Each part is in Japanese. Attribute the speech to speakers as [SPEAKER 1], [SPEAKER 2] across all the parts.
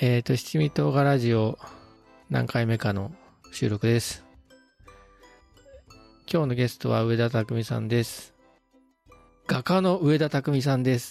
[SPEAKER 1] 七味唐辛ラジオ何回目かの収録です。今日のゲストは上田匠さんです。画家の上田匠さんです。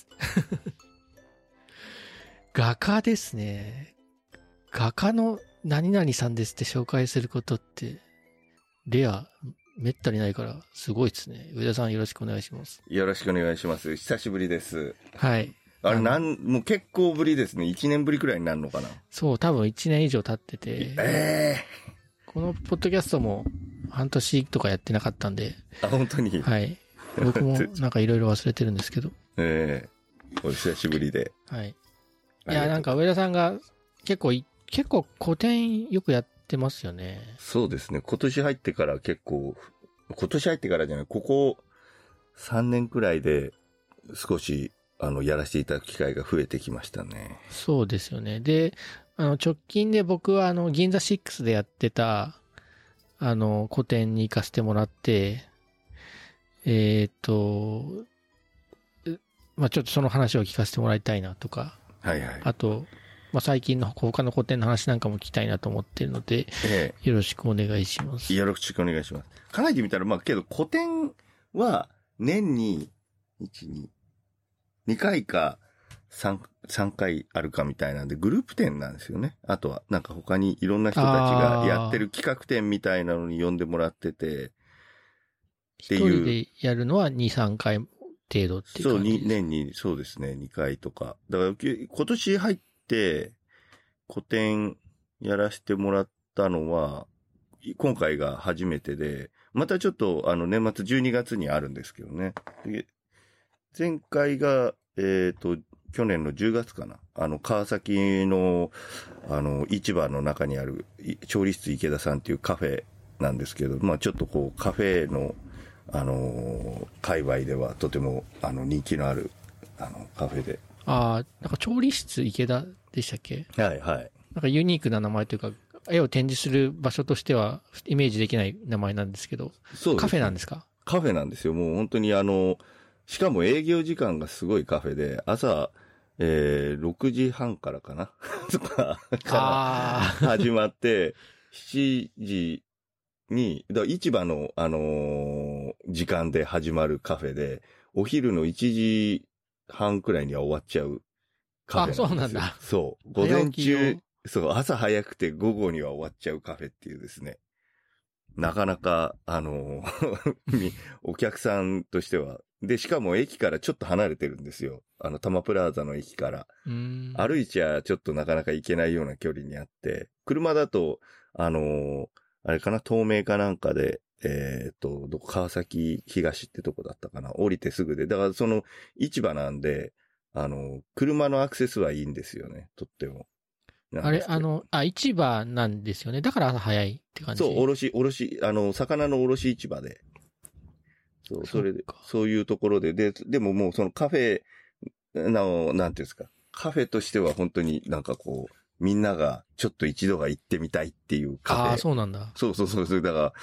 [SPEAKER 1] 画家ですね。画家の何々さんですって紹介することってレア、めったにないからすごいですね。上田さんよろしくお願いします。
[SPEAKER 2] よろしくお願いします。久しぶりです。
[SPEAKER 1] はい。
[SPEAKER 2] もう結構ぶりですね。1年ぶりくらいになるのかな。
[SPEAKER 1] そう、多分1年以上経ってて。このポッドキャストも半年とかやってなかったんで。
[SPEAKER 2] あ、本当に。
[SPEAKER 1] はい。僕もなんかいろいろ忘れてるんですけど。
[SPEAKER 2] お久しぶりで。
[SPEAKER 1] はい。いや、なんか上田さんが結構個展よくやってますよね。
[SPEAKER 2] そうですね。今年入ってからじゃない、ここ3年くらいで少しやらせていただく機会が増えてきましたね。
[SPEAKER 1] そうですよね。で、直近で僕は銀座6でやってた、個展に行かせてもらって、まあ、ちょっとその話を聞かせてもらいたいなとか。
[SPEAKER 2] はいはい。
[SPEAKER 1] あと、まあ、最近の他の個展の話なんかも聞きたいなと思っているので、よろしくお願いします。
[SPEAKER 2] よろしくお願いします。考えてみたら、まあ、けど個展は年に、2回か3回あるかみたいなんで、グループ展なんですよね。あとは、なんか他にいろんな人たちがやってる企画展みたいなのに呼んでもらってて、
[SPEAKER 1] 一人でやるのは2、3回程度っていう感じです。
[SPEAKER 2] そう、年に、そうですね、2回とか。だから、今年入って、個展やらせてもらったのは、今回が初めてで、またちょっと、年末12月にあるんですけどね。前回が、去年の10月かな。川崎の、市場の中にある、調理室池田さんっていうカフェなんですけど、まあちょっとこう、カフェの、界隈ではとても、人気のある、カフェで。
[SPEAKER 1] なんか調理室池田でしたっけ？
[SPEAKER 2] はいはい。
[SPEAKER 1] なんかユニークな名前というか、絵を展示する場所としてはイメージできない名前なんですけど、そうですね、カフェなんですか？
[SPEAKER 2] カフェなんですよ。もう本当にしかも営業時間がすごいカフェで、朝、6時半からかなとか、始まって、7時に、市場の、時間で始まるカフェで、お昼の1時半くらいには終わっちゃうカフェなんですよ。
[SPEAKER 1] そうなんだ。
[SPEAKER 2] そう。午前中、そう、朝早くて午後には終わっちゃうカフェっていうですね。なかなか、お客さんとしては。で、しかも駅からちょっと離れてるんですよ。多摩プラザの駅から。歩いちゃちょっとなかなか行けないような距離にあって、車だと、あれかな、東名かなんかで、川崎東ってとこだったかな。降りてすぐで。だからその市場なんで、車のアクセスはいいんですよね。とっても。
[SPEAKER 1] 市場なんですよね。だから朝早いって感じ。
[SPEAKER 2] そう、魚の卸市場で。そう、それで、そういうところで、でももうそのカフェなんていうんですか。カフェとしては本当になんかこう、みんながちょっと一度は行ってみたいっていうカフェ。
[SPEAKER 1] そうなんだ。
[SPEAKER 2] そう。だから、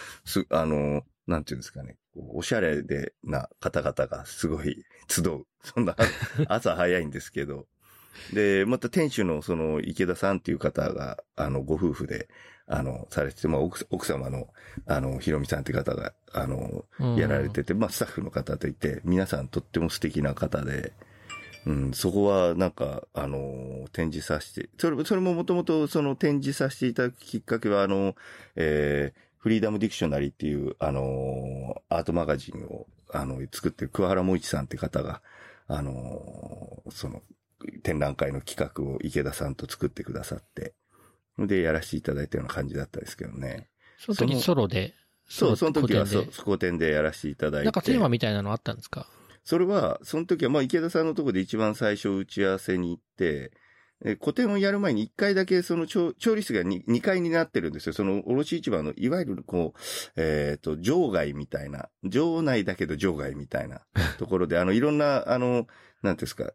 [SPEAKER 2] なんていうんですかね。おしゃれな方々がすごい集う。そんな、朝早いんですけど。で、また店主のその池田さんっていう方が、ご夫婦で、されてて、まあ、奥様の、ひろみさんって方が、やられてて、まあ、スタッフの方といて、皆さんとっても素敵な方で、そこはなんか、展示させて、それももともとその展示させていただくきっかけは、フリーダムディクショナリーっていう、アートマガジンを、作ってる桑原萌一さんって方が、その、展覧会の企画を池田さんと作ってくださって、で、やらせていただいたような感じだったですけどね。
[SPEAKER 1] その時ソロで？
[SPEAKER 2] そう、その時は個展でやらせていただいて。
[SPEAKER 1] なんかテーマみたいなのあったんですか？
[SPEAKER 2] それは、その時は、まあ、池田さんのところで一番最初打ち合わせに行って、個展をやる前に1回だけその調理室が 2階になってるんですよ。その卸市場の、いわゆるこう、場外みたいな、場内だけど場外みたいなところで、いろんな、なんていうんですか、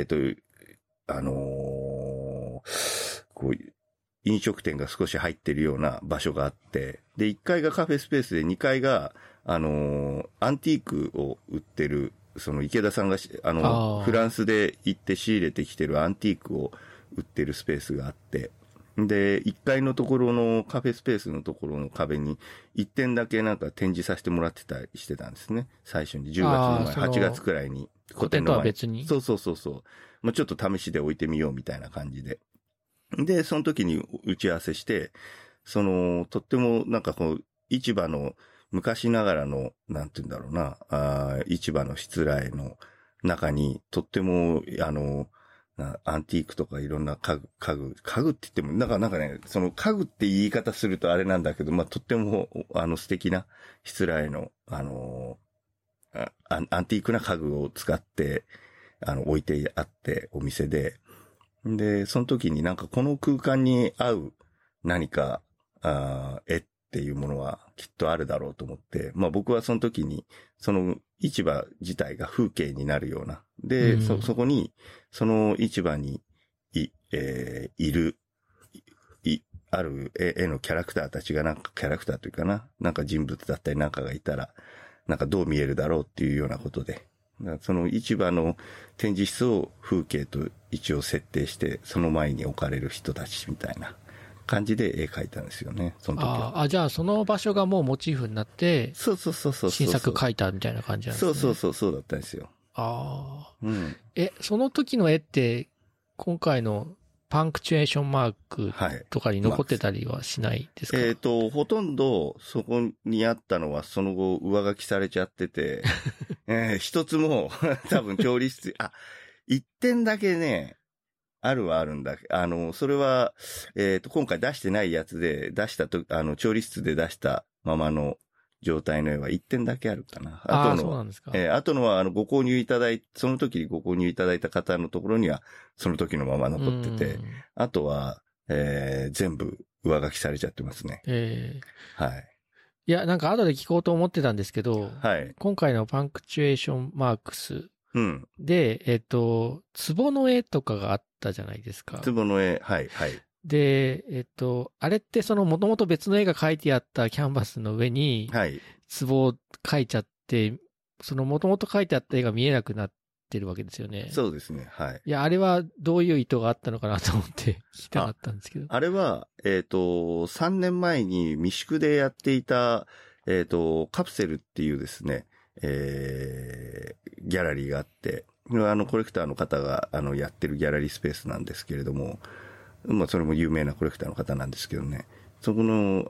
[SPEAKER 2] こう、飲食店が少し入ってるような場所があって、で、1階がカフェスペースで2階が、アンティークを売ってる、その池田さんが、フランスで行って仕入れてきてるアンティークを売ってるスペースがあって、で、1階のところのカフェスペースのところの壁に1点だけなんか展示させてもらってたりしてたんですね。最初に10月の前、8月くらいに。
[SPEAKER 1] 個展とは別に。
[SPEAKER 2] そうそうそうそう。まあ、ちょっと試しで置いてみようみたいな感じで。で、その時に打ち合わせして、とってもなんかこう、市場の昔ながらの、なんて言うんだろうな、市場のしつらえの中に、とっても、アンティークとかいろんな家具って言っても、なんかね、その家具って言い方するとあれなんだけど、まあ、とっても、素敵なしつらえの、アンティークな家具を使って、置いてあって、お店で。で、その時になんかこの空間に合う何か、絵っていうものはきっとあるだろうと思って、まあ僕はその時に、その市場自体が風景になるような。で、そこに、その市場にある絵のキャラクターたちがなんかキャラクターというかな、なんか人物だったりなんかがいたら、なんかどう見えるだろうっていうようなことで、その市場の展示室を風景と一応設定して、その前に置かれる人たちみたいな感じで絵描いたんですよね、その時は。
[SPEAKER 1] じゃあその場所がもうモチーフになって、
[SPEAKER 2] そうそうそうそう。
[SPEAKER 1] 新作描いたみたいな感じなんですね。
[SPEAKER 2] そうだったんですよ。
[SPEAKER 1] うん。その時の絵って、今回のパンクチュエーションマークとかに残ってたりはしないですか？
[SPEAKER 2] ほとんどそこにあったのはその後上書きされちゃってて、一つも多分調理室、一点だけね、あるんだ。それは、今回出してないやつで、調理室で出したままの状態の絵は一点だけあるかな。
[SPEAKER 1] そうなんですか。
[SPEAKER 2] あとのは、その時にご購入いただいた方のところには、その時のまま残ってて、あとは、全部上書きされちゃってますね。はい。
[SPEAKER 1] いや、なんか後で聞こうと思ってたんですけど、
[SPEAKER 2] はい。
[SPEAKER 1] 今回のパンクチュエーションマークスで、壺の絵とかがあったじゃないですか。
[SPEAKER 2] 壺の絵、はい。
[SPEAKER 1] で、あれってもともと別の絵が描いてあったキャンバスの上に、
[SPEAKER 2] はい。
[SPEAKER 1] 壺を描いちゃって、もともと描いてあった絵が見えなくなってるわけですよね。
[SPEAKER 2] そうですね、はい。
[SPEAKER 1] いや、あれはどういう意図があったのかなと思って聞きたかったんですけど。
[SPEAKER 2] あれは、3年前に未宿でやっていた、カプセルっていうですね、ギャラリーがあって、コレクターの方が、やってるギャラリースペースなんですけれども、まあ、それも有名なコレクターの方なんですけどね、そこの、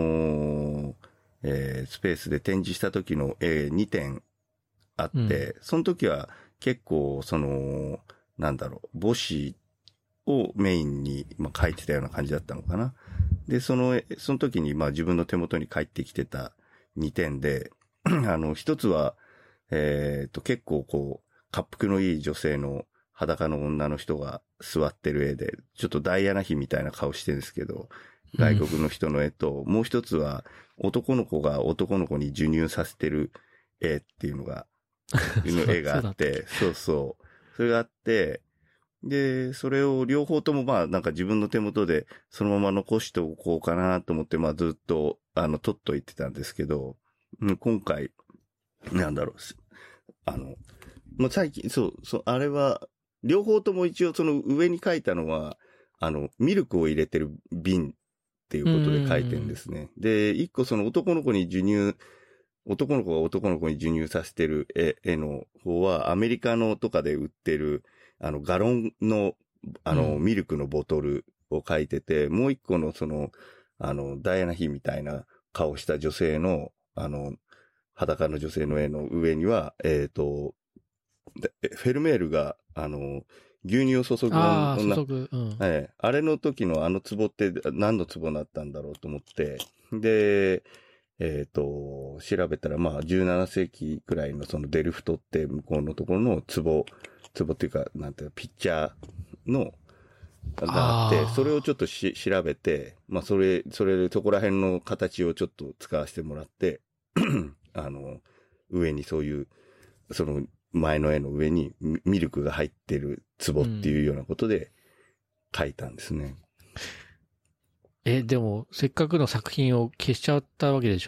[SPEAKER 2] スペースで展示した時の絵2点あって、その時は結構、母子をメインに、描いてたような感じだったのかな。で、その時に、自分の手元に返ってきてた2点で、一つは、結構こう、恰幅のいい女性の裸の女の人が座ってる絵で、ちょっとダイアナ妃みたいな顔してるんですけど、外国の人の絵と、もう一つは、男の子が男の子に授乳させてる絵っていうのが、絵があって、そう。それがあって、で、それを両方ともなんか自分の手元でそのまま残しておこうかなと思って、ずっと、取っといてたんですけど、今回、最近、あれは、両方とも一応その上に書いたのは、ミルクを入れてる瓶っていうことで書いてるんですね。で、一個その男の子が男の子に授乳させてる絵の方は、アメリカのとかで売ってる、ガロンの、ミルクのボトルを書いてて、もう一個のダイアナ妃みたいな顔した女性の、裸の女性の絵の上には、フェルメールが、牛乳を注ぐあれの時の壺って何の壺だったんだろうと思って、で、調べたら、17世紀くらいのそのデルフトって向こうのところの壺っていうか、ピッチャーの、があって、それをちょっと調べて、そこら辺の形をちょっと使わせてもらって、上にそういう、その前の絵の上にミルクが入ってる壺っていうようなことで描いたんですね。
[SPEAKER 1] でも、せっかくの作品を消しちゃったわけでしょ？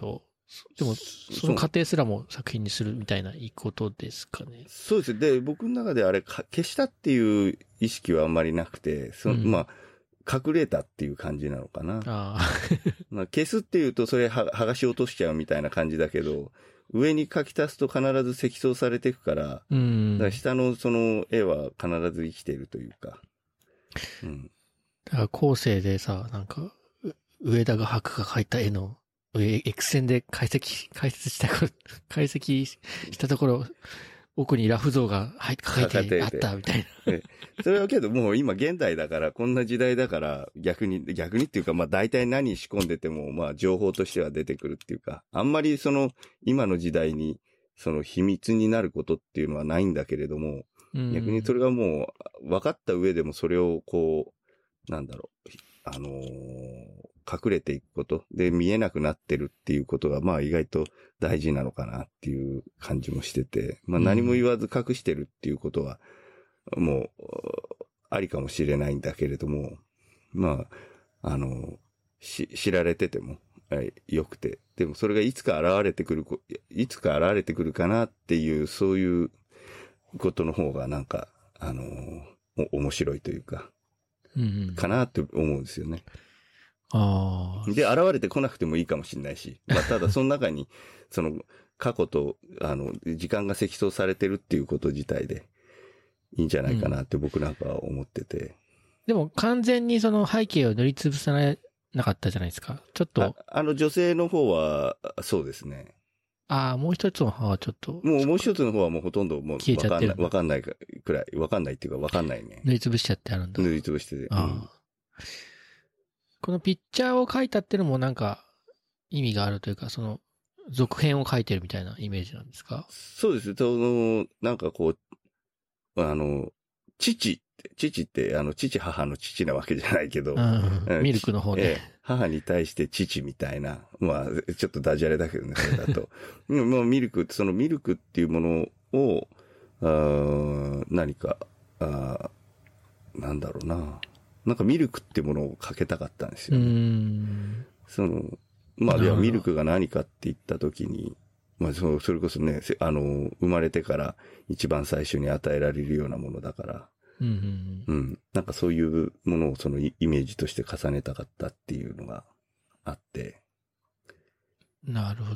[SPEAKER 1] でも、その過程すらも作品にするみたいないいことですかね。
[SPEAKER 2] そうです。で、僕の中であれ、消したっていう意識はあんまりなくて、まあ、隠れたっていう感じなのかな。まあ、消すっていうと、それ剥がし落としちゃうみたいな感じだけど、上に書き足すと必ず積層されていくから、だから下のその絵は必ず生きているというか。
[SPEAKER 1] だから後世でさ、なんか、上田が博が描いた絵の、X 線で解析したところ、奥にラフ像が書いてあったみたいな。
[SPEAKER 2] それはけどもう今現代だから、こんな時代だから逆にっていうかまあ大体何仕込んでてもまあ情報としては出てくるっていうか、あんまりその今の時代にその秘密になることっていうのはないんだけれども、逆にそれがもう分かった上でもそれをこう、なんだろう、隠れていくことで見えなくなってるっていうことがまあ意外と大事なのかなっていう感じもしてて、まあ何も言わず隠してるっていうことはもうありかもしれないんだけれども、まあ知られててもよくて、でもそれがいつか現れてくるかなっていうそういうことの方がなんか面白いというか。かなって思うんですよね。で、現れてこなくてもいいかもしれないし、まあ、ただその中に、その、過去と、時間が積層されてるっていうこと自体で、いいんじゃないかなって僕なんかは思ってて。
[SPEAKER 1] でも完全にその背景を塗りつぶさなかったじゃないですか。ちょっと。
[SPEAKER 2] 女性の方は、そうですね。
[SPEAKER 1] もう一つの方はちょっと。
[SPEAKER 2] もう一つの方はもうほとんどもう
[SPEAKER 1] 消えちゃってる。
[SPEAKER 2] わかんないくらい、わかんないっていうかわかんないね。
[SPEAKER 1] 塗りつぶしちゃってあるんだ。
[SPEAKER 2] 塗りつぶしてて。
[SPEAKER 1] このピッチャーを描いたってのもなんか意味があるというか、その続編を描いてるみたいなイメージなんですか？
[SPEAKER 2] そうです。なんかこう、父って、父母の父なわけじゃないけど、
[SPEAKER 1] ミルクの方で。
[SPEAKER 2] 母に対して父みたいな、まあ、ちょっとダジャレだけどね、それだと。もうミルクっていうものを、何か、なんだろうな。なんかミルクっていうものをかけたかったんですよね。まあ、いや、ミルクが何かって言ったときに、まあ、それこそね、生まれてから一番最初に与えられるようなものだから、なんかそういうものをそのイメージとして重ねたかったっていうのがあって。
[SPEAKER 1] なるほ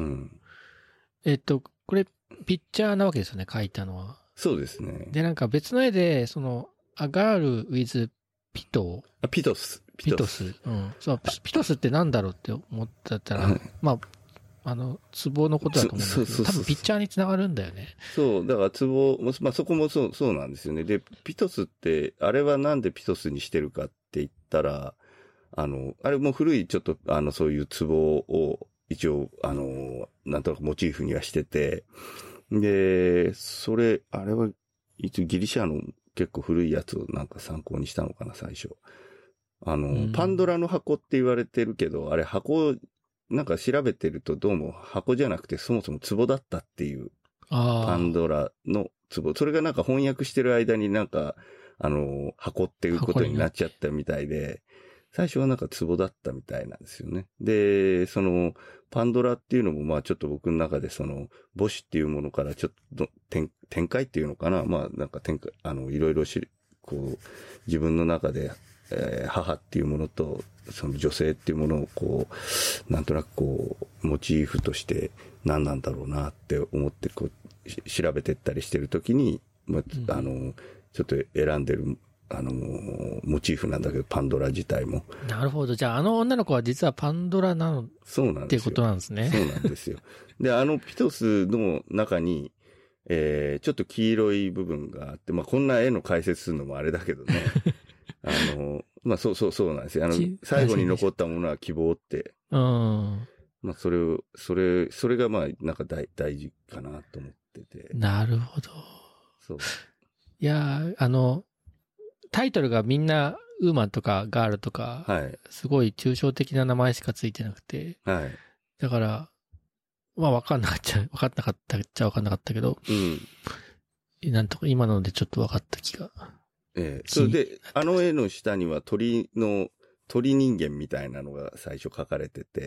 [SPEAKER 1] ど。これ、ピッチャーなわけですよね、描いたのは。
[SPEAKER 2] そうですね。
[SPEAKER 1] で、なんか別の絵で、A Girl with ピトス。そう、ピトスってなんだろうって思ってたら、まあ、ツボのことだと思うんですけど、多分ピッチャーにつながるんだよね。
[SPEAKER 2] そう、だからツボ、まあそこもそうなんですよね。で、ピトスって、あれはなんでピトスにしてるかって言ったら、あれも古いちょっと、そういうツボを一応、なんとなくモチーフにはしてて、で、あれは、一応ギリシャの結構古いやつをなんか参考にしたのかな、最初。パンドラの箱って言われてるけど、あれ箱、なんか調べてるとどうも箱じゃなくてそもそも壺だったっていう。パンドラの壺。それがなんか翻訳してる間になんか、箱っていうことになっちゃったみたいで、最初はなんか壺だったみたいなんですよね。で、パンドラっていうのもまあちょっと僕の中で母子っていうものからちょっと展開っていうのかな。まあなんかいろいろこう、自分の中で、母っていうものと、その女性っていうものをこう、なんとなくこう、モチーフとして何なんだろうなって思ってこう、調べてったりしてるときに、まあ、ちょっと選んでる、モチーフなんだけど、パンドラ自体も。
[SPEAKER 1] なるほど。じゃあ、女の子は実はパンドラなのっていうことなんですね。
[SPEAKER 2] そうなんですよ。で、ピトスの中に、ちょっと黄色い部分があって、まあ、こんな絵の解説するのもあれだけどね。まあ、そうなんですよ。最後に残ったものは希望って。まあ、それがまあ、なんか大事かなと思ってて。
[SPEAKER 1] なるほど。
[SPEAKER 2] そう。
[SPEAKER 1] いやタイトルがみんな、ウーマンとかガールとか、
[SPEAKER 2] はい。
[SPEAKER 1] すごい抽象的な名前しかついてなくて。
[SPEAKER 2] はい。
[SPEAKER 1] だから、まあ、分かんなかったっちゃ分かんなかったけど。なんとか今のでちょっと分かった気が。
[SPEAKER 2] それで、絵の下には鳥人間みたいなのが最初書かれてて。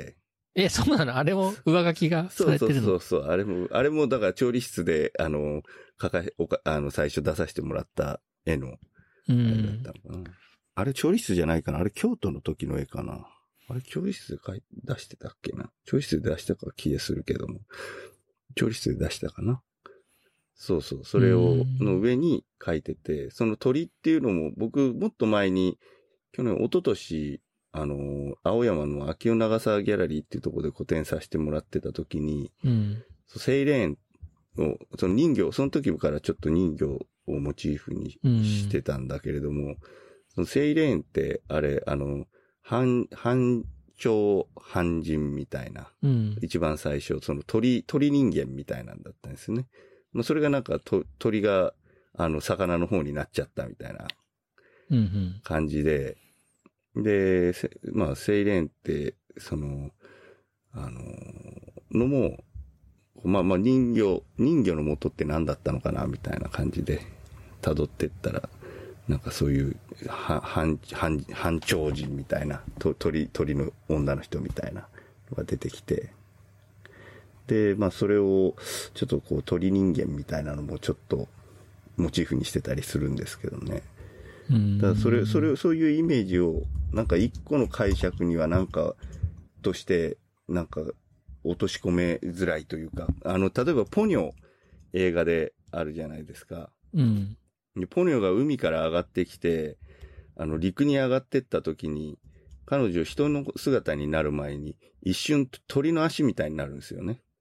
[SPEAKER 1] そうなの？あれも上書きがされてるの？
[SPEAKER 2] そうそう。あれもだから調理室で、最初出させてもらった絵の、あれだったのかな。あれ調理室じゃないかな。あれ京都の時の絵かな。あれ調理室で出してたっけな。調理室で出したか気がするけども。調理室で出したかな。そうそう。それの上に書いてて、その鳥っていうのも僕もっと前に、一昨年、青山の秋代長沢ギャラリーっていうところで個展させてもらってた時に、セイレーンを、その人形、その時からちょっと人形をモチーフにしてたんだけれども、そのセイレーンって、あれ、半鳥半人みたいな、一番最初、その鳥人間みたいなんだったんですね。まあ、それがなんか鳥が、魚の方になっちゃったみたいな感じで、で、まあ、セイレーンって、のも、まあ人魚の元って何だったのかなみたいな感じで辿ってったら、なんかそういう、半鳥人みたいな、鳥の女の人みたいなのが出てきて、で、まあそれを、ちょっとこう鳥人間みたいなのもちょっとモチーフにしてたりするんですけどね。だからそういうイメージを、なんか一個の解釈にはなんか、として、なんか、落とし込めづらいというか、例えばポニョ映画であるじゃないですか。ポニョが海から上がってきて、陸に上がってった時に、彼女人の姿になる前に、一瞬鳥の足みたいになるんですよね。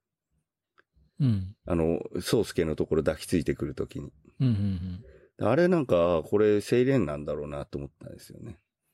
[SPEAKER 2] 宗介のところ抱きついてくる時に。あれなんか、これ、セイレーンなんだろうなと思ったんですよね。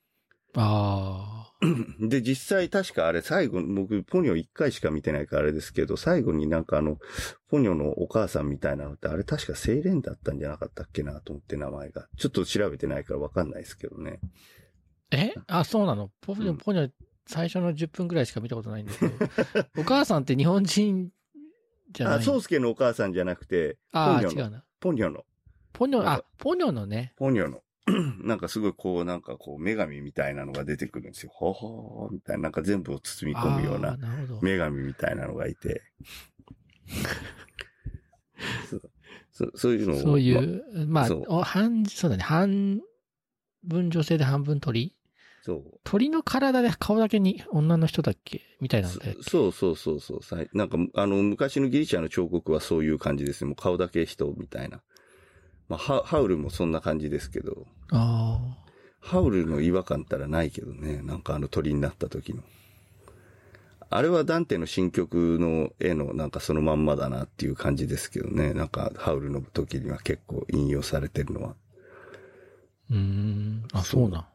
[SPEAKER 2] で、実際確かあれ最後、僕、ポニョ1回しか見てないからあれですけど、最後になんかポニョのお母さんみたいなのって、あれ確かセイレーンだったんじゃなかったっけなと思って名前が。ちょっと調べてないからわかんないですけどね。
[SPEAKER 1] そうなの？ポニョ、最初の10分くらいしか見たことないんですけど。お母さんって日本人じゃない？
[SPEAKER 2] 宗介のお母さんじゃなくて、
[SPEAKER 1] 違うな。
[SPEAKER 2] ポニョの。
[SPEAKER 1] ポニョのね。
[SPEAKER 2] ポニョの。なんかすごいこう、なんかこう、女神みたいなのが出てくるんですよ。ほほーみたいな、なんか全部を包み込むような、女神みたいなのがいて。そういうのを。
[SPEAKER 1] そういう、まあ、そうだね。半分女性で半分鳥？そう。鳥の体で顔だけに女の人だっけみたいなんだよ。
[SPEAKER 2] そう。なんか、昔のギリシャの彫刻はそういう感じですね。もう顔だけ人みたいな。まあ、ハウルもそんな感じですけど。ハウルの違和感ったらないけどね。なんか鳥になった時の。あれはダンテの新曲の絵のなんかそのまんまだなっていう感じですけどね。なんかハウルの時には結構引用されてるのは。
[SPEAKER 1] そうな。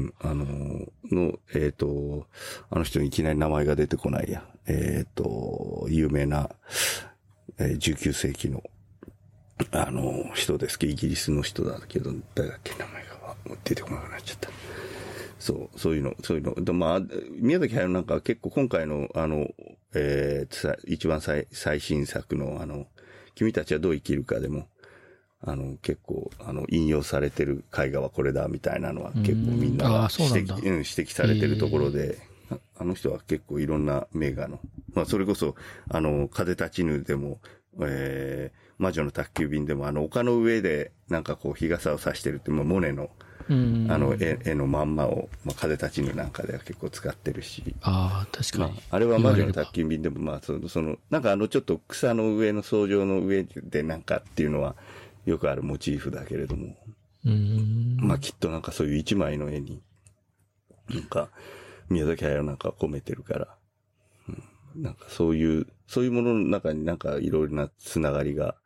[SPEAKER 2] あの人にいきなり名前が出てこないや。有名な、19世紀の人ですけど、イギリスの人だけど、誰だっけ名前が出てこなくなっちゃった。そういうの。まあ、宮崎駿なんか結構今回の一番最新作の君たちはどう生きるかでも、結構、引用されてる絵画はこれだ、みたいなのは結構みんなが指摘されてるところで、あの人は結構いろんな名画の、まあ、それこそ、風立ちぬでも、魔女の宅急便でも丘の上でなんかこう日傘を差してるって、モネの絵のまんまを、まあ、風立ちぬなんかでは結構使ってるし。
[SPEAKER 1] 確かに。
[SPEAKER 2] まあれは魔女の宅急便でも、まあなんかちょっと草の上の草上の上でなんかっていうのはよくあるモチーフだけれども。まあきっとなんかそういう一枚の絵に、なんか宮崎駿なんか込めてるから、なんかそういうものの中になんかいろいろなつながりが、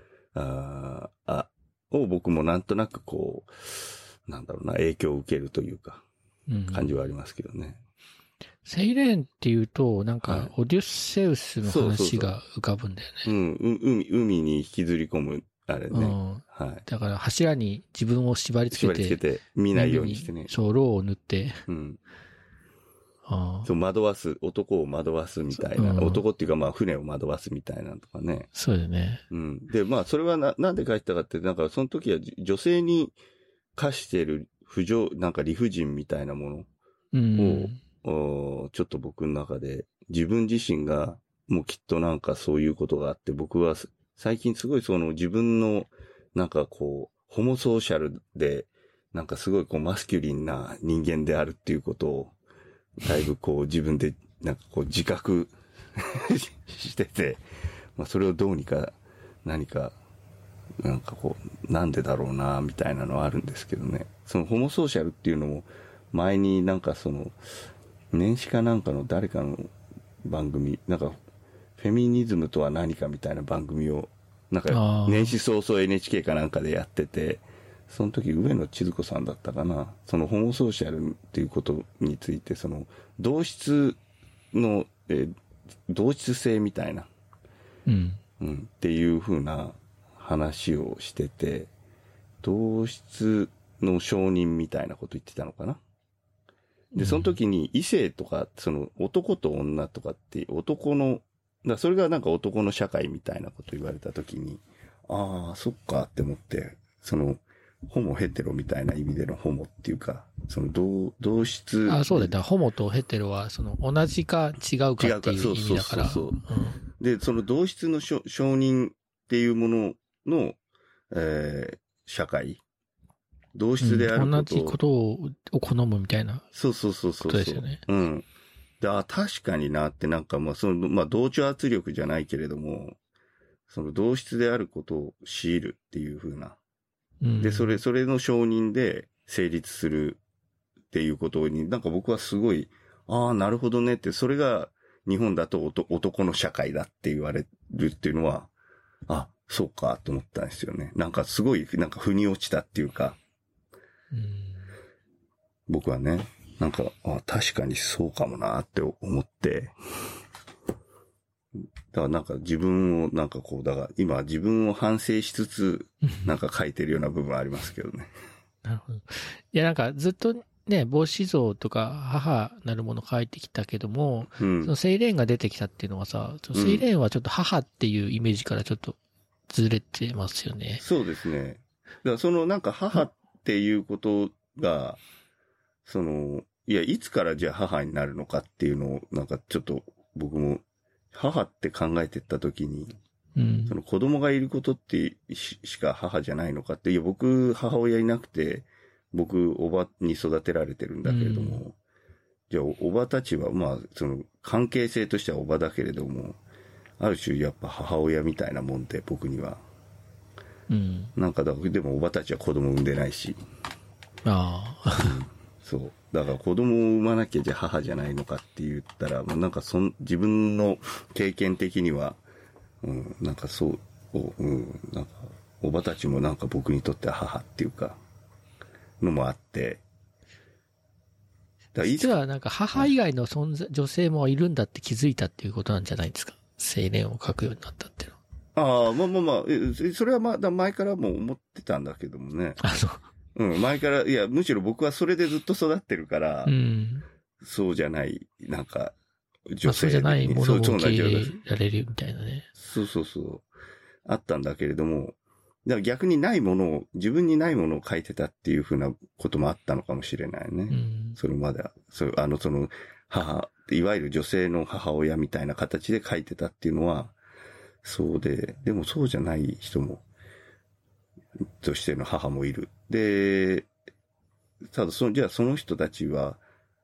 [SPEAKER 2] を僕もなんとなくこう、なんだろうな、影響を受けるというか、感じはありますけどね。
[SPEAKER 1] セイレーンっていうと、なんか、オデュッセウスの話が浮かぶんだよね。
[SPEAKER 2] 海に引きずり込む、あれね。
[SPEAKER 1] だから柱に自分を縛り付けて、
[SPEAKER 2] 見ないようにしてね。
[SPEAKER 1] そう、ろうを塗って、
[SPEAKER 2] 惑わす、男を惑わすみたいな。男っていうかまあ船を惑わすみたいなとかね。
[SPEAKER 1] そうだよね。
[SPEAKER 2] で、まあそれはなんで書いてたかって、なんかその時は女性に課しているなんか理不尽みたいなものを、ちょっと僕の中で自分自身が、もうきっとなんかそういうことがあって、僕は最近すごいその自分の、なんかこう、ホモソーシャルで、なんかすごいこうマスキュリンな人間であるっていうことを、だいぶこう自分でなんかこう自覚してて、まあそれをどうにか何か、なんかこう、なんでだろうな、みたいなのはあるんですけどね。そのホモソーシャルっていうのも、前になんかその、年始かなんかの誰かの番組、なんか、フェミニズムとは何かみたいな番組を、なんか、年始早々 NHK かなんかでやってて、その時上野千鶴子さんだったかな。そのホモソーシャルっていうことについて、その、同質の、同質性みたいな、っていう風な話をしてて、同質の承認みたいなこと言ってたのかな。で、その時に異性とか、その男と女とかって男の、それがなんか男の社会みたいなこと言われた時に、ああ、そっかって思って、その、ホモヘテロみたいな意味でのホモっていうか、その同質。
[SPEAKER 1] あ、そうだよ。だからホモとヘテロは、その同じか違うかっていう意味だから。
[SPEAKER 2] そう。で、その同質の承認っていうものの、社会。同質であること、
[SPEAKER 1] 同じことを好むみたいな。
[SPEAKER 2] そう。
[SPEAKER 1] ことですよね。
[SPEAKER 2] 確かになってなんか同調圧力じゃないけれども、その同質であることを強いるっていう風な。で、それの承認で成立するっていうことに、なんか僕はすごい、ああ、なるほどねって、それが日本だと男の社会だって言われるっていうのは、あ、そうかと思ったんですよね。なんかすごい、なんか腑に落ちたっていうか、僕はね、なんか、確かにそうかもなって思って、だからなんか自分をなんかこう、だから今自分を反省しつつ、なんか書いてるような部分ありますけどね。
[SPEAKER 1] なるほど。いやなんかずっとね、母子像とか母なるもの書いてきたけども、そのセイレーンが出てきたっていうのはさ、セイレーンはちょっと母っていうイメージからちょっとずれてますよね。
[SPEAKER 2] そうですね。だからそのなんか母っていうことが、その、いつからじゃあ母になるのかっていうのを、なんかちょっと僕も母って考えてったときに、その子供がいることってしか母じゃないのかって、僕母親いなくて、僕おばに育てられてるんだけれども、じゃあおばたちはその関係性としてはおばだけれども、ある種やっぱ母親みたいなもんで僕には。なんかでもおばたちは子供産んでないし。そう。だから子供を産まなきゃじゃ母じゃないのかって言ったら、なんか自分の経験的には、なんかそう、なんか、おばたちもなんか僕にとっては母っていうか、のもあって。
[SPEAKER 1] 実はなんか母以外の女性もいるんだって気づいたっていうことなんじゃないですか。青年を書くようになったっていう
[SPEAKER 2] のは。それは前からも思ってたんだけどもね。前から、むしろ僕はそれでずっと育ってるから、そうじゃない、なんか、
[SPEAKER 1] 女性そうじゃないものを受け入れられるみたいなね。
[SPEAKER 2] そう。あったんだけれども、だから逆にないものを、自分にないものを書いてたっていうふうなこともあったのかもしれないね。それまでは。その母、いわゆる女性の母親みたいな形で書いてたっていうのは、そうで、でもそうじゃない人も、としての母もいる。で、ただじゃあその人たちは、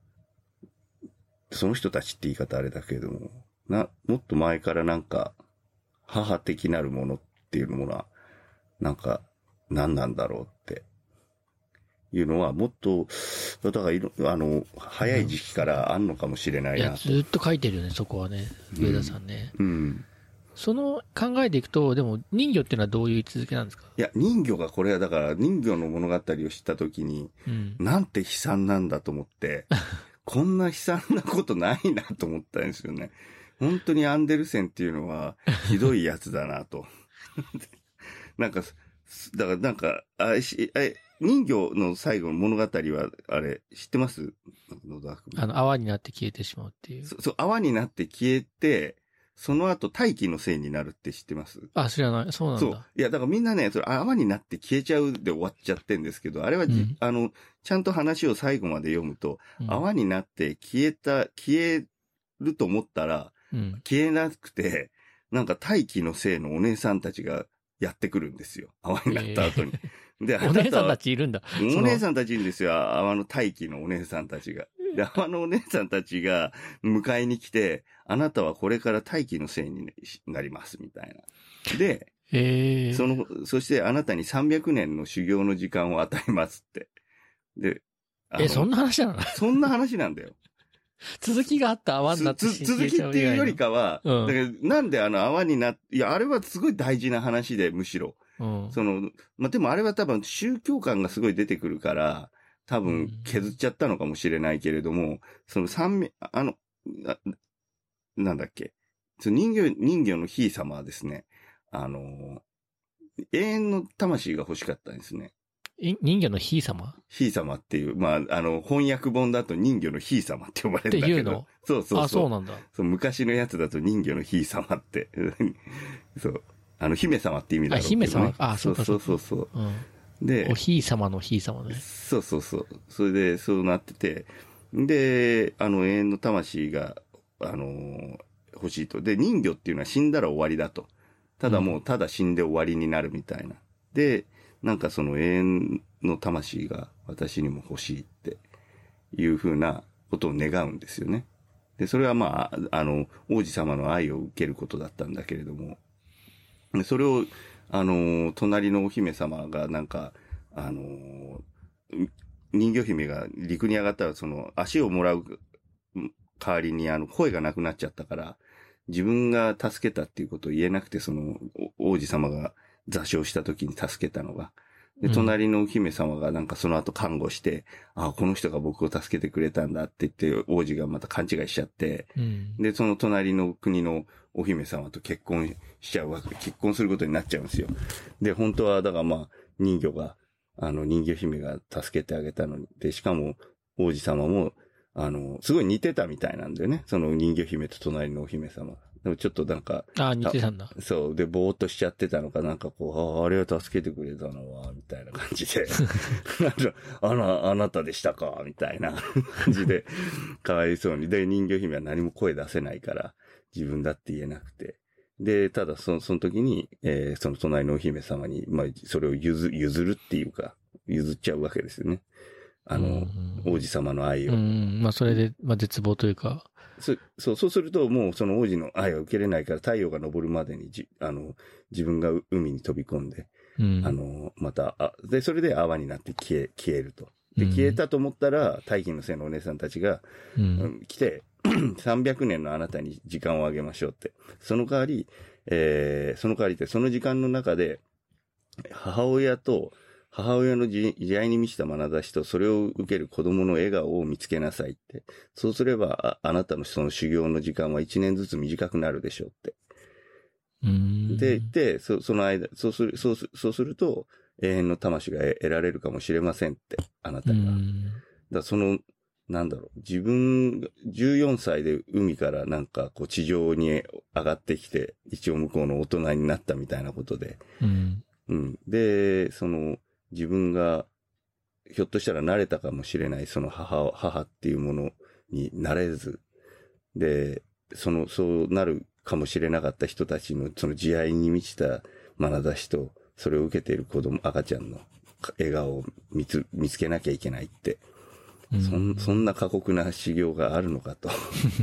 [SPEAKER 2] その人たちって言い方あれだけれども、もっと前からなんか、母的なるものっていうものは、なんか、何なんだろうっていうのは、もっと、だから早い時期からあんのかもしれないなと。
[SPEAKER 1] ずっと書いてるよね、そこはね、上田さんね。その考えでいくと、でも人魚っていうのはどういう位置づけなんですか？
[SPEAKER 2] いや、人魚がこれはだから人魚の物語を知ったときに、なんて悲惨なんだと思って、こんな悲惨なことないなと思ったんですよね。本当にアンデルセンっていうのはひどいやつだなと。なんか、だからなんか、人魚の最後の物語は、あれ、知ってます？
[SPEAKER 1] 泡になって消えてしまうっていう。
[SPEAKER 2] そう、泡になって消えて、その後大気のせいになるって知ってます？
[SPEAKER 1] 知らない。そうなんだ。そう。
[SPEAKER 2] いや、だからみんなね、それ泡になって消えちゃうで終わっちゃってんですけど、あれはちゃんと話を最後まで読むと、泡になって消えると思ったら、
[SPEAKER 1] うん。
[SPEAKER 2] 消えなくて、なんか大気のせいのお姉さんたちがやってくるんですよ。泡になった後に。で、
[SPEAKER 1] お姉さんたちいるんだ。
[SPEAKER 2] お姉さんたちいるんですよ。泡の大気のお姉さんたちが。で、泡のお姉さんたちが迎えに来て、あなたはこれから大気のせいになります、みたいな。で、そしてあなたに300年の修行の時間を与えますって。で、
[SPEAKER 1] そんな話なの？
[SPEAKER 2] そんな話なんだよ。
[SPEAKER 1] 続きがあった泡になって
[SPEAKER 2] 続きっていうよりかは、
[SPEAKER 1] うん、
[SPEAKER 2] だからなんで泡にいや、あれはすごい大事な話で、むしろ。
[SPEAKER 1] うん、
[SPEAKER 2] でもあれは多分宗教感がすごい出てくるから、多分削っちゃったのかもしれないけれども、なんだっけ。人魚のひい様はですね、永遠の魂が欲しかったんですね。
[SPEAKER 1] 人魚のひい様？
[SPEAKER 2] ひい様っていう、まあ、翻訳本だと人魚のひい様って呼ばれるんだけど。っていうの？そうそうそう。
[SPEAKER 1] あ、そうなんだ。
[SPEAKER 2] そう、昔のやつだと人魚のひい様って。そう。姫様って意味だろうけど、ね。
[SPEAKER 1] 姫様？あ、そうか
[SPEAKER 2] そうそうそう。
[SPEAKER 1] うん、
[SPEAKER 2] で、
[SPEAKER 1] おひい様のひい様ね。
[SPEAKER 2] そうそうそう。それで、そうなってて、で、永遠の魂が、欲しいと。で、人魚っていうのは死んだら終わりだと。ただもう、ただ死んで終わりになるみたいな。で、なんかその永遠の魂が私にも欲しいっていう風なことを願うんですよね。で、それはまあ、王子様の愛を受けることだったんだけれども、それを、隣のお姫様がなんか、人魚姫が陸に上がったら、足をもらう代わりに、声がなくなっちゃったから、自分が助けたっていうことを言えなくて、王子様が座礁した時に助けたのが。で、隣のお姫様がなんかその後看護して、あ、この人が僕を助けてくれたんだって言って、王子がまた勘違いしちゃって、で、その隣の国のお姫様と結婚しちゃうわけ、結婚することになっちゃうんですよ。で、本当は、だからまあ、人魚姫が助けてあげたのに。で、しかも、王子様も、すごい似てたみたいなんだよね。その人魚姫と隣のお姫様。でもちょっとなんか。
[SPEAKER 1] 似てたんだ。
[SPEAKER 2] そう。で、ぼーっとしちゃってたのか、なんかこう、あれを助けてくれたのは、みたいな感じで。あなたでしたか、みたいな感じで、かわいそうに。で、人魚姫は何も声出せないから、自分だって言えなくて。で、ただその時に、その隣のお姫様に、まあ、それを譲るっていうか、譲っちゃうわけですよね。王子様の愛を。
[SPEAKER 1] まあ、それで、まあ、絶望というか。
[SPEAKER 2] そうすると、もうその王子の愛を受けれないから、太陽が昇るまでに自分が海に飛び込んで、また、で、それで泡になって消えると。で、消えたと思ったら、大気のせいのお姉さんたちが、来て、300年のあなたに時間をあげましょうって。その代わりって、その時間の中で、母親の慈愛に満ちた眼差しと、それを受ける子供の笑顔を見つけなさいって。そうすれば、あなたのその修行の時間は1年ずつ短くなるでしょうって。で、その間、そうすると、永遠の魂が得られるかもしれませんって、あなたには。だからなんだろう、自分が14歳で海からなんかこう地上に上がってきて、一応向こうの大人になったみたいなことで。で、自分が、ひょっとしたら慣れたかもしれない、その母っていうものになれず、で、そうなるかもしれなかった人たちの、その慈愛に満ちた眼差しと、それを受けている赤ちゃんの笑顔を見つけなきゃいけないって、そんな過酷な修行があるのかと。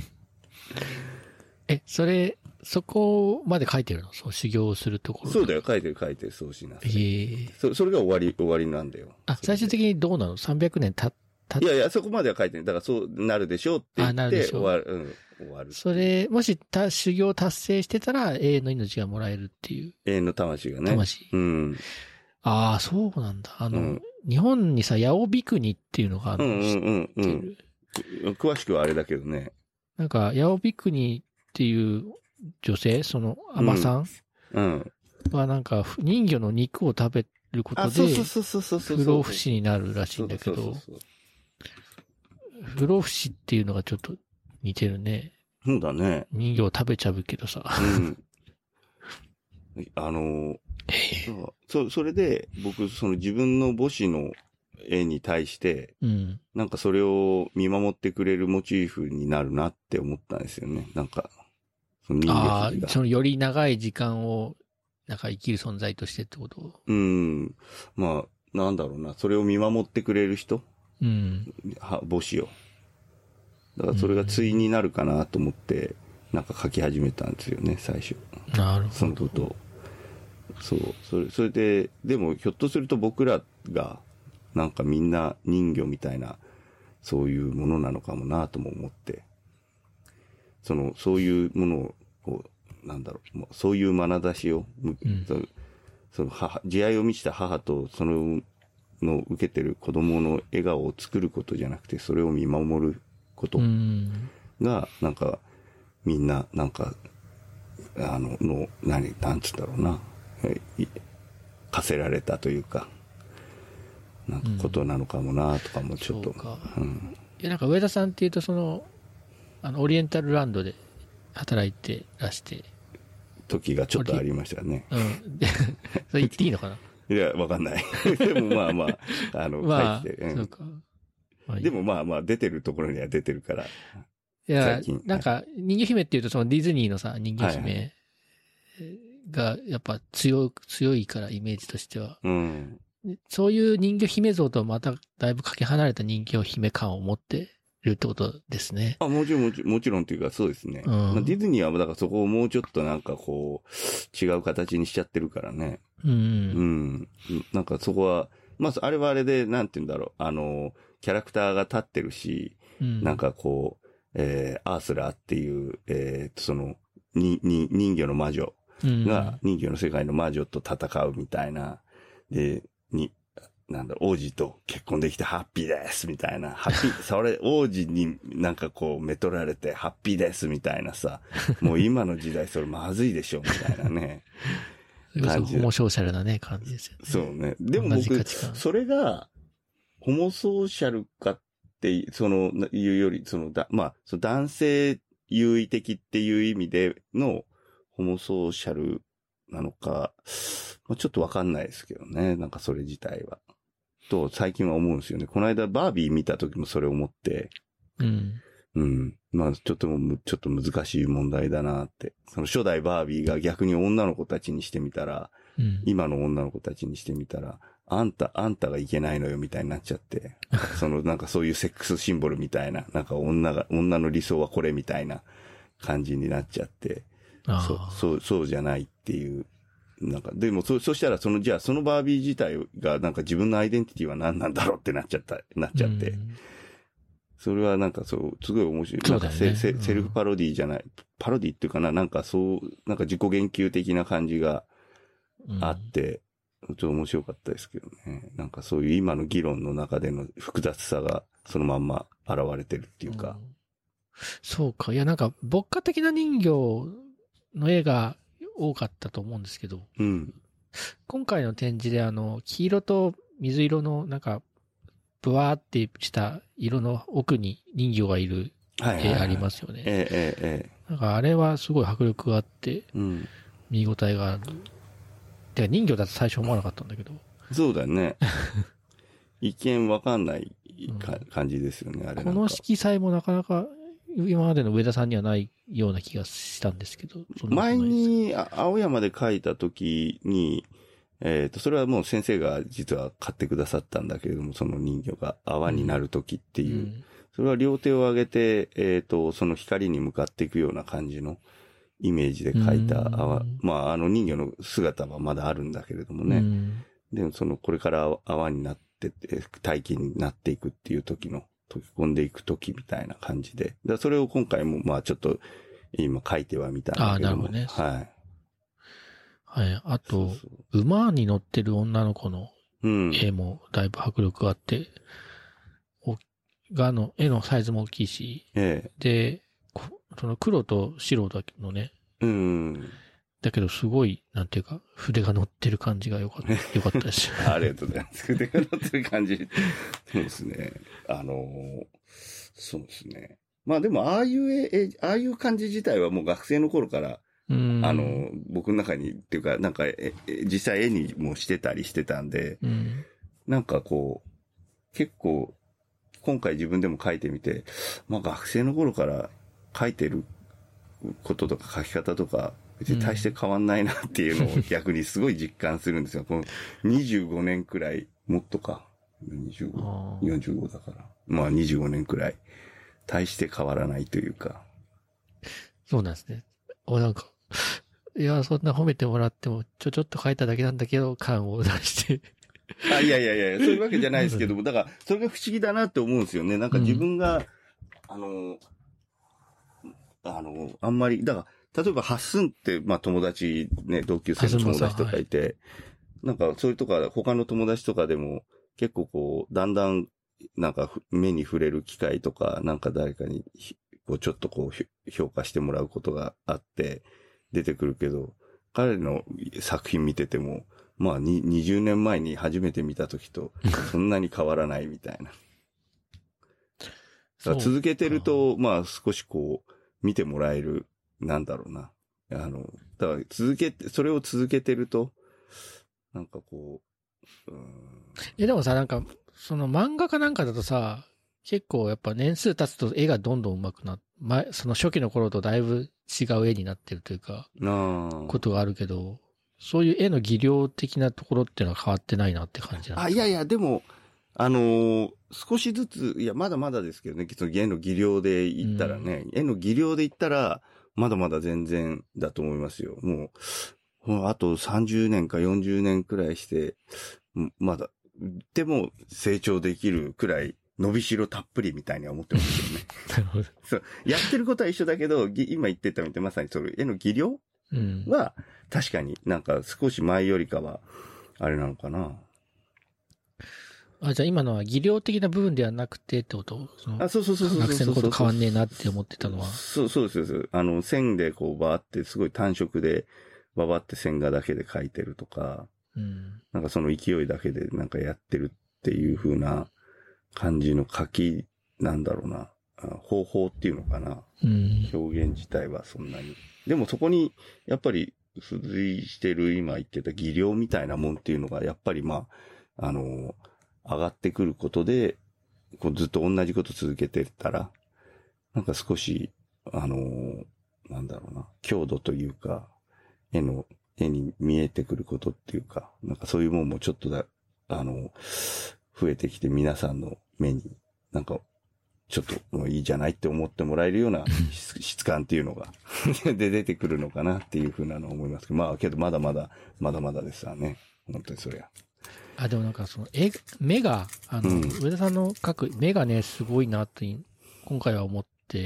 [SPEAKER 1] そこまで書いてるの？そう、修行をするところ。
[SPEAKER 2] そうだよ、書いてる、そうしなさい。それが終わりなんだよ。
[SPEAKER 1] 最終的にどうなの？ 300 年経
[SPEAKER 2] いや、そこまでは書いてない。だからそうなるでしょうって言って終わる。
[SPEAKER 1] それ、もし修行達成してたら永遠の命がもらえるっていう。
[SPEAKER 2] 永遠の魂がね。
[SPEAKER 1] 魂。ああ、そうなんだ。日本にさ、八尾ビクニっていうのがあるの知ってる？
[SPEAKER 2] 詳しくはあれだけどね。
[SPEAKER 1] なんか、八尾ビクニっていう女性、その、海女さんはなんか、人魚の肉を食べることで、不老不死になるらしいんだけど、不老不死っていうのがちょっと似てるね。
[SPEAKER 2] そうだね。
[SPEAKER 1] 人魚を食べちゃうけどさ。
[SPEAKER 2] それで、僕、自分の母子の絵に対して、
[SPEAKER 1] うん。
[SPEAKER 2] なんかそれを見守ってくれるモチーフになるなって思ったんですよね。なんか、その人魚
[SPEAKER 1] ああ、
[SPEAKER 2] 姫が。
[SPEAKER 1] そのより長い時間を、なんか生きる存在としてってこと
[SPEAKER 2] まあ、なんだろうな。それを見守ってくれる人
[SPEAKER 1] うん。
[SPEAKER 2] 母子を。だからそれが対になるかなと思って、なんか書き始めたんですよね、最初。
[SPEAKER 1] なるほど。
[SPEAKER 2] そのことを。そう。それで、でもひょっとすると僕らが、なんかみんな人魚みたいな、そういうものなのかもなとも思って、そういうものを、こう、なんだろう、そういう眼差しを、慈愛を満ちた母と、の受けてる子供の笑顔を作ることじゃなくて、それを見守ることが、なんか、みんな、なんか、なんつったろうな、課せられたというか、なんかことなのかもなとかもちょっと。
[SPEAKER 1] いや、なんか上田さんっていうと、オリエンタルランドで働いてらして。
[SPEAKER 2] 時がちょっとありましたね。
[SPEAKER 1] うん。それ言っていいのかな？
[SPEAKER 2] いや、わかんない。でもまあまあ、
[SPEAKER 1] まあ、
[SPEAKER 2] 書いて、
[SPEAKER 1] そうか。まあいい
[SPEAKER 2] でもまあまあ、出てるところには出てるから。
[SPEAKER 1] いや、なんか、人魚姫っていうと、そのディズニーのさ、人魚姫が、やっぱ強いから、イメージとしては。そういう人魚姫像とまただいぶかけ離れた人魚姫感を持ってるってことですね。
[SPEAKER 2] もちろんというかそうですね。ディズニーはだからそこをもうちょっとなんかこう、違う形にしちゃってるからね。なんかそこは、まあ、あれはあれで、なんて言うんだろう。キャラクターが立ってるし、なんかこう、アースラーっていう、人魚の魔女が、人魚の世界の魔女と戦うみたいな。で、王子と結婚できてハッピーですみたいな。王子になんかこう、めとられてハッピーですみたいなさ。もう今の時代それまずいでしょみたいなね。
[SPEAKER 1] 感じ。ホモソーシャルなね、感じですよね。
[SPEAKER 2] そうね。でも僕、それが、ホモソーシャルかって、いうより、男性優位的っていう意味でのホモソーシャルなのか、ちょっとわかんないですけどね。なんかそれ自体は。と、最近は思うんですよね。この間バービー見た時もそれを思って。まあ、ちょっと難しい問題だなって。その初代バービーが逆に女の子たちにしてみたら、今の女の子たちにしてみたら、あんたがいけないのよみたいになっちゃって、なんかそういうセックスシンボルみたいな、なんか女の理想はこれみたいな感じになっちゃって、そうじゃないっていう。なんか、でもそしたらじゃあそのバービー自体がなんか自分のアイデンティティは何なんだろうってなっちゃって、それはなんかすごい面白い。なんかセルフパロディじゃない、パロディっていうかな、なんかなんか自己言及的な感じがあって、ちょっと面白かったですけどね。なんかそういう今の議論の中での複雑さがそのまんま現れてるっていうか。
[SPEAKER 1] そうか。いや、なんか牧歌的な人形の絵が多かったと思うんですけど、今回の展示で黄色と水色のなんか、ブワーってした色の奥に人魚がいる絵ありますよね。なんかあれはすごい迫力があって、見応えがある。てか人魚だと最初思わなかったんだけど。
[SPEAKER 2] そうだね。一見わかんない感じですよね、あれ。
[SPEAKER 1] この色彩もなかなか今までの上田さんにはないような気がしたんですけど。
[SPEAKER 2] 前に青山で描いた時に、それはもう先生が実は買ってくださったんだけれども、その人魚が泡になる時っていう。それは両手を上げて、その光に向かっていくような感じのイメージで描いた泡。まあ、人魚の姿はまだあるんだけれどもね。でもこれから泡になってて、大気になっていくっていう時の、溶け込んでいく時みたいな感じで。それを今回もまあちょっと今描いてはみたんだけども。
[SPEAKER 1] なるほどね。
[SPEAKER 2] はい。
[SPEAKER 1] はい。あと、馬に乗ってる女の子の絵もだいぶ迫力があって、絵のサイズも大きいし、で、その黒と白だけのね、だけどすごい、なんていうか、筆が乗ってる感じがよかったです。
[SPEAKER 2] ありがとうございます。筆が乗ってる感じ。そうですね。そうですね。まあでも、ああいう感じ自体はもう学生の頃から、僕の中に、っていうか、なんか、実際絵にもしてたりしてたんで、なんかこう、 結構、今回自分でも書いてみて、まあ学生の頃から書いてることとか書き方とか、別に大して変わんないなっていうのを逆にすごい実感するんですよ。この25年くらい、もっとか。25、45だから。まあ25年くらい、大して変わらないというか。
[SPEAKER 1] そうなんですね。なんか、いや、そんな褒めてもらっても、ちょっと書いただけなんだけど、感を出して。
[SPEAKER 2] いや、そういうわけじゃないですけども、だから、それが不思議だなって思うんですよね。なんか自分が、あんまり、だから、例えば、ハッスンって、まあ友達ね、同級生の友達とかいて、なんか、それとか、他の友達とかでも、結構こう、だんだん、なんか、目に触れる機会とか、なんか誰かに、こう、ちょっとこう、評価してもらうことがあって、出てくるけど、彼の作品見てても、まあ、20年前に初めて見た時と、そんなに変わらないみたいな。続けてると、まあ、少しこう、見てもらえる、なんだろうな。だからそれを続けてると、なんかこう、
[SPEAKER 1] でもさ、なんか、その漫画かなんかだとさ、結構やっぱ年数経つと絵がどんどん上手くなって、その初期の頃とだいぶ違う絵になってるというか、ことがあるけど、そういう絵の技量的なところっていうのは変わってないなって感じなんですか？
[SPEAKER 2] いや、でも、少しずつ、いや、まだまだですけどね、その絵の技量で言ったらね、絵の技量で言ったら、まだまだ全然だと思いますよ。もうあと30年か40年くらいして、まだ、でも成長できるくらい、伸びしろたっぷりみたいには思ってますよね。
[SPEAKER 1] なるほど。
[SPEAKER 2] そう。やってることは一緒だけど、今言ってたみたいにまさにその絵の技量は、確かになんか少し前よりかは、あれなのかな。
[SPEAKER 1] じゃあ今のは技量的な部分ではなくてってこと？
[SPEAKER 2] そう。
[SPEAKER 1] 学生のこと変わんねえなって思ってたのは。
[SPEAKER 2] そうです。線でこうバーってすごい単色で、ババって線画だけで描いてるとか、なんかその勢いだけでなんかやってるっていう風な感じの描き、なんだろうな、方法っていうのかな。表現自体はそんなに。でもそこに、やっぱり付随してる今言ってた技量みたいなもんっていうのが、やっぱりまあ、上がってくることで、こうずっと同じこと続けてたら、なんか少し、なんだろうな、強度というか、絵に見えてくることっていうか、なんかそういうもんもちょっと増えてきて皆さんの目に、なんか、ちょっともういいじゃないって思ってもらえるような質感っていうのがで出てくるのかなっていうふうなのを思いますけど、まあけどまだまだですわね。本当にそりゃ。
[SPEAKER 1] でもなんかその目が、上田さんの描く目がね、すごいなって今回は思って、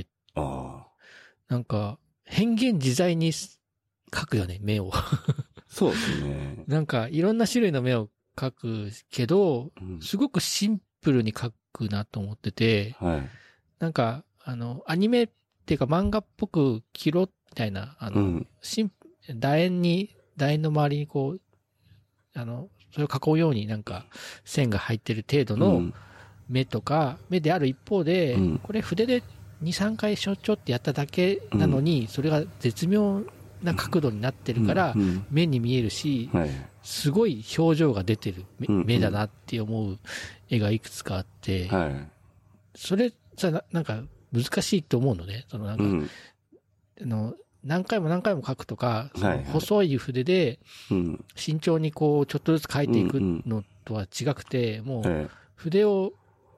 [SPEAKER 1] なんか変幻自在に描くよね、目を。
[SPEAKER 2] そうですね。
[SPEAKER 1] なんかいろんな種類の目を描くけど、すごくシンプルに描くなと思ってて、なんか、アニメっていうか漫画っぽく切ろみたいな、楕円の周りにこう、それを囲うようになんか線が入ってる程度の目とか、目である一方で、これ筆で2、3回ちょってやっただけなのに、それが絶妙な角度になってるから、目に見えるし、すごい表情が出てる目だなって思う絵がいくつかあって、それさ、なんか難しいと思うのね。なんか、何回も書くとか、細い筆で、慎重にこう、ちょっとずつ書いていくのとは違くて、もう、筆を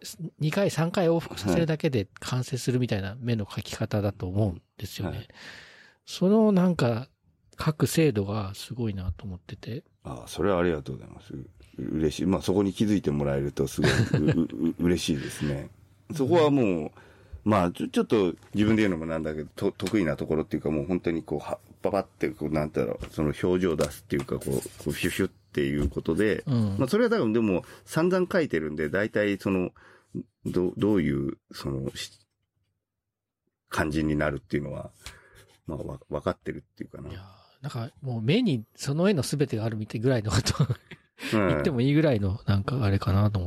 [SPEAKER 1] 2回、3回往復させるだけで完成するみたいな目の描き方だと思うんですよね。そのなんか、書く精度がすごいなと思ってて。
[SPEAKER 2] それはありがとうございます。嬉しい。まあそこに気づいてもらえるとすごい嬉しいですね。そこはもう、まあちょっと自分で言うのもなんだけど、得意なところっていうかもう本当にこう、パパってこう、なんだろう、その表情を出すっていうか、こうフィュフィュっていうことで、まあそれは多分でも散々書いてるんで、大体その、どういう、その、感じになるっていうのは、まあ分かってるっていうかな。いや
[SPEAKER 1] なんかもう目にその絵の全てがあるみたいぐらいのこと言ってもいいぐらいのなんかあれかなと思って。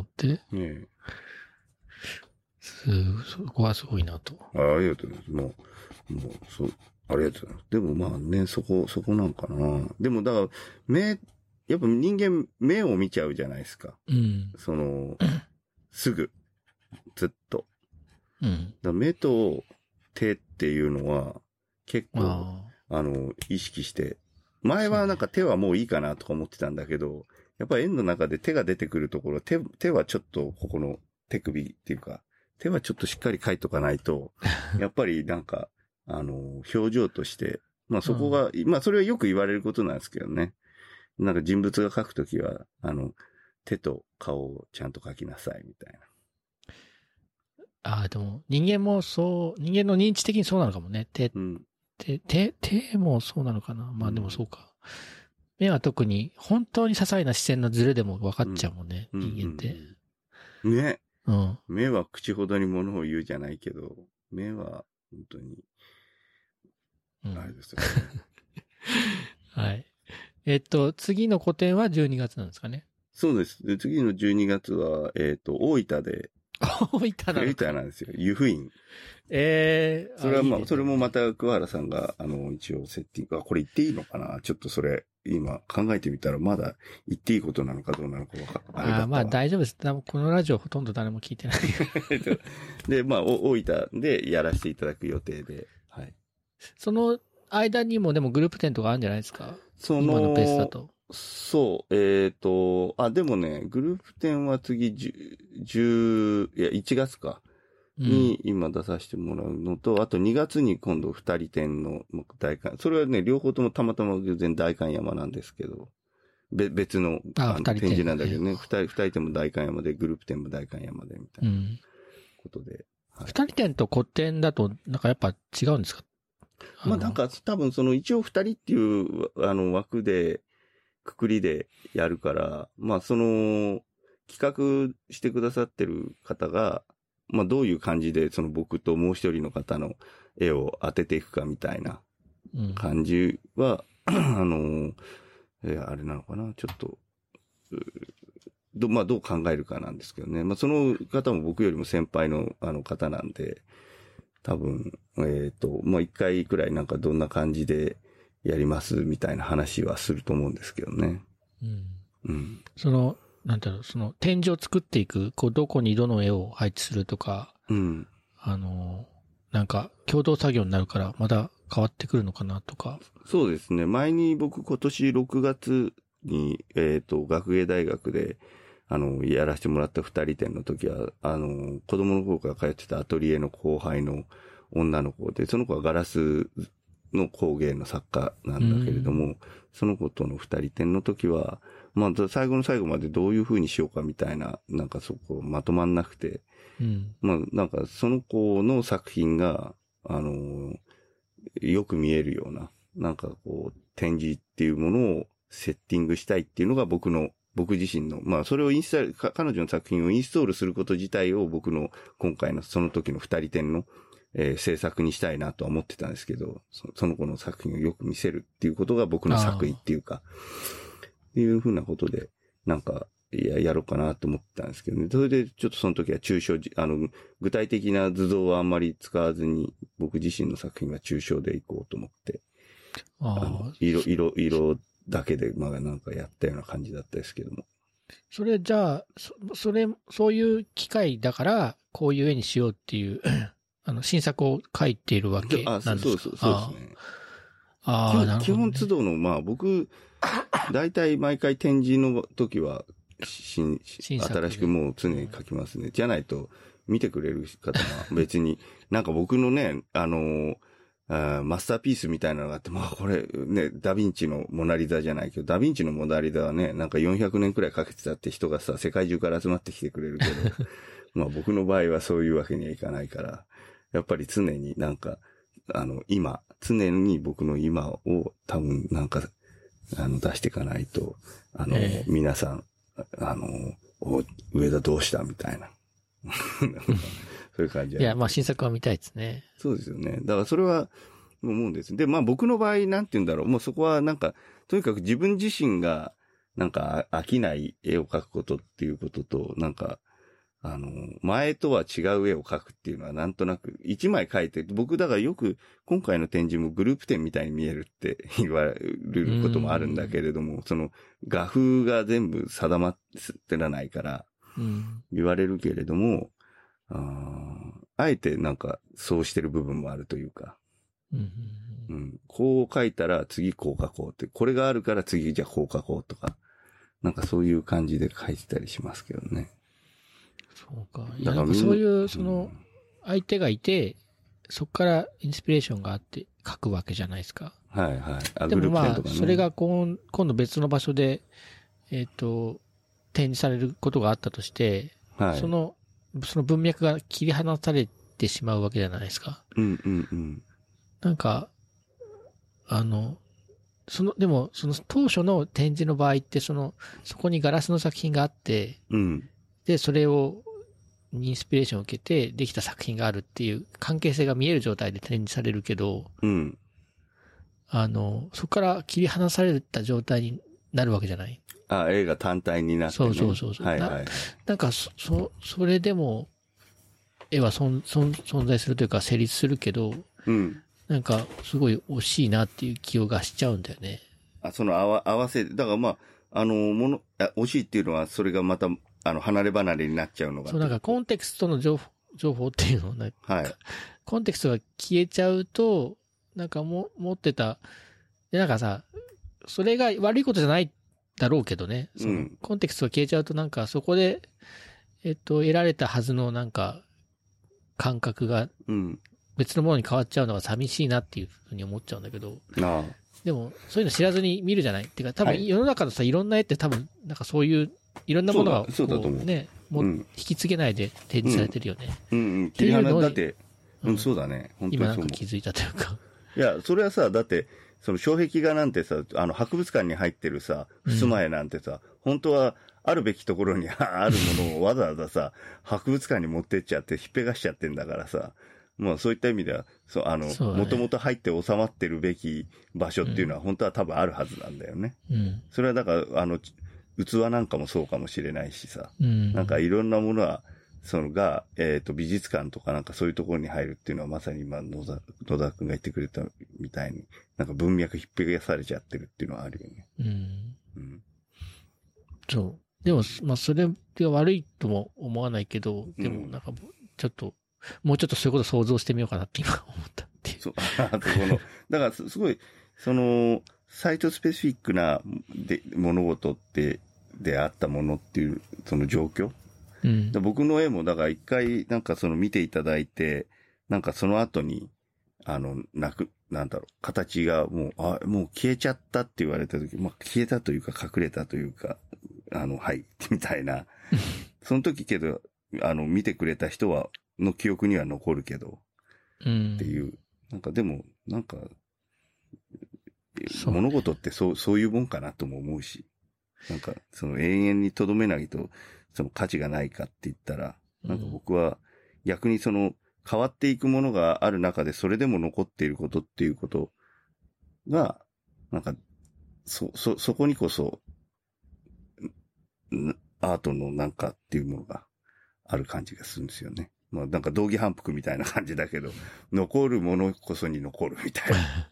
[SPEAKER 1] そこはすごいなと。
[SPEAKER 2] ありがとうございます。もう、ありがとうございます。でもまあね、そこなんかな。でもだから、やっぱ人間目を見ちゃうじゃないですか。 すぐ、ずっと。
[SPEAKER 1] うん。
[SPEAKER 2] 目と手っていうのは、結構、
[SPEAKER 1] あ
[SPEAKER 2] 意識して、前はなんか手はもういいかなとか思ってたんだけど、やっぱり円の中で手が出てくるところ、手はちょっとここの手首っていうか、手はちょっとしっかり書いとかないと、やっぱりなんか、表情として、まあそこが、まあそれはよく言われることなんですけどね。なんか人物が書くときは、手と顔をちゃんと書きなさいみたいな。
[SPEAKER 1] でも人間もそう、人間の認知的にそうなのかもね。手もそうなのかな。まあでもそうか。目は特に本当に些細な視線のズレでも分かっちゃうもんね、人間って。
[SPEAKER 2] ね。
[SPEAKER 1] うん。
[SPEAKER 2] 目は口ほどに物を言うじゃないけど、目は本当に、あれですよね。
[SPEAKER 1] はい。次の個展は12月なんですかね。
[SPEAKER 2] そうです。で次の12月は、大分で。
[SPEAKER 1] 大分
[SPEAKER 2] なんですよ。湯布院。それはまあ、それもまた桑原さんが、一応セッティング、これ言っていいのかなちょっとそれ、今考えてみたらまだ言っていいことなのかどうなのか
[SPEAKER 1] まあ大丈夫です。多分このラジオほとんど誰も聞いてない。
[SPEAKER 2] で、まあ、大分でやらせていただく予定で、はい。
[SPEAKER 1] その間にもでもグループ展とかあるんじゃないですか？今のペースだと。
[SPEAKER 2] そう、でもね、グループ展は次1月か。に今出させてもらうのと、あと2月に今度2人展の大観、それはね、両方ともたまたま偶然大観山なんですけど、別の展示なんだけどね、二人展も大観山で、グループ展も大観山で、みたいなことで。
[SPEAKER 1] 二人展と個展だと、なんかやっぱ違うんですか？
[SPEAKER 2] まあなんか多分一応二人っていう枠で、くくりでやるから、まあ企画してくださってる方が、まあどういう感じで僕ともう一人の方の絵を当てていくかみたいな感じは、あれなのかなちょっと、まあどう考えるかなんですけどね。まあその方も僕よりも先輩の方なんで、多分、もう一回くらいなんかどんな感じでやりますみたいな話はすると思うんですけどね。
[SPEAKER 1] なんだろう、展示を作っていく、どこにどの絵を配置するとか、なんか、共同作業になるから、まだ変わってくるのかなとか。
[SPEAKER 2] そうですね。前に僕今年6月に、学芸大学で、やらせてもらった二人展の時は、子供の頃から通ってたアトリエの後輩の女の子で、その子はガラスの工芸の作家なんだけれども、その子との二人展の時は、まあ、最後の最後までどういう風にしようかみたいな、なんかそこまとまんなくて、まあ、なんかその子の作品が、よく見えるような、なんか展示っていうものをセッティングしたいっていうのが僕自身の、まあ、それを彼女の作品をインストールすること自体を僕の今回のその時の二人展の、制作にしたいなとは思ってたんですけど、その子の作品をよく見せるっていうことが僕の作為っていうか、っていうふうなことで、なんか、やろうかなと思ったんですけどね。それで、ちょっとその時は具体的な図像はあんまり使わずに、僕自身の作品は抽象でいこうと思って、色だけで、まあなんかやったような感じだったですけども。
[SPEAKER 1] それじゃあ、そういう機会だから、こういう絵にしようっていう、新作を描いているわけなんですか？
[SPEAKER 2] そうですね。基本都度の、まあ僕、大体毎回展示の時は、新しくもう常に描きますね。じゃないと、見てくれる方は別に、なんか僕のね、マスターピースみたいなのがあって、まあこれね、ダヴィンチのモナリザじゃないけど、ダヴィンチのモナリザはね、なんか400年くらいかけてたって人がさ、世界中から集まってきてくれるけど、まあ僕の場合はそういうわけにはいかないから、やっぱり常になんか、常に僕の今を多分なんか、出していかないと、皆さん、上田どうしたみたいな。そういう感じ。
[SPEAKER 1] いや、まあ新作は見たいですね。
[SPEAKER 2] そうですよね。だからそれは思うんです。で、まあ僕の場合、なんて言うんだろう。もうそこはなんか、とにかく自分自身が、なんか飽きない絵を描くことっていうことと、なんか、前とは違う絵を描くっていうのはなんとなく、一枚描いて、僕だからよく今回の展示もグループ展みたいに見えるって言われることもあるんだけれども、その画風が全部定まってらないから、 言われるけれども、あえてなんかそうしてる部分もあるというか、こう書いたら次こう書こうって、これがあるから次じゃあこう書こうとか、なんかそういう感じで書いてたりしますけどね。
[SPEAKER 1] そうか。だからそういう、相手がいて、そこからインスピレーションがあって書くわけじゃないですか。
[SPEAKER 2] はいはい。
[SPEAKER 1] でもまあ、それが今度別の場所で、展示されることがあったとして、はい、その文脈が切り離されてしまうわけじゃないですか。なんか、でも、その当初の展示の場合って、そこにガラスの作品があって、で、それを、インスピレーションを受けてできた作品があるっていう関係性が見える状態で展示されるけど、そこから切り離された状態になるわけじゃない。
[SPEAKER 2] 映画単体になって、ね。
[SPEAKER 1] そう。
[SPEAKER 2] はいはい。
[SPEAKER 1] なんか、それでも、絵は存在するというか成立するけど、なんか、すごい惜しいなっていう気がしちゃうんだよね。
[SPEAKER 2] 合わせ、だからまあ、惜しいっていうのは、それがまた、離れ離れになっちゃうのが。
[SPEAKER 1] そう、なんかコンテクストの情報っていうのをね、はい。コンテクストが消えちゃうと、なんか持ってた、で、なんかさ、それが悪いことじゃないだろうけどね、コンテクストが消えちゃうとなんかそこで、得られたはずのなんか、感覚が、別のものに変わっちゃうのが寂しいなっていうふうに思っちゃうんだけど、でも、そういうの知らずに見るじゃないっていうか、多分世の中のさ、いろんな絵って多分、なんかそういう、いろんなものが、
[SPEAKER 2] そうだと思う。
[SPEAKER 1] ね、もう引き継げないで展示されてるよね。
[SPEAKER 2] っていうのだって、そうだね。
[SPEAKER 1] 本当に今なんか気づいたというか。
[SPEAKER 2] いや、それはさ、だって、その障壁画なんてさ、博物館に入ってるさ、襖絵なんてさ、本当はあるべきところにあるものをわざわざさ、博物館に持ってっちゃって、ひっぺがしちゃってんだからさ、まあそういった意味では、もともと入って収まってるべき場所っていうのは本当は多分あるはずなんだよね。それはだから、器なんかもそうかもしれないしさ、なんかいろんなものは、美術館とかなんかそういうところに入るっていうのはまさに今野田くんが言ってくれたみたいに、なんか文脈ひっぺがされちゃってるっていうのはあるよね。
[SPEAKER 1] そう。でも、まあそれが悪いとも思わないけど、でもなんかもうちょっとそういうこと想像してみようかなって今思ったっていう。
[SPEAKER 2] そう。だからすごい、サイトスペシフィックな物事であったものっていう、その状況。僕の絵も、だから一回、なんか見ていただいて、なんかその後に、なんだろう、形がもう消えちゃったって言われた時、まあ消えたというか隠れたというか、はい、みたいな。その時けど、見てくれた人の記憶には残るけど、っていう。なんかでも、なんか、物事ってそういうもんかなとも思うし、なんか、永遠に留めないと、価値がないかって言ったら、なんか僕は逆に変わっていくものがある中でそれでも残っていることっていうことが、なんか、そこにこそ、アートのなんかっていうものがある感じがするんですよね。まあなんか道義反復みたいな感じだけど、残るものこそに残るみたいな。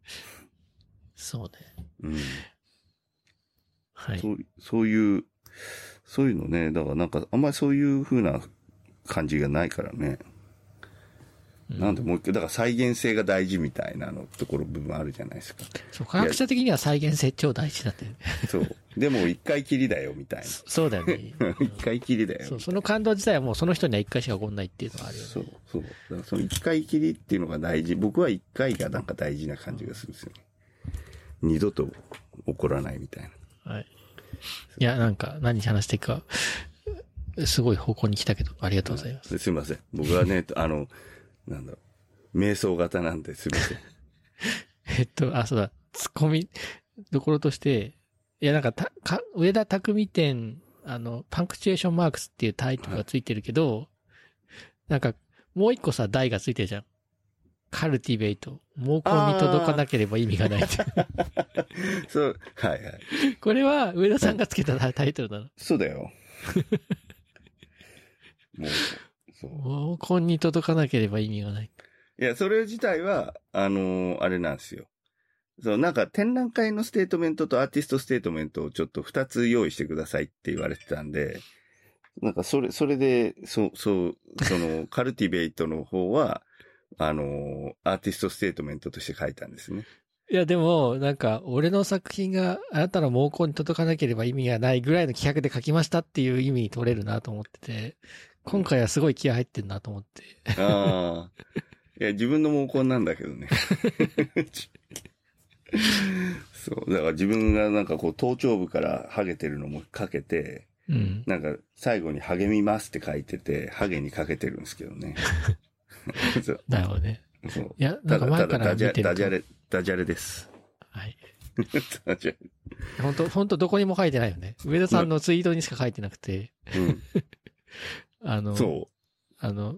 [SPEAKER 1] そうね。はい。
[SPEAKER 2] そういうのね、だからなんかあんまりそういう風な感じがないからね。なんでもう一回、だから再現性が大事みたいなところ部分あるじゃないですか。
[SPEAKER 1] そう、科学者的には再現性超大事だって。
[SPEAKER 2] そう。でも一回きりだよみたいな。
[SPEAKER 1] そうだよね。
[SPEAKER 2] 一回きりだよ。
[SPEAKER 1] そう、その感動自体はもうその人には一回しか起こんないっていうのがあるよね。
[SPEAKER 2] そう。だからその一回きりっていうのが大事。僕は一回がなんか大事な感じがするんですよね。二度と起こらないみたいな。
[SPEAKER 1] はい。いや、なんか何話していくか、すごい方向に来たけど、ありがとうございます。
[SPEAKER 2] すいません。僕はね、なんだろう。瞑想型なんですいません。
[SPEAKER 1] そうだ。ツッコミどころとして、いや、なんか上田匠店、パンクチュエーションマークスっていうタイトルがついてるけど、なんか、もう一個さ、題がついてるじゃん。カルティベイト。毛根に届かなければ意味がないって。
[SPEAKER 2] そう、はいはい。
[SPEAKER 1] これは上田さんがつけたタイトルなの。
[SPEAKER 2] そうだよ。
[SPEAKER 1] 毛根に届かなければ意味がない。
[SPEAKER 2] いや、それ自体は、あれなんですよ。なんか展覧会のステートメントとアーティストステートメントをちょっと2つ用意してくださいって言われてたんで、 なんかそれで、カルティベイトの方は、アーティストステートメントとして書いたんですね。
[SPEAKER 1] いや、でも、なんか、俺の作品があなたの毛根に届かなければ意味がないぐらいの企画で書きましたっていう意味に取れるなと思ってて、今回はすごい気合入ってんなと思って。
[SPEAKER 2] ああ。いや、自分の毛根なんだけどね。そう。だから自分がなんかこう、頭頂部からハゲてるのもかけて、
[SPEAKER 1] うん。
[SPEAKER 2] なんか最後に励みますって書いてて、ハゲにかけてるんですけどね。そう。
[SPEAKER 1] なるほどね。
[SPEAKER 2] そう。
[SPEAKER 1] いや、なんか前から見てると。
[SPEAKER 2] ダジャレです。
[SPEAKER 1] はい。
[SPEAKER 2] ダジャレ。
[SPEAKER 1] 本当どこにも書いてないよね。上田さんのツイートにしか書いてなくて。
[SPEAKER 2] うん。そう。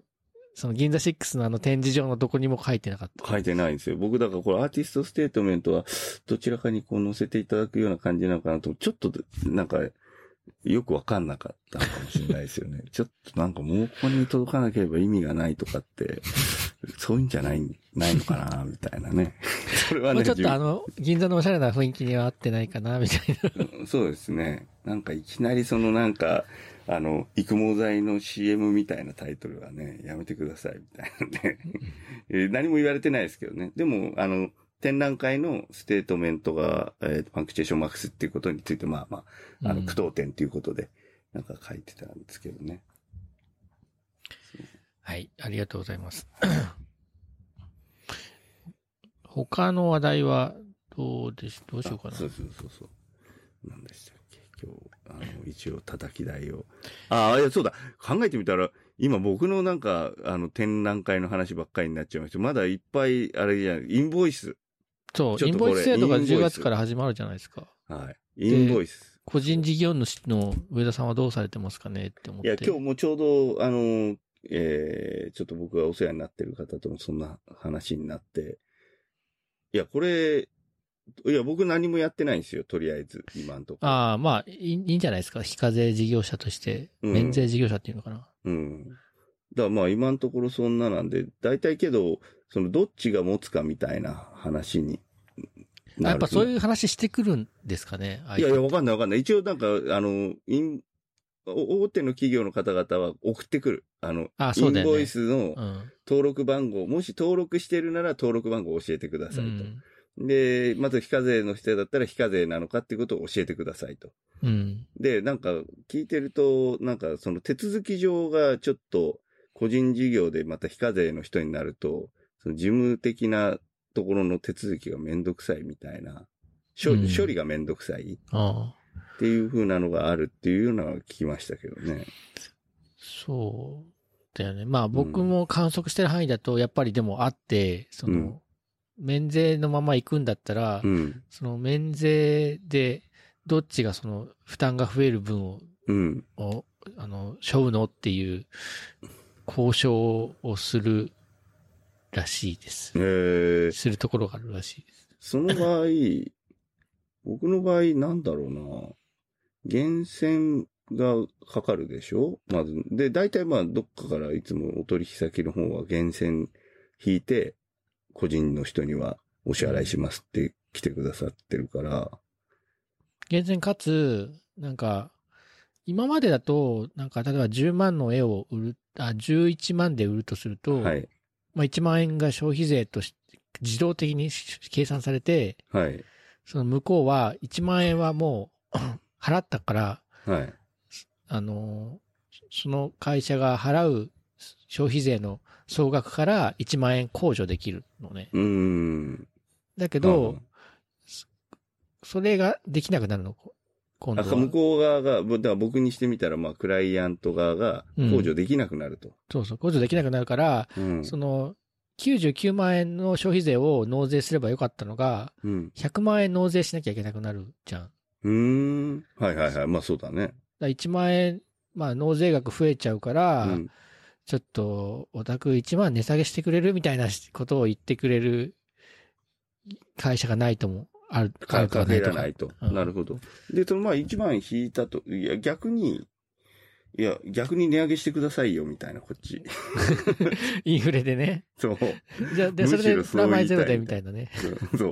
[SPEAKER 1] その銀座6の展示場のどこにも書いてなかった。
[SPEAKER 2] 書いてないんですよ。僕だからこれアーティストステートメントはどちらかにこう載せていただくような感じなのかなと、ちょっとなんかよくわかんなかったのかもしれないですよね。ちょっとなんかもうここに届かなければ意味がないとかって、そういうんじゃないのかな、みたいなね。それはね。
[SPEAKER 1] もうちょっと銀座のおしゃれな雰囲気には合ってないかな、みたい
[SPEAKER 2] な。そうですね。なんかいきなりなんか、育毛剤の CM みたいなタイトルはね、やめてください、みたいなね。何も言われてないですけどね。でも、展覧会のステートメントが、パンクチュエーションマックスっていうことについて、まあ、句読点っていうことで、なんか書いてたんですけどね。
[SPEAKER 1] はい、ありがとうございます。他の話題はどうしようかな。
[SPEAKER 2] そう。何でしたっけ今日、一応叩き台を。いや、そうだ。考えてみたら、今僕のなんか、展覧会の話ばっかりになっちゃいました。まだいっぱい、あれじゃない、インボイス。
[SPEAKER 1] そう、インボイス制度が10月から始まるじゃないですか。
[SPEAKER 2] はい。インボイス。
[SPEAKER 1] 個人事業主の上田さんはどうされてますかねって思って。
[SPEAKER 2] いや、今日もちょうど、ちょっと僕がお世話になってる方ともそんな話になって、いや、僕何もやってないんですよ、とりあえず、今んとこ。
[SPEAKER 1] まあ、いいんじゃないですか。非課税事業者として、免税事業者っていうのかな。
[SPEAKER 2] だからまあ今のところそんななんで、大体けど、どっちが持つかみたいな話になる。
[SPEAKER 1] やっぱそういう話してくるんですかね。
[SPEAKER 2] いや、わかんない。一応なんか、大手の企業の方々は送ってくる。インボイスの登録番号、もし登録してるなら登録番号を教えてくださいと。で、まず非課税の人だったら非課税なのかっていうことを教えてくださいと。で、なんか聞いてると、なんかその手続き上がちょっと個人事業でまた非課税の人になると、その事務的なところの手続きがめんどくさいみたいな、処理がめんどくさい。っていう風なのがあるっていうのは聞きましたけどね。
[SPEAKER 1] そうだよね。まあ僕も観測してる範囲だとやっぱりでもあって、免税のまま行くんだったら、その免税でどっちがその負担が増える分を、背負うのっていう交渉をするらしいです。するところがあるらしいです。
[SPEAKER 2] その場合、僕の場合なんだろうな。源泉がかかるでしょまず。で、大体まあどっかからいつもお取引先の方は源泉引いて、個人の人にはお支払いしますって来てくださってるから。
[SPEAKER 1] 源泉かつ、なんか、今までだと、なんか例えば10万の絵を11万で売るとすると、まあ1万円が消費税として自動的に計算されて、その向こうは1万円はもう払ったから、その会社が払う消費税の総額から1万円控除できるのね。だけど、それができなくなるの、今度は。
[SPEAKER 2] 向こう側が、だから僕にしてみたら、まあ、クライアント側が控除できなくなると。
[SPEAKER 1] そう、控除できなくなるから、その、99万円の消費税を納税すればよかったのが、100万円納税しなきゃいけなくなるじゃん。
[SPEAKER 2] まあそうだね。
[SPEAKER 1] 1万円、まあ納税額増えちゃうから、ちょっと、お宅1万値下げしてくれるみたいなことを言ってくれる会社がないとも、あるか
[SPEAKER 2] ないと。なるほど。で、まあ1万引いたと、いや逆に、 いや、逆に値上げしてくださいよ、みたいな、こっち。
[SPEAKER 1] インフレでね。
[SPEAKER 2] そう。
[SPEAKER 1] じゃあ、で、それでプラマイゼロでみたいなね。
[SPEAKER 2] そう。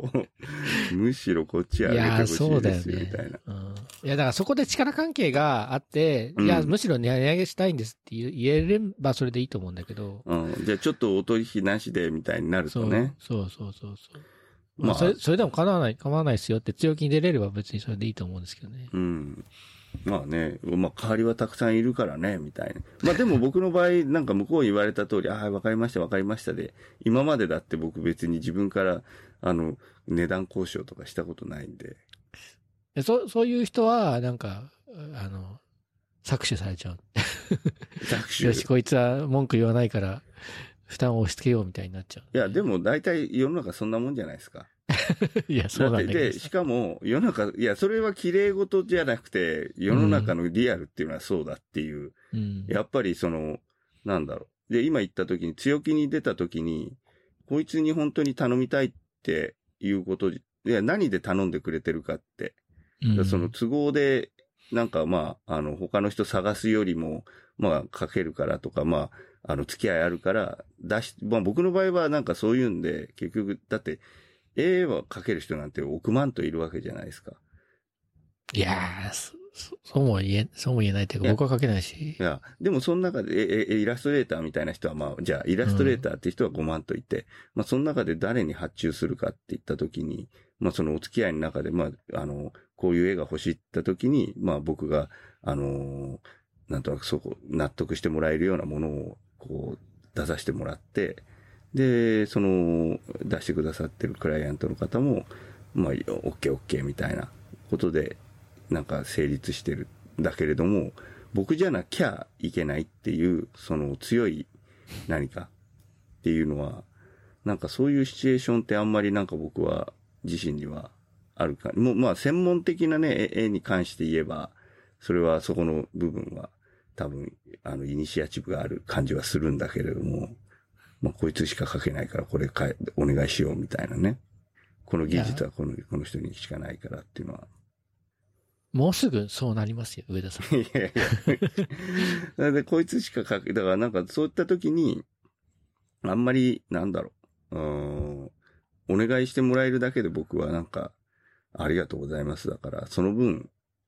[SPEAKER 2] むしろこっち上げてほしいですよ、みたいな。
[SPEAKER 1] いや、だからそこで力関係があって、いや、むしろ値上げしたいんですって言えればそれでいいと思うんだけど。
[SPEAKER 2] じゃあちょっとお取引なしで、みたいになるとね。
[SPEAKER 1] そう。まあ、それでも構わないですよって強気に出れれば別にそれでいいと思うんですけどね。
[SPEAKER 2] まあね、まあ代わりはたくさんいるからね、みたいな。まあでも僕の場合、なんか向こう言われた通り、わかりましたで、今までだって僕別に自分から、値段交渉とかしたことないんで。
[SPEAKER 1] そういう人は、なんか、搾取されちゃう。
[SPEAKER 2] 搾取。
[SPEAKER 1] よし、こいつは文句言わないから、負担を押し付けようみたいになっちゃう。
[SPEAKER 2] いや、でも大体世の中そんなもんじゃないですか。
[SPEAKER 1] いや、そうなんだけど。
[SPEAKER 2] で、しかも、世の中、いや、それは綺麗事じゃなくて、世の中のリアルっていうのはそうだっていう。やっぱりなんだろう。で、今言った時に、強気に出た時に、こいつに本当に頼みたいっていうこと、いや、何で頼んでくれてるかって。その都合で、なんかまあ、他の人探すよりも、まあ、かけるからとか、まあ、付き合いあるから、まあ僕の場合はなんかそういうんで、結局、だって、絵は描ける人なんて億万といるわけじゃないですか。
[SPEAKER 1] いやー、そうも言えないというか、僕は描けないし。
[SPEAKER 2] いや、でもその中で、イラストレーターみたいな人は、まあ、じゃあ、イラストレーターって人は5万といて、まあ、その中で誰に発注するかって言ったときに、まあ、そのお付き合いの中で、まあ、こういう絵が欲しいって言ったときに、まあ、僕が、なんとなく納得してもらえるようなものを、こう、出させてもらって、で、出してくださってるクライアントの方も、まあ、オッケーみたいなことで、なんか成立してるんだけれども、僕じゃなきゃいけないっていう、強い何かっていうのは、なんかそういうシチュエーションってあんまりなんか僕は自身にはあるか。もうまあ専門的なね、絵に関して言えば、それはそこの部分は多分、イニシアチブがある感じはするんだけれども、まあこいつしか描けないからこれお願いしようみたいなね。この技術はこの人にしかないからっていうのは。
[SPEAKER 1] もうすぐそうなりますよ、上田さん。
[SPEAKER 2] いや。で、こいつしかだからなんかそういった時に、あんまり、なんだろう、お願いしてもらえるだけで僕はなんか、ありがとうございますだから、その分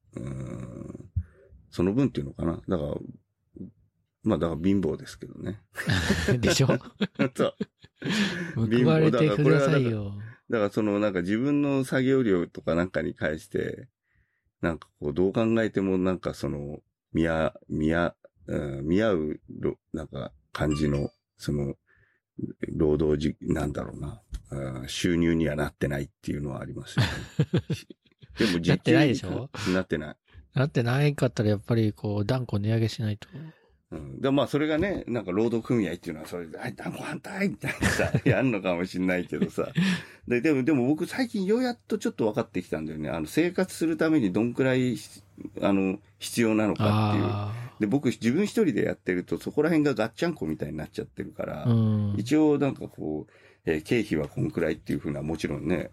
[SPEAKER 2] っていうのかな。だから、まあだから貧乏ですけどね。
[SPEAKER 1] でしょ
[SPEAKER 2] そう。
[SPEAKER 1] 報われてくださいよ。
[SPEAKER 2] だからなんか自分の作業量とかなんかに関して、なんかこう、どう考えてもなんか見合う、なんか感じの、労働なんだろうな、収入にはなってないっていうのはありますよね。でも
[SPEAKER 1] なってないでしょ？
[SPEAKER 2] なってない。
[SPEAKER 1] なってないかったらやっぱりこう、断固値上げしないと。
[SPEAKER 2] でまあそれがね、なんか労働組合っていうのはそれで、断固反対みたいなさ、やんのかもしんないけどさ。でも僕最近ようやっとちょっと分かってきたんだよね。生活するためにどんくらい、必要なのかっていう。で、僕自分一人でやってるとそこら辺がガッチャンコみたいになっちゃってるから、一応なんかこう、経費はこんくらいっていうふうな、もちろんね、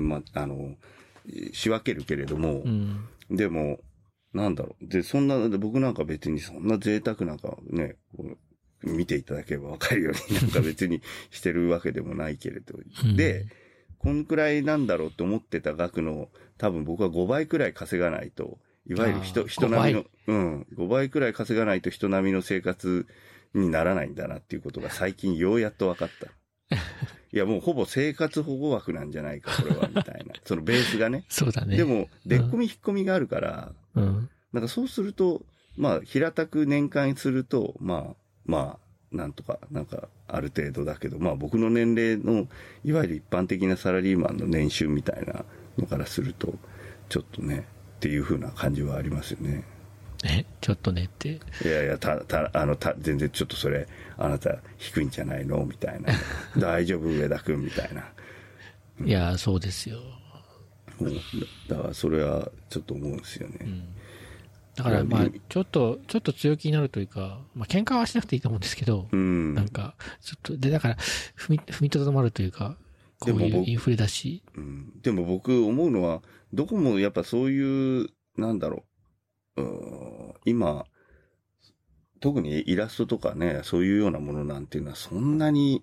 [SPEAKER 2] 仕分けるけれども、でも、なんだろう。で、僕なんか別にそんな贅沢なんかね、見ていただければわかるようになんか別にしてるわけでもないけれど。で、こんくらいなんだろうって思ってた額の、多分僕は5倍くらい稼がないと、いわゆる人並みの、5倍くらい稼がないと人並みの生活にならないんだなっていうことが最近ようやっと分かった。いや、もうほぼ生活保護枠なんじゃないか、これは、みたいな。そのベースがね。
[SPEAKER 1] そうだね。
[SPEAKER 2] でも、出っ込み引っ込みがあるから、なんかそうすると、まあ、平たく年間すると、まあ、なんとか、なんか、ある程度だけど、まあ僕の年齢の、いわゆる一般的なサラリーマンの年収みたいなのからすると、ちょっとね、っていう風な感じはありますよね。
[SPEAKER 1] ちょっとねって。
[SPEAKER 2] いや、全然ちょっとそれ、あなた低いんじゃないのみたいな。大丈夫、上田くんみたいな。
[SPEAKER 1] いや、そうですよ。
[SPEAKER 2] だからそれはちょっと思うんですよね。
[SPEAKER 1] だからまあ、ちょっと強気になるというか、まあ喧嘩はしなくていいと思うんですけど、なんか、ちょっと、で、だから、踏みとどまるというか、こういうインフレだし。
[SPEAKER 2] でも僕思うのは、どこもやっぱそういう、なんだろう、今、 特にイラストとかね、そういうようなものなんていうのはそんなに、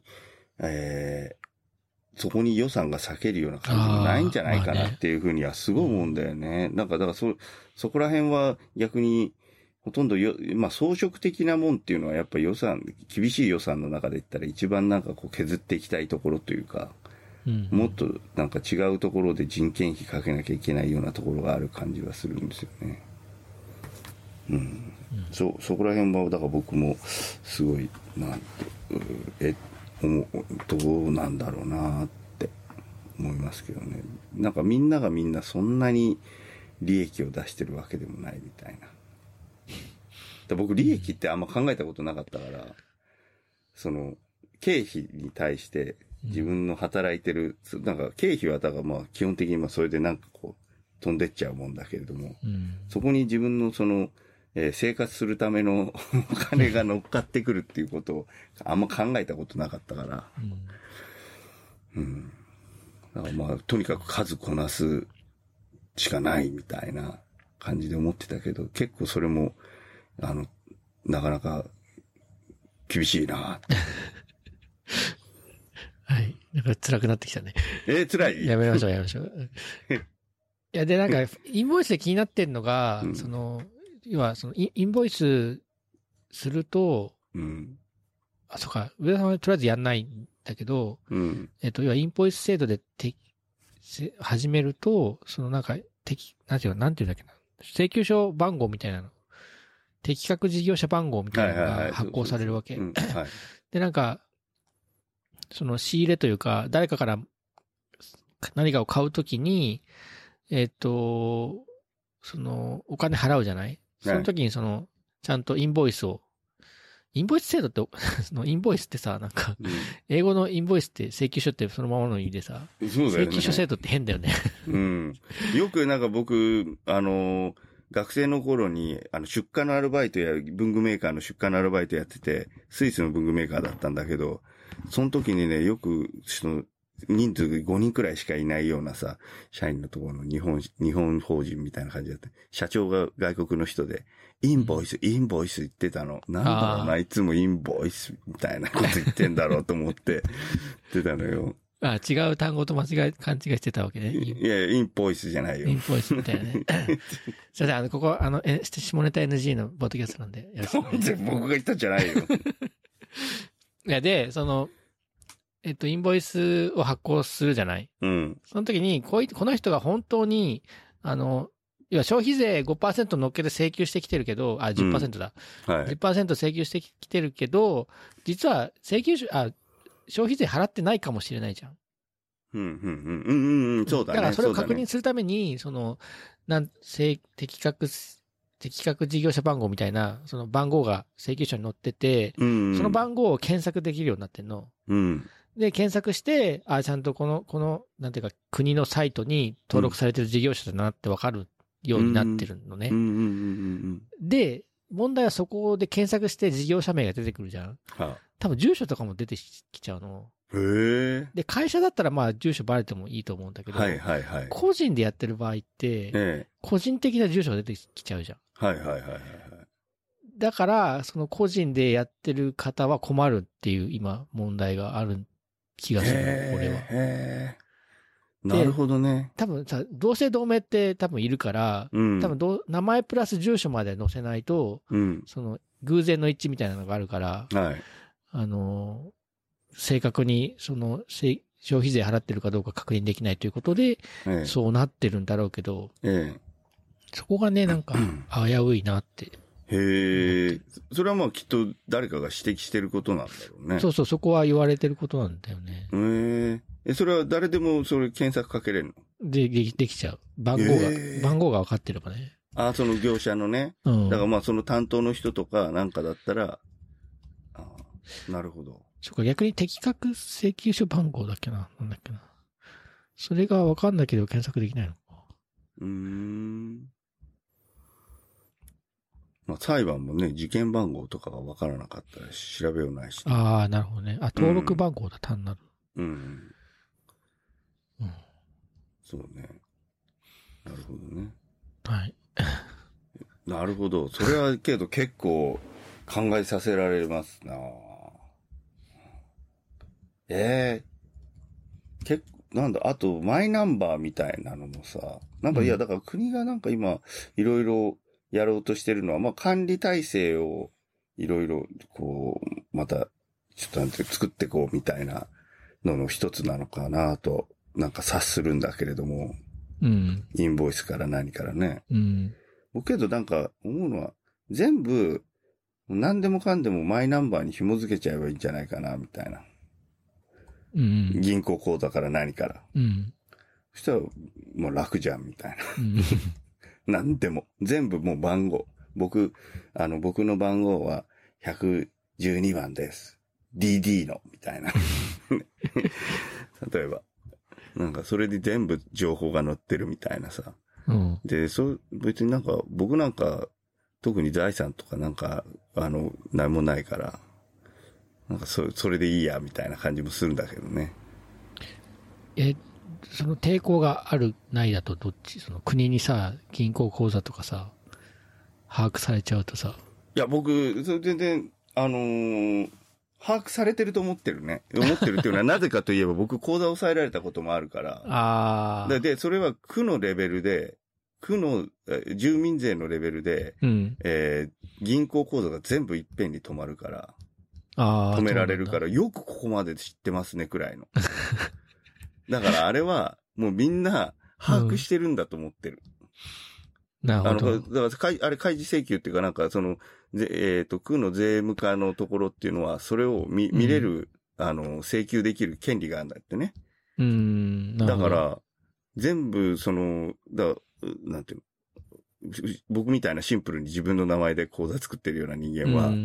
[SPEAKER 2] そこに予算が割けるような感じもないんじゃないかなっていうふうにはすごい思うんだよね。なんか、だからそこら辺は逆に、ほとんどまあ装飾的なもんっていうのはやっぱ厳しい予算の中で言ったら一番なんかこう削っていきたいところというか、もっとなんか違うところで人件費かけなきゃいけないようなところがある感じはするんですよね。そこら辺はだから僕もすごいどうなんだろうなって思いますけどね。なんかみんながみんなそんなに利益を出してるわけでもないみたいな。僕利益ってあんま考えたことなかったから、その経費に対して自分の働いてる、なんか経費はだからまあ基本的にまあそれでなんかこう飛んでっちゃうもんだけれども、そこに自分のその生活するためのお金が乗っかってくるっていうことをあんま考えたことなかったから、だからまあとにかく数こなすしかないみたいな感じで思ってたけど、結構それもなかなか厳しいなって。
[SPEAKER 1] はい。なんか辛くなってきたね。
[SPEAKER 2] 辛い？
[SPEAKER 1] やめましょう。いや、で、なんか、インボイスで気になってんのが、要は、インボイスすると、そうか、上田さんはとりあえずやんないんだけど、要はインボイス制度で始めると、なんか、なんていうんだっけな、請求書番号みたいなの、適格事業者番号みたいなのが発行されるわけ。で、なんか、仕入れというか、誰かから何かを買うときに、お金払うじゃない？その時にちゃんとインボイス制度って、インボイスってさ、なんか、英語のインボイスって請求書ってそのままの意味でさ、請求書制度って変だよね。
[SPEAKER 2] よくなんか僕、学生の頃に、出荷のアルバイトや文具メーカーの出荷のアルバイトやってて、スイスの文具メーカーだったんだけど、その時にね、よく、人数5人くらいしかいないようなさ、社員のところの日本法人みたいな感じだった。社長が外国の人で、インボイス言ってたの。なんだろうな、いつもインボイスみたいなこと言ってんだろうと思って言ってたのよ。
[SPEAKER 1] 違う単語と勘違いしてたわけね。
[SPEAKER 2] いや、インボイスじゃないよ。
[SPEAKER 1] インボイスみたいなね。すいません、ここ、下ネタ NG のボトキャストなんで。
[SPEAKER 2] 僕が言ったんじゃないよ。
[SPEAKER 1] いや、で、インボイスを発行するじゃない？その時に、この人が本当に、要は消費税 5% 乗っけて請求してきてるけど、10% だ。10% 請求してきてるけど、実は消費税払ってないかもしれないじゃん。
[SPEAKER 2] そうだね。
[SPEAKER 1] だからそれを確認するために、適格事業者番号みたいな、その番号が請求書に載ってて、その番号を検索できるようになってんの。で、検索して、ちゃんとこの、なんていうか、国のサイトに登録されてる事業者だなってわかるようになってるのね。で、問題はそこで検索して事業者名が出てくるじゃん。多分住所とかも出てきちゃうの。で、会社だったらまあ住所バレてもいいと思うんだけど、個人でやってる場合って、個人的な住所が出てきちゃうじゃん。だから、その個人でやってる方は困るっていう今問題がある気がする、俺は。
[SPEAKER 2] なるほどね。
[SPEAKER 1] 多分さ、同姓同名って多分いるから、多分名前プラス住所まで載せないと、偶然の一致みたいなのがあるから、正確に消費税払ってるかどうか確認できないということで、そうなってるんだろうけど、そこがね、なんか危ういなって。
[SPEAKER 2] へえ。それはまあきっと誰かが指摘してることなんだろうね。
[SPEAKER 1] そう、そこは言われてることなんだよね。
[SPEAKER 2] それは誰でもそれ検索かけれるの？
[SPEAKER 1] できちゃう。番号が分かってればね。
[SPEAKER 2] その業者のね。だからまあその担当の人とかなんかだったら、なるほど。
[SPEAKER 1] そっか、逆に適格請求書番号だっけな。なんだっけな。それが分かんないけど検索できないのか。
[SPEAKER 2] まあ裁判もね、事件番号とかが分からなかったら調べようないし、
[SPEAKER 1] ね。なるほどね。登録番号だ、単なる。
[SPEAKER 2] そうね。なるほどね。
[SPEAKER 1] はい。
[SPEAKER 2] なるほど。それはけど結構考えさせられますな。なんだ、あと、マイナンバーみたいなのもさ、なんか、いや、だから国がなんか今、いろいろやろうとしてるのは、まあ、管理体制を、いろいろ、こう、また、ちょっとなんて作っていこうみたいなのの一つなのかなと、なんか察するんだけれども、
[SPEAKER 1] うん。
[SPEAKER 2] インボイスから何からね。
[SPEAKER 1] うん。
[SPEAKER 2] 僕けどなんか思うのは、全部、何でもかんでもマイナンバーに紐付けちゃえばいいんじゃないかな、みたいな。
[SPEAKER 1] うん。
[SPEAKER 2] 銀行口座から何から。
[SPEAKER 1] うん。
[SPEAKER 2] そしたら、もう楽じゃん、みたいな。
[SPEAKER 1] うん。
[SPEAKER 2] 何でも。全部もう番号。僕の番号は112番です。DD の、みたいな。例えば。なんかそれで全部情報が載ってるみたいなさ。
[SPEAKER 1] うん。
[SPEAKER 2] で、別になんか、僕なんか、特に財産とかなんか、何もないから、なんかそれでいいや、みたいな感じもするんだけどね。
[SPEAKER 1] その抵抗がある、ないだとどっち？その国にさ、銀行口座とかさ、把握されちゃうとさ。
[SPEAKER 2] いや、僕、それ全然、把握されてると思ってるね。思ってるっていうのはなぜかといえば僕口座を抑えられたこともあるから。
[SPEAKER 1] ああ。
[SPEAKER 2] で、それは区のレベルで、区の住民税のレベルで、
[SPEAKER 1] うん。
[SPEAKER 2] 銀行口座が全部いっぺんに止まるから、
[SPEAKER 1] 止
[SPEAKER 2] められるから、よくここまで知ってますねくらいの。だからあれは、もうみんな把握してるんだと思ってる。
[SPEAKER 1] なるほど。
[SPEAKER 2] だからあれ開示請求っていうかなんかその、区の税務課のところっていうのは、それを見れる、請求できる権利があるんだってね。だから、全部、なんていうの、僕みたいなシンプルに自分の名前で口座作ってるような人間は、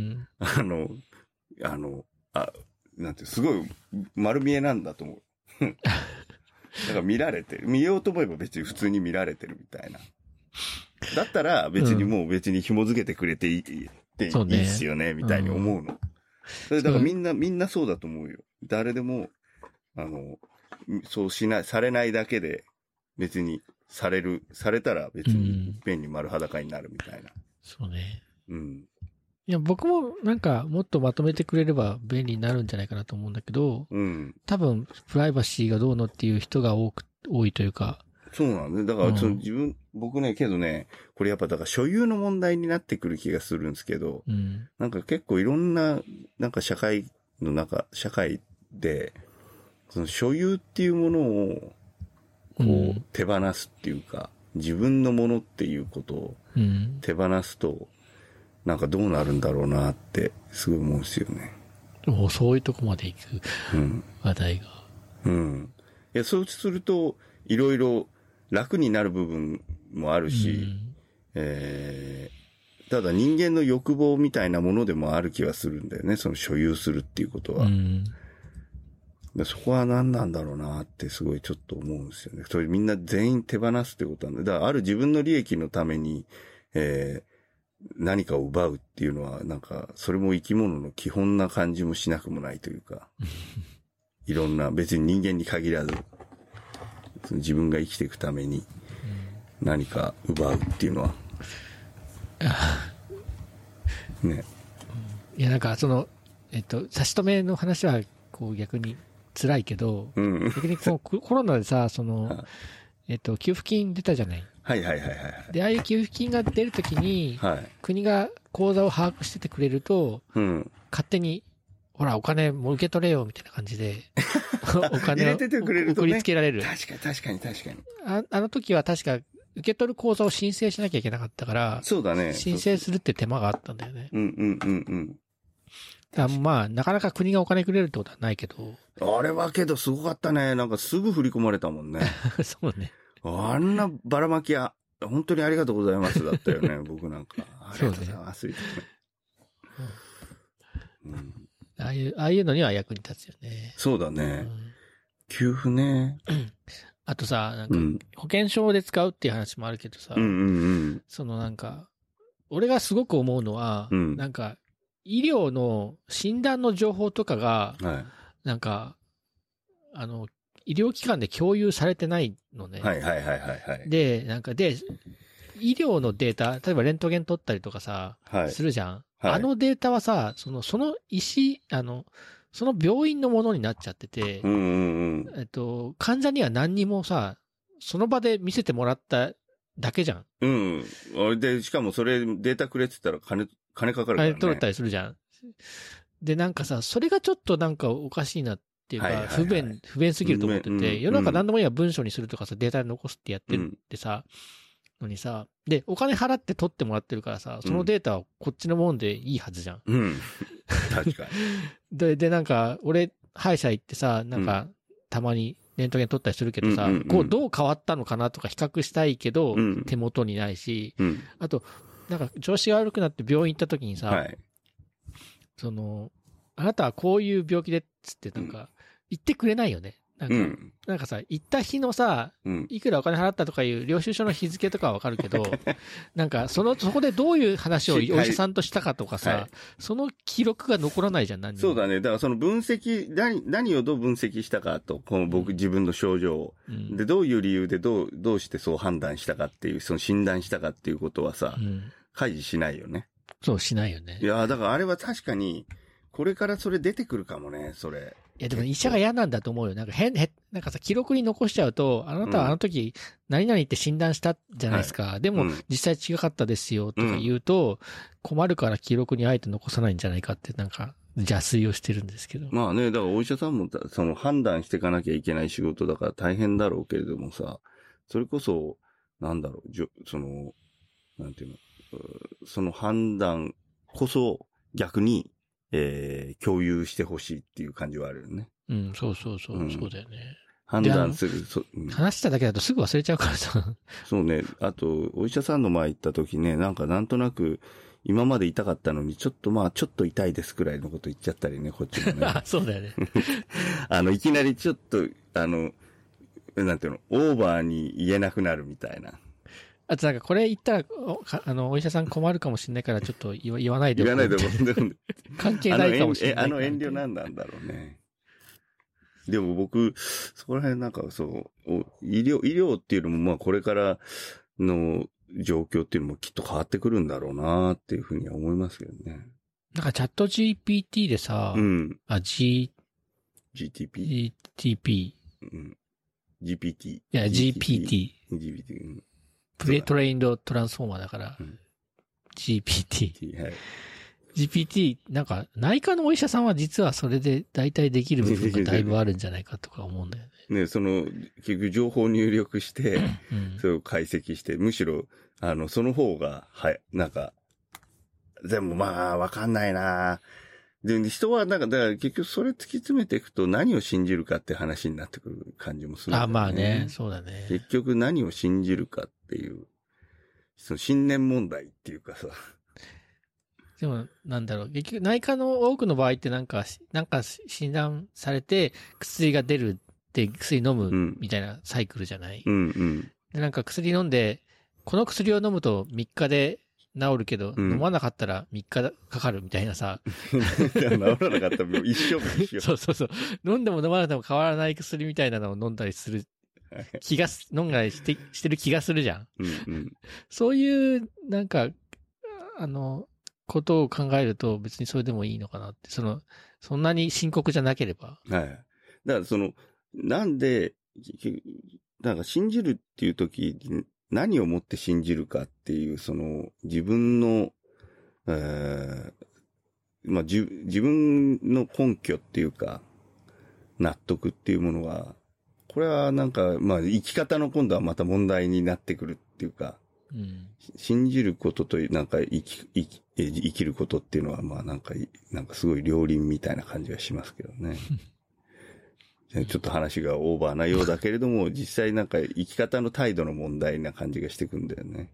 [SPEAKER 2] なんていう、すごい丸見えなんだと思う。だから見られてる。見ようと思えば別に普通に見られてるみたいな。だったら別にもう別に紐付けてくれていいっていいっすよね、みたいに思うの。だからみんなそうだと思うよ。誰でも、そうされないだけで別にされたら別にいっぺんに丸裸になるみたいな。
[SPEAKER 1] そうね。
[SPEAKER 2] うん。
[SPEAKER 1] いや、僕もなんかもっとまとめてくれれば便利になるんじゃないかなと思うんだけど、
[SPEAKER 2] うん。
[SPEAKER 1] 多分プライバシーがどうのっていう人が多いというか。
[SPEAKER 2] そうなんね。だから僕ね、けどね、これやっぱだから所有の問題になってくる気がするんですけど、なんか結構いろんな、なんか社会で、その所有っていうものを、こう、手放すっていうか、自分のものっていうことを手放すと、なんかどうなるんだろうなって、すごい思うんですよね。
[SPEAKER 1] そういうとこまで行く話題が。
[SPEAKER 2] いや、そうすると、いろいろ楽になる部分もあるし、ただ人間の欲望みたいなものでもある気はするんだよね、その所有するっていうことは。そこは何なんだろうなってすごいちょっと思うんですよね。それみんな全員手放すってことなんだ。だからある自分の利益のために、何かを奪うっていうのは、なんか、それも生き物の基本な感じもしなくもないというか、いろんな、別に人間に限らず、自分が生きていくために何か奪うっていうのは、ね。
[SPEAKER 1] いや、なんかその、差し止めの話は、こう逆に辛いけど、逆にこうコロナでさ、その、給付金出たじゃない。で、ああいう給付金が出るときに、国が口座を把握しててくれると、勝手に、ほら、お金も受け取れよ、みたいな感じで、お金を送りつけられる。
[SPEAKER 2] 確かに。
[SPEAKER 1] あの時は確か、受け取る口座を申請しなきゃいけなかったから、
[SPEAKER 2] そうだね。
[SPEAKER 1] 申請するって手間があったんだよね。
[SPEAKER 2] ま
[SPEAKER 1] あ、なかなか国がお金くれるってことはないけど。
[SPEAKER 2] あれはけどすごかったね。なんかすぐ振り込まれたもんね。
[SPEAKER 1] そうね。
[SPEAKER 2] あんなばらまきや、本当にありがとうございますだったよね、僕なんか。ありがとうございます。
[SPEAKER 1] ああいうのには役に立つよね。
[SPEAKER 2] そうだね。給付ね。
[SPEAKER 1] あとさ、なんか、保険証で使うっていう話もあるけどさ、そのなんか、俺がすごく思うのは、なんか、医療の診断の情報とかが、なんか、医療機関で共有されてないのね。で、なんか、医療のデータ、例えばレントゲン取ったりとかさ、するじゃん。
[SPEAKER 2] はい
[SPEAKER 1] あのデータはさ、そのその病院のものになっちゃってて、
[SPEAKER 2] うんうん
[SPEAKER 1] 患者には何にもさ、その場で見せてもらっただけじゃん。
[SPEAKER 2] うん。うん。で、しかもそれデータくれって言ったら金かかるからね。
[SPEAKER 1] あれ取れたりするじゃん。で、なんかさ、それがちょっとなんかおかしいなっていうか、
[SPEAKER 2] はいはいはい
[SPEAKER 1] 不便すぎると思ってて、世の中何でもいいや文章にするとかさ、データに残すってやってるってさ、のにさ、で、お金払って取ってもらってるからさ、そのデータはこっちのもんでいいはずじゃん。
[SPEAKER 2] うん。確か
[SPEAKER 1] で、なんか、俺、歯医者行ってさ、なんか、たまにレントゲン取ったりするけどさ、こう、どう変わったのかなとか比較したいけど、手元にないし、あと、なんか、調子が悪くなって病院行った時にさ、
[SPEAKER 2] はい。
[SPEAKER 1] あなたはこういう病気でっつってなんか、言ってくれないよね。なんかさ、行った日のさ、いくらお金払ったとかいう領収書の日付とかはわかるけど、なんか、そこでどういう話をお医者さんとしたかとかさ、その記録が残らないじゃん、何にも。
[SPEAKER 2] そうだね。だからその分析、何をどう分析したかと、この自分の症状を、で、どういう理由でどうしてそう判断したかっていう、その診断したかっていうことはさ、開示しないよね。
[SPEAKER 1] そう、しないよね。
[SPEAKER 2] いや、だからあれは確かに、これからそれ出てくるかもね、それ。
[SPEAKER 1] いや、でも医者が嫌なんだと思うよ。なんかさ、記録に残しちゃうと、あなたはあの時、何々って診断したじゃないですか。でも、実際違かったですよ、とか言うと、困るから記録にあえて残さないんじゃないかって、なんか、邪推をしてるんですけど。
[SPEAKER 2] まあね、だからお医者さんも、その判断していかなきゃいけない仕事だから大変だろうけれどもさ、それこそ、なんだろう、なんていうの、その判断こそ逆に、共有してほしいっていう感じはあるよね。
[SPEAKER 1] そうだよね。
[SPEAKER 2] 判断する。
[SPEAKER 1] 話しただけだとすぐ忘れちゃうからさ。
[SPEAKER 2] そうね。あと、お医者さんの前行った時ね、なんとなく、今まで痛かったのに、ちょっと痛いですくらいのこと言っちゃったりね、こっちもね。
[SPEAKER 1] そうだよね。
[SPEAKER 2] いきなりちょっと、なんていうの、オーバーに言えなくなるみたいな。
[SPEAKER 1] あとなんかこれ言ったら、お医者さん困るかもしれないからちょっと言わないで。
[SPEAKER 2] 言わないでも。
[SPEAKER 1] 関係ないかもしれない。
[SPEAKER 2] 遠慮なんなんだろうね。でも僕、そこら辺なんかそう、医療っていうのもまあこれからの状況っていうのもきっと変わってくるんだろうなっていうふうには思いますけどね。
[SPEAKER 1] なんかチャット GPT でさ、
[SPEAKER 2] GTP。GPT。
[SPEAKER 1] いや、GPT。プレトレインドトランスフォーマーだから、GPT。GPT、なんか、内科のお医者さんは実はそれで大体できる部分がだいぶあるんじゃないかとか思うんだよね。
[SPEAKER 2] ね、結局情報入力して、それを解析して、むしろ、その方が、なんか、全部まあ、わかんないなで、人はなんか、だから結局それ突き詰めていくと何を信じるかって話になってくる感じもする、ね。
[SPEAKER 1] まあね、そうだね。
[SPEAKER 2] 結局何を信じるかっていう、その信念問題っていうかさ。
[SPEAKER 1] でも、なんだろう。結局、内科の多くの場合ってなんか診断されて、薬が出るって薬飲むみたいなサイクルじゃない、で、なんか薬飲んで、この薬を飲むと3日で治るけど、飲まなかったら3日かかるみたいなさ。
[SPEAKER 2] 治らなかったら一生。
[SPEAKER 1] そう。飲んでも飲まなくても変わらない薬みたいなのを飲んだりする飲んだりしてる気がするじゃん。そういう、なんか、ことを考えると別にそれでもいいのかなって、そんなに深刻じゃなければ。
[SPEAKER 2] はい。だからなんで、なんか信じるっていう時に何をもって信じるかっていう、自分の、まあ、自分の根拠っていうか、納得っていうものが、これはなんか、まあ、生き方の今度はまた問題になってくるっていうか、信じることと、なんか生きることっていうのは、まあなんかすごい両輪みたいな感じがしますけどね。ちょっと話がオーバーなようだけれども、実際なんか生き方の態度の問題な感じがしてくんだよね。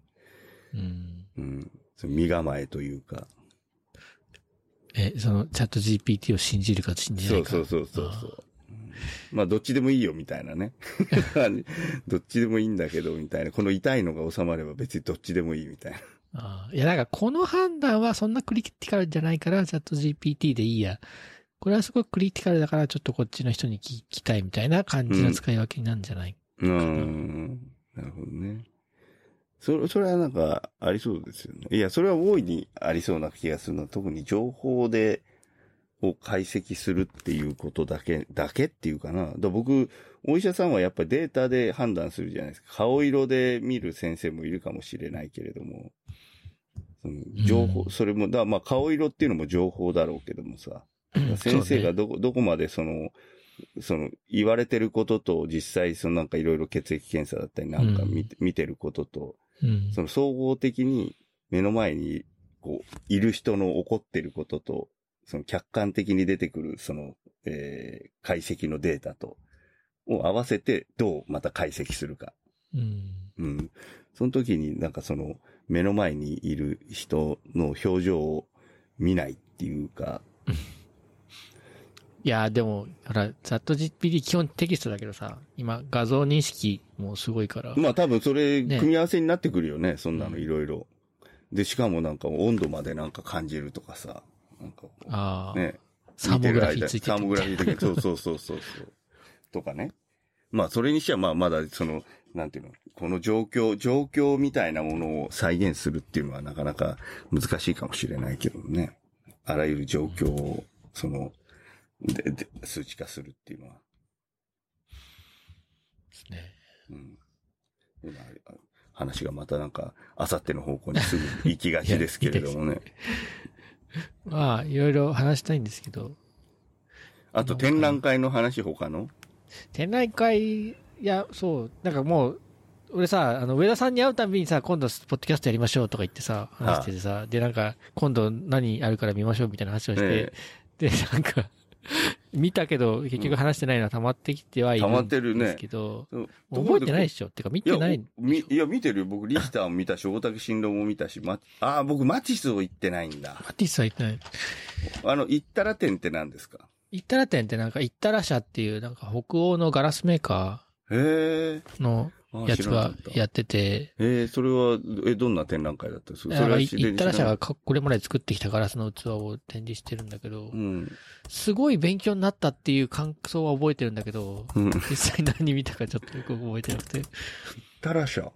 [SPEAKER 2] 身構えというか。
[SPEAKER 1] チャット GPT を信じるか信じないか。
[SPEAKER 2] そう。まあ、どっちでもいいよ、みたいなね。どっちでもいいんだけど、みたいな。この痛いのが収まれば別にどっちでもいい、みたいな。
[SPEAKER 1] いや、なんかこの判断はそんなクリティカルじゃないから、チャット GPT でいいや。これはすごくクリティカルだから、ちょっとこっちの人に聞きたいみたいな感じの使い分けになるんじゃないかな。
[SPEAKER 2] なるほどね。 それはなんかありそうですよね。いや、それは大いにありそうな気がするのは、特に情報を解析するっていうことだけっていうかな。僕、お医者さんはやっぱりデータで判断するじゃないですか。顔色で見る先生もいるかもしれないけれども、情報、それも、まあ顔色っていうのも情報だろうけどもさ、先生がどこまで言われてることと実際なんかいろいろ血液検査だったりなんか見てることと、総合的に目の前にいる人の起こってることと、客観的に出てくる解析のデータとを合わせてどうまた解析するか。その時になんか目の前にいる人の表情を見ないっていうか。
[SPEAKER 1] いや、でも、ほら、チャット GPT 基本テキストだけどさ、今画像認識もすごいから。
[SPEAKER 2] まあ多分それ、組み合わせになってくるよね、そんなのいろいろ。で、しかもなんか温度までなんか感じるとかさ。なんかね。
[SPEAKER 1] サーモグラフィーついてる。
[SPEAKER 2] サーモグラフィー的に、そう。とかね。まあそれにしてはまだなんていうの、この状況みたいなものを再現するっていうのはなかなか難しいかもしれないけどね。あらゆる状況を、数値化するっていうのは。
[SPEAKER 1] ですね。
[SPEAKER 2] 話がまたなんか、あさっての方向にすぐ行きがちですけれどもね。
[SPEAKER 1] まあ、いろいろ話したいんですけど。
[SPEAKER 2] あと展覧会の話他の？
[SPEAKER 1] 展覧会、いや、そう、なんかもう、俺さ、上田さんに会うたびにさ、今度、ポッドキャストやりましょうとか言ってさ、話しててさ、で、なんか、今度何あるから見ましょうみたいな話をして、で、なんか、見たけど、結局話してないのは溜まってきてはいるんですけど、覚えてないでしょってか見てない
[SPEAKER 2] いや、見てるよ。僕、リヒターも見たし、大竹新郎も見たし、僕、マティスを行ってないんだ。
[SPEAKER 1] マティスは行ってない。
[SPEAKER 2] 行ったら展って何ですか？
[SPEAKER 1] 行ったら展ってなんか、行ったら社っていう、なんか北欧のガラスメーカーのやつがやってて。
[SPEAKER 2] それは、どんな展覧会だったんですか？それは
[SPEAKER 1] 行ったら社がこれまで作ってきたガラスの器を展示してるんだけど、すごい勉強になったっていう感想は覚えてるんだけど、実際何見たかちょっとよく覚えてなくて。行
[SPEAKER 2] ったら社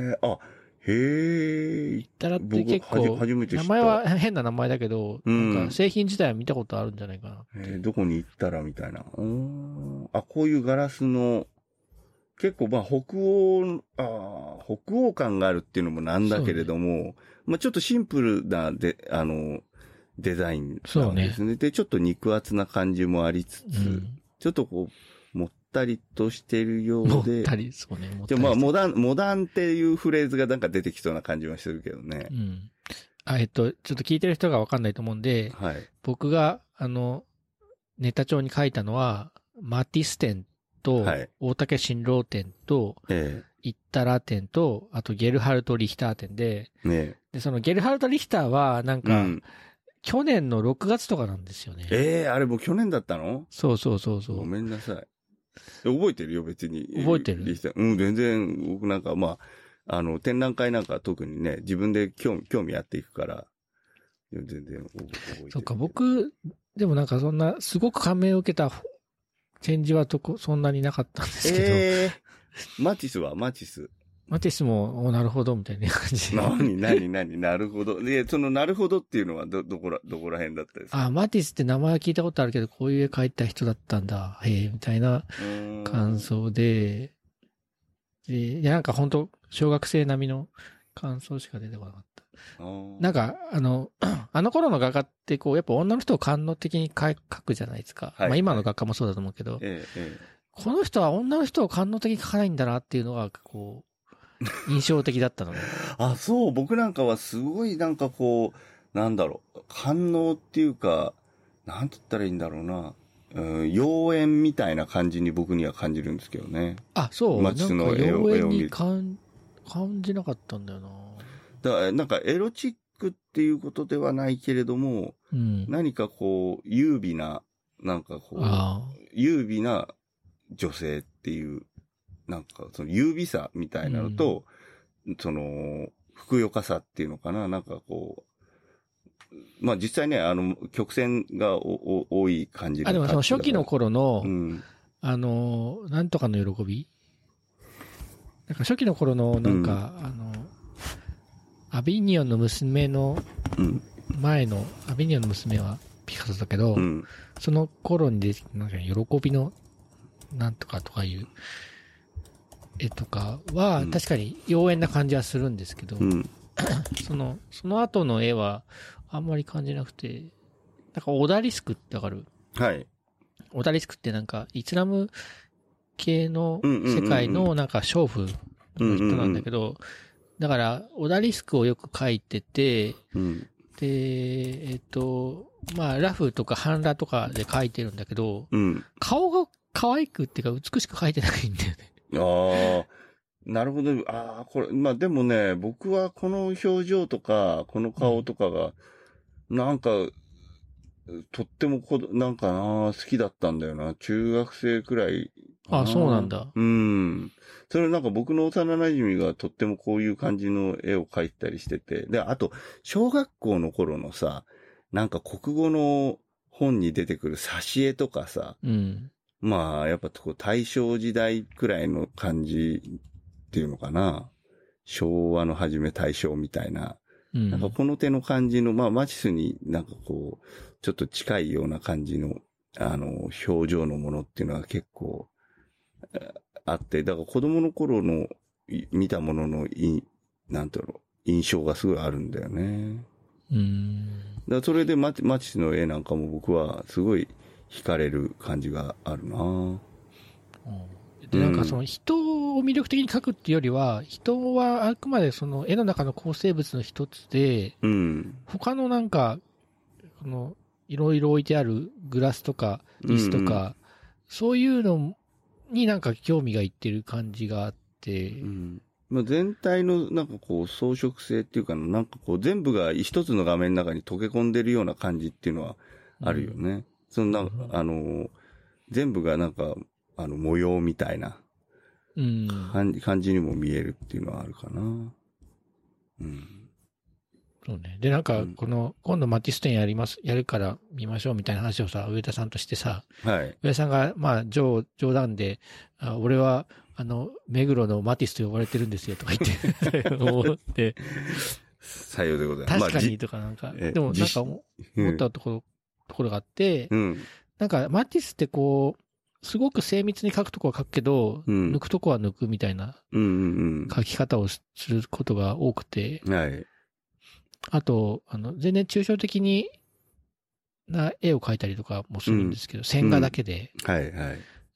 [SPEAKER 1] 行ったらって結構、名前は変な名前だけど、なんか製品自体は見たことあるんじゃないかな。
[SPEAKER 2] どこに行ったらみたいな。こういうガラスの、結構北欧感があるっていうのもなんだけれども、ちょっとシンプルなデザインなんですね。で、ちょっと肉厚な感じもありつつ、ちょっともったりとしてるようで。
[SPEAKER 1] もったり、そうね。
[SPEAKER 2] でもモダンっていうフレーズがなんか出てきそうな感じはするけどね。
[SPEAKER 1] ちょっと聞いてる人がわかんないと思うんで、僕が、ネタ帳に書いたのは、マティス展と、大竹新郎展と、イッタラ展と、あとゲルハルト・リヒター展で、で、そのゲルハルト・リヒターは、なんか、去年の6月とかなんですよね。
[SPEAKER 2] あれもう去年だったの？
[SPEAKER 1] そう。
[SPEAKER 2] ごめんなさい。覚えてるよ、別に。
[SPEAKER 1] 覚えてる？
[SPEAKER 2] 全然、僕なんか、展覧会なんか特にね、自分で興味あっていくから、全然覚えてる。
[SPEAKER 1] そっか、僕、でもなんかそんな、すごく感銘を受けた展示はそんなになかったんですけ
[SPEAKER 2] ど。マティス
[SPEAKER 1] も、なるほど、みたいな感じで。
[SPEAKER 2] 何なるほど。で、そのなるほどっていうのはどこら辺だったですか？
[SPEAKER 1] マティスって名前は聞いたことあるけど、こういう絵描いた人だったんだ、みたいな感想で、なんか本当小学生並みの感想しか出てこなかった。なんか、あの頃の画家ってこう、やっぱ女の人を官能的に描くじゃないですか。今の画家もそうだと思うけど、この人は女の人を官能的に描かないんだなっていうのが、こう、印象的だったのね。
[SPEAKER 2] そう、僕なんかはすごいなんか官能っていうか、なんて言ったらいいんだろうな。妖艶みたいな感じに僕には感じるんですけどね。
[SPEAKER 1] そう。
[SPEAKER 2] マティスの絵を見る。
[SPEAKER 1] 感じなかったんだよな。
[SPEAKER 2] だから、なんかエロチックっていうことではないけれども、何か優美な、優美な女性っていう、なんか、その優美さみたいなのと、ふくよかさっていうのかな、なんか実際ね、曲線が多い感じの。
[SPEAKER 1] でもその初期の頃の、なんとかの喜びなんか初期の頃の、なんか、 アビニオンの娘の
[SPEAKER 2] うん。
[SPEAKER 1] 前の、アビニオンの娘はピカソだけど、
[SPEAKER 2] うん。
[SPEAKER 1] その頃に出てきた、なんか喜びの、なんとかとかいう絵とかは、
[SPEAKER 2] うん
[SPEAKER 1] 確かに妖艶な感じはするんですけど、
[SPEAKER 2] うん。
[SPEAKER 1] その後の絵はあんまり感じなくて、なんかオダリスクってわかる？
[SPEAKER 2] はい。
[SPEAKER 1] オダリスクってなんかイスラム系の
[SPEAKER 2] うんうんうんうん
[SPEAKER 1] 世界のなんか娼婦の人なんだけど、だからオダリスクをよく描いてて、
[SPEAKER 2] うん。
[SPEAKER 1] で、まあラフとか半裸とかで描いてるんだけど、
[SPEAKER 2] うん。
[SPEAKER 1] 顔が可愛くっていうか美しく描いてないんだよね。
[SPEAKER 2] ああ、なるほど。ああ、これ、まあでもね、僕はこの表情とか、この顔とかが、なんか、とってもなんかな、好きだったんだよな。中学生くらいかな。
[SPEAKER 1] あ、そうなんだ。
[SPEAKER 2] うん。それなんか僕の幼馴染がとってもこういう感じの絵を描いたりしてて。で、あと、小学校の頃のさ、なんか国語の本に出てくる挿絵とかさ、
[SPEAKER 1] うん。
[SPEAKER 2] まあ、やっぱこう大正時代くらいの感じっていうのかな。昭和の初め大正みたいな。
[SPEAKER 1] うん。
[SPEAKER 2] なんかこの手の感じの、まあマチスになんかこう、ちょっと近いような感じの、表情のものっていうのは結構あって、だから子供の頃の見たもののなんていうの、印象がすごいあるんだよね。だからそれでマチスの絵なんかも僕はすごい惹かれる感じがあるな。
[SPEAKER 1] で、なんかその人を魅力的に描くっていうよりは、人はあくまでその絵の中の構成物の一つで、
[SPEAKER 2] うん。
[SPEAKER 1] 他のなんか、いろいろ置いてあるグラスとか、リスとか、そういうのになんか興味がいってる感じがあって、
[SPEAKER 2] まあ、全体のなんかこう装飾性っていうかな、なんかこう全部が一つの画面の中に溶け込んでるような感じっていうのはあるよね。そんな、全部がなんか、模様みたいな感じにも見えるっていうのはあるかな。
[SPEAKER 1] そうね。で、なんか、今度マティス展やるから見ましょうみたいな話をさ、上田さんとしてさ、
[SPEAKER 2] はい。
[SPEAKER 1] 上田さんが、まあ、冗談で、俺は、目黒のマティスと呼ばれてるんですよとか言って思って、
[SPEAKER 2] 採用でございます。
[SPEAKER 1] 確かにとかなんか、でもなんか思ったところがあって、なんかマティスってこう、すごく精密に描くとこは描くけど、抜くとこは抜くみたいな描き方をすることが多くて、
[SPEAKER 2] はい。
[SPEAKER 1] あと、全然抽象的な絵を描いたりとかもするんですけど、線画だけで。
[SPEAKER 2] はいはい。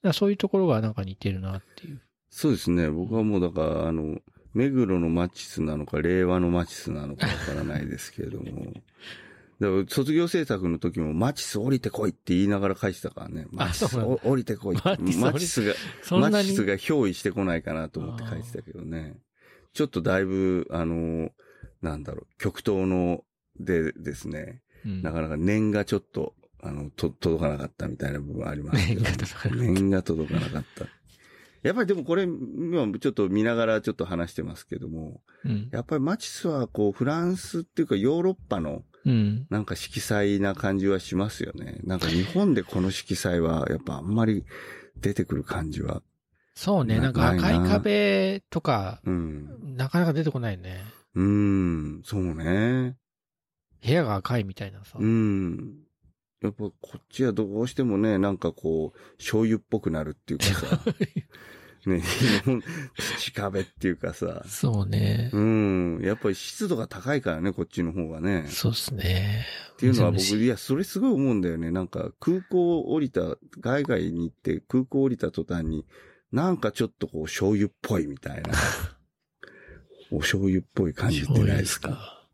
[SPEAKER 1] そういうところがなんか似てるなっていう。
[SPEAKER 2] そうですね。僕はもうだから、目黒のマチスなのか、令和のマチスなのかわからないですけれども。だから卒業制作の時もマチス降りてこいって言いながら書いてたからね。マチス降りてこいって。マチスが憑依してこないかなと思って書いてたけどね。ちょっとだいぶ、なんだろう、極東のでですね、なかなか念がちょっと、届かなかったみたいな部分ありますけど、念が届かなかった。やっぱりでもこれ、今ちょっと見ながらちょっと話してますけども、やっぱりマチスはこうフランスっていうかヨーロッパのなんか色彩な感じはしますよね。なんか日本でこの色彩はやっぱあんまり出てくる感じは。
[SPEAKER 1] そうね、なんか赤い壁とか、なかなか出てこないね。
[SPEAKER 2] そうね。
[SPEAKER 1] 部屋が赤いみたいなさ。
[SPEAKER 2] やっぱこっちはどうしてもね、なんかこう、醤油っぽくなるっていうかさ。ね、土壁っていうかさ。
[SPEAKER 1] そうね。
[SPEAKER 2] やっぱり湿度が高いからね、こっちの方がね。
[SPEAKER 1] そうっすね。
[SPEAKER 2] っていうのは僕、いや、それすごい思うんだよね。なんか空港降りた、海外に行って空港降りた途端に、なんかちょっとこう、醤油っぽいみたいな。お醤油っぽい感じってないですか。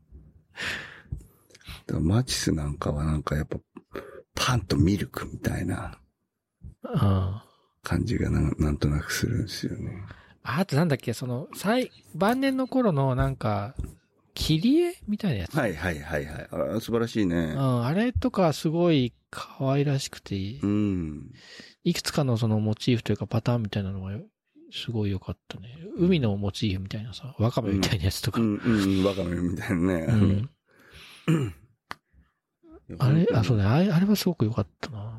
[SPEAKER 2] だからマチスなんかはなんかやっぱ、パンとミルクみたいな感じがなんとなくするんですよね。
[SPEAKER 1] あとなんだっけ、晩年の頃のなんか、切り絵みたいなやつ。
[SPEAKER 2] はい。素晴らしいね。
[SPEAKER 1] あれとかすごい可愛らしくて、いくつかのそのモチーフというかパターンみたいなのがすごい良かったね。海のモチーフみたいなさ、ワカメみたいなやつとか。
[SPEAKER 2] ワカメみたいなね。
[SPEAKER 1] そうね。あれはすごく良かったな。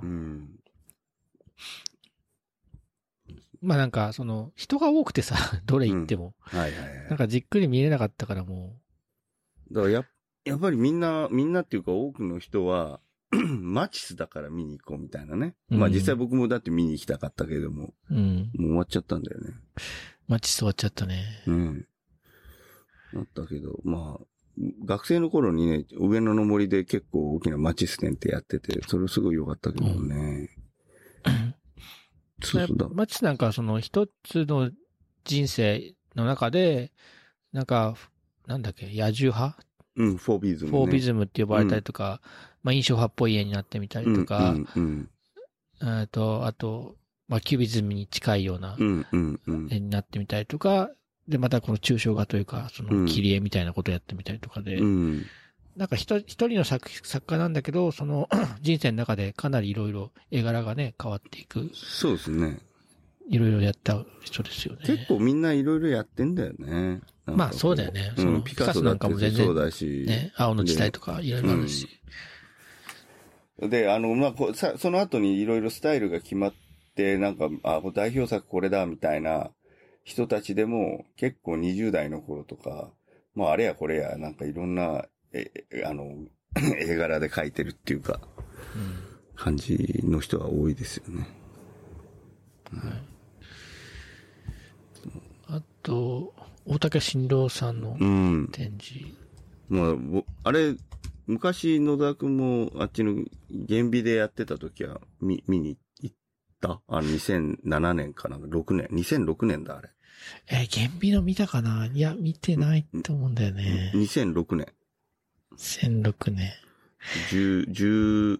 [SPEAKER 1] まあなんか、人が多くてさ、どれ行っても。なんかじっくり見れなかったからも
[SPEAKER 2] だからやっぱりみんなっていうか多くの人は、マチスだから見に行こうみたいなね。まあ実際僕もだって見に行きたかったけれども、
[SPEAKER 1] うん。
[SPEAKER 2] もう終わっちゃったんだよね。
[SPEAKER 1] マチス終わっちゃったね。
[SPEAKER 2] うん。だったけど、まあ、学生の頃にね、上野の森で結構大きなマチス展ってやってて、それすごい良かったけどね。
[SPEAKER 1] そうだ。マチスなんかその一つの人生の中で、なんか、なんだっけ、野獣派
[SPEAKER 2] うん、フォービズム、ね。
[SPEAKER 1] フォービズムって呼ばれたりとか、まあ印象派っぽい絵になってみたりとか、あと、まあキュビズムに近いような絵になってみたりとか、で、またこの抽象画というか、その切り絵みたいなことをやってみたりとかで、なんか一人の作家なんだけど、その人生の中でかなりいろいろ絵柄がね、変わっていく。
[SPEAKER 2] そうですね。
[SPEAKER 1] いろいろやった人ですよね。
[SPEAKER 2] 結構みんないろいろやってんだよね。
[SPEAKER 1] まあそうだよね。そのピカソなんかも全然。
[SPEAKER 2] そうだし。
[SPEAKER 1] ね、青の地帯とかいろいろあるし。
[SPEAKER 2] で、まあ、その後にいろいろスタイルが決まって、なんか、代表作これだ、みたいな人たちでも、結構20代の頃とか、まあ、あれやこれや、なんかいろんな、絵柄で描いてるっていうか、感じの人が多いですよね。
[SPEAKER 1] はい。あと、大竹新郎さんの展示。
[SPEAKER 2] まあ、あれ、昔野田くんもあっちの原美でやってた時は見に行った2007年かな ?6 年。2006年だ、あれ。
[SPEAKER 1] 原美の見たかな？いや、見てないと思うんだよね。
[SPEAKER 2] 2006年。
[SPEAKER 1] 2006年。
[SPEAKER 2] 十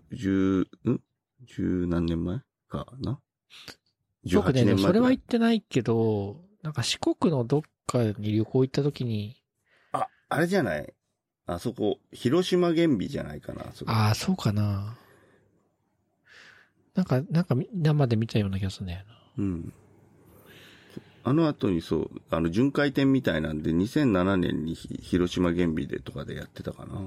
[SPEAKER 2] 何年前かな？
[SPEAKER 1] 18 年前。僕ね、それは言ってないけど、なんか四国のどっかに旅行行った時に。
[SPEAKER 2] あれじゃないあそこ、広島原美じゃないかな。
[SPEAKER 1] そうかな。なんか生で見たような気がするんだよな。
[SPEAKER 2] うん。あの後にそう、巡回展みたいなんで、2007年に広島原美でとかでやってたかな。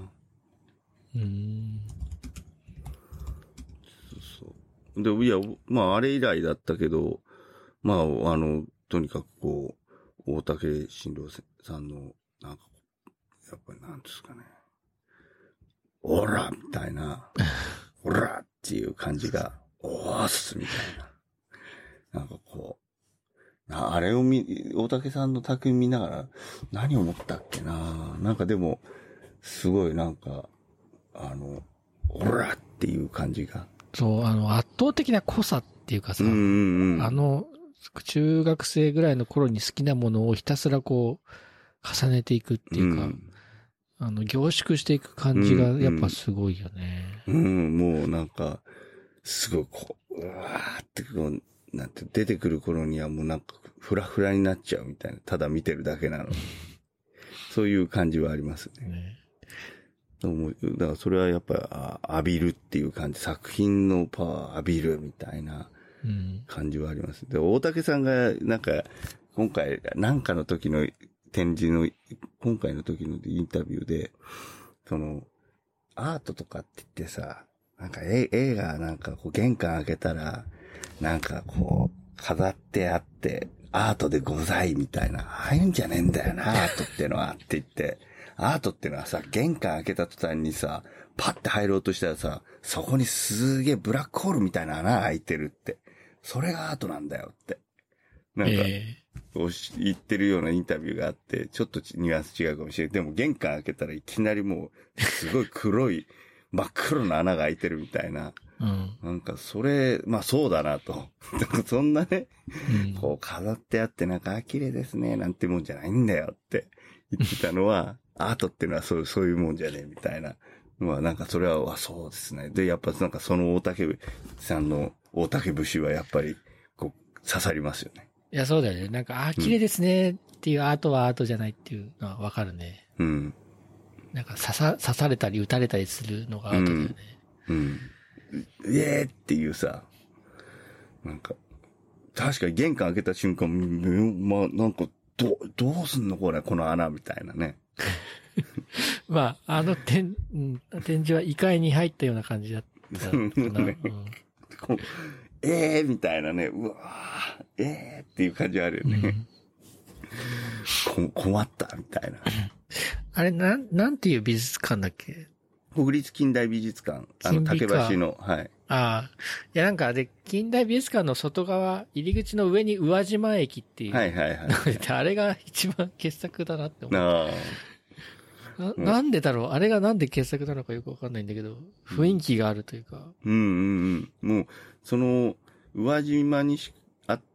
[SPEAKER 2] そう。で、いや、まあ、あれ以来だったけど、まあ、とにかくこう、大竹新郎さんの、なんか、やっぱりなんですかね。オラみたいな、オラっていう感じが、オースみたいな。なんかこう、あれを大竹さんの作品見ながら、何を思ったっけな。なんかでも、すごいなんか、オラっていう感じが。
[SPEAKER 1] そう、圧倒的な濃さっていうかさ、中学生ぐらいの頃に好きなものをひたすらこう、重ねていくっていうか、凝縮していく感じがやっぱすごいよね。
[SPEAKER 2] もうなんか、すごいこう、うわーってこう、なんて出てくる頃にはもうなんか、フラフラになっちゃうみたいな。ただ見てるだけなのに。そういう感じはありますね。だからそれはやっぱ浴びるっていう感じ、作品のパワー浴びるみたいな感じはあります。で、大竹さんがなんか、今回、なんかの時の展示の、今回の時のインタビューで、アートとかって言ってさ、なんか映画なんかこう玄関開けたら、なんかこう、飾ってあって、アートでございみたいな、ああいうんじゃねえんだよな、アートってのはって言って、アートってのはさ、玄関開けた途端にさ、パッて入ろうとしたらさ、そこにすげえブラックホールみたいな穴開いてるって。それがアートなんだよって。なんか、言ってるようなインタビューがあって、ちょっとニュアンス違うかもしれない。でも玄関開けたらいきなりもう、すごい黒い、真っ黒な穴が開いてるみたいな。なんかそれ、まあそうだなと。そんなね、こう飾ってあってなんか、綺麗ですね、なんてもんじゃないんだよって言ってたのは、アートっていうのはそういうもんじゃねえみたいな。まあなんかそれは、そうですね。で、やっぱなんかその大竹さんの大竹節はやっぱり、こう、刺さりますよね。
[SPEAKER 1] いや、そうだよね。なんか、綺麗ですねっていうアートはアートじゃないっていうのはわかるね。なんか刺されたり撃たれたりするのがアートだよね。
[SPEAKER 2] イエーっていうさ、なんか、確かに玄関開けた瞬間、まあ、なんか、どうすんのこれ、この穴みたいなね。
[SPEAKER 1] まあ、展示は異界に入ったような感じだったかな。ね
[SPEAKER 2] みたいなね、うわー、っていう感じあるよね。 困ったみたいな。
[SPEAKER 1] あれ、なんていう美術館だっけ？
[SPEAKER 2] 国立近代美術館。竹橋の、はい。
[SPEAKER 1] ああ。いや、なんか、で、近代美術館の外側、入り口の上に宇和島駅っていう。
[SPEAKER 2] はいはいはい。
[SPEAKER 1] あれが一番傑作だなって思
[SPEAKER 2] あ
[SPEAKER 1] う。なんでだろう、あれがなんで傑作なのかよくわかんないんだけど、雰囲気があるというか。
[SPEAKER 2] うんうんうん。もう、その、宇和島にあった、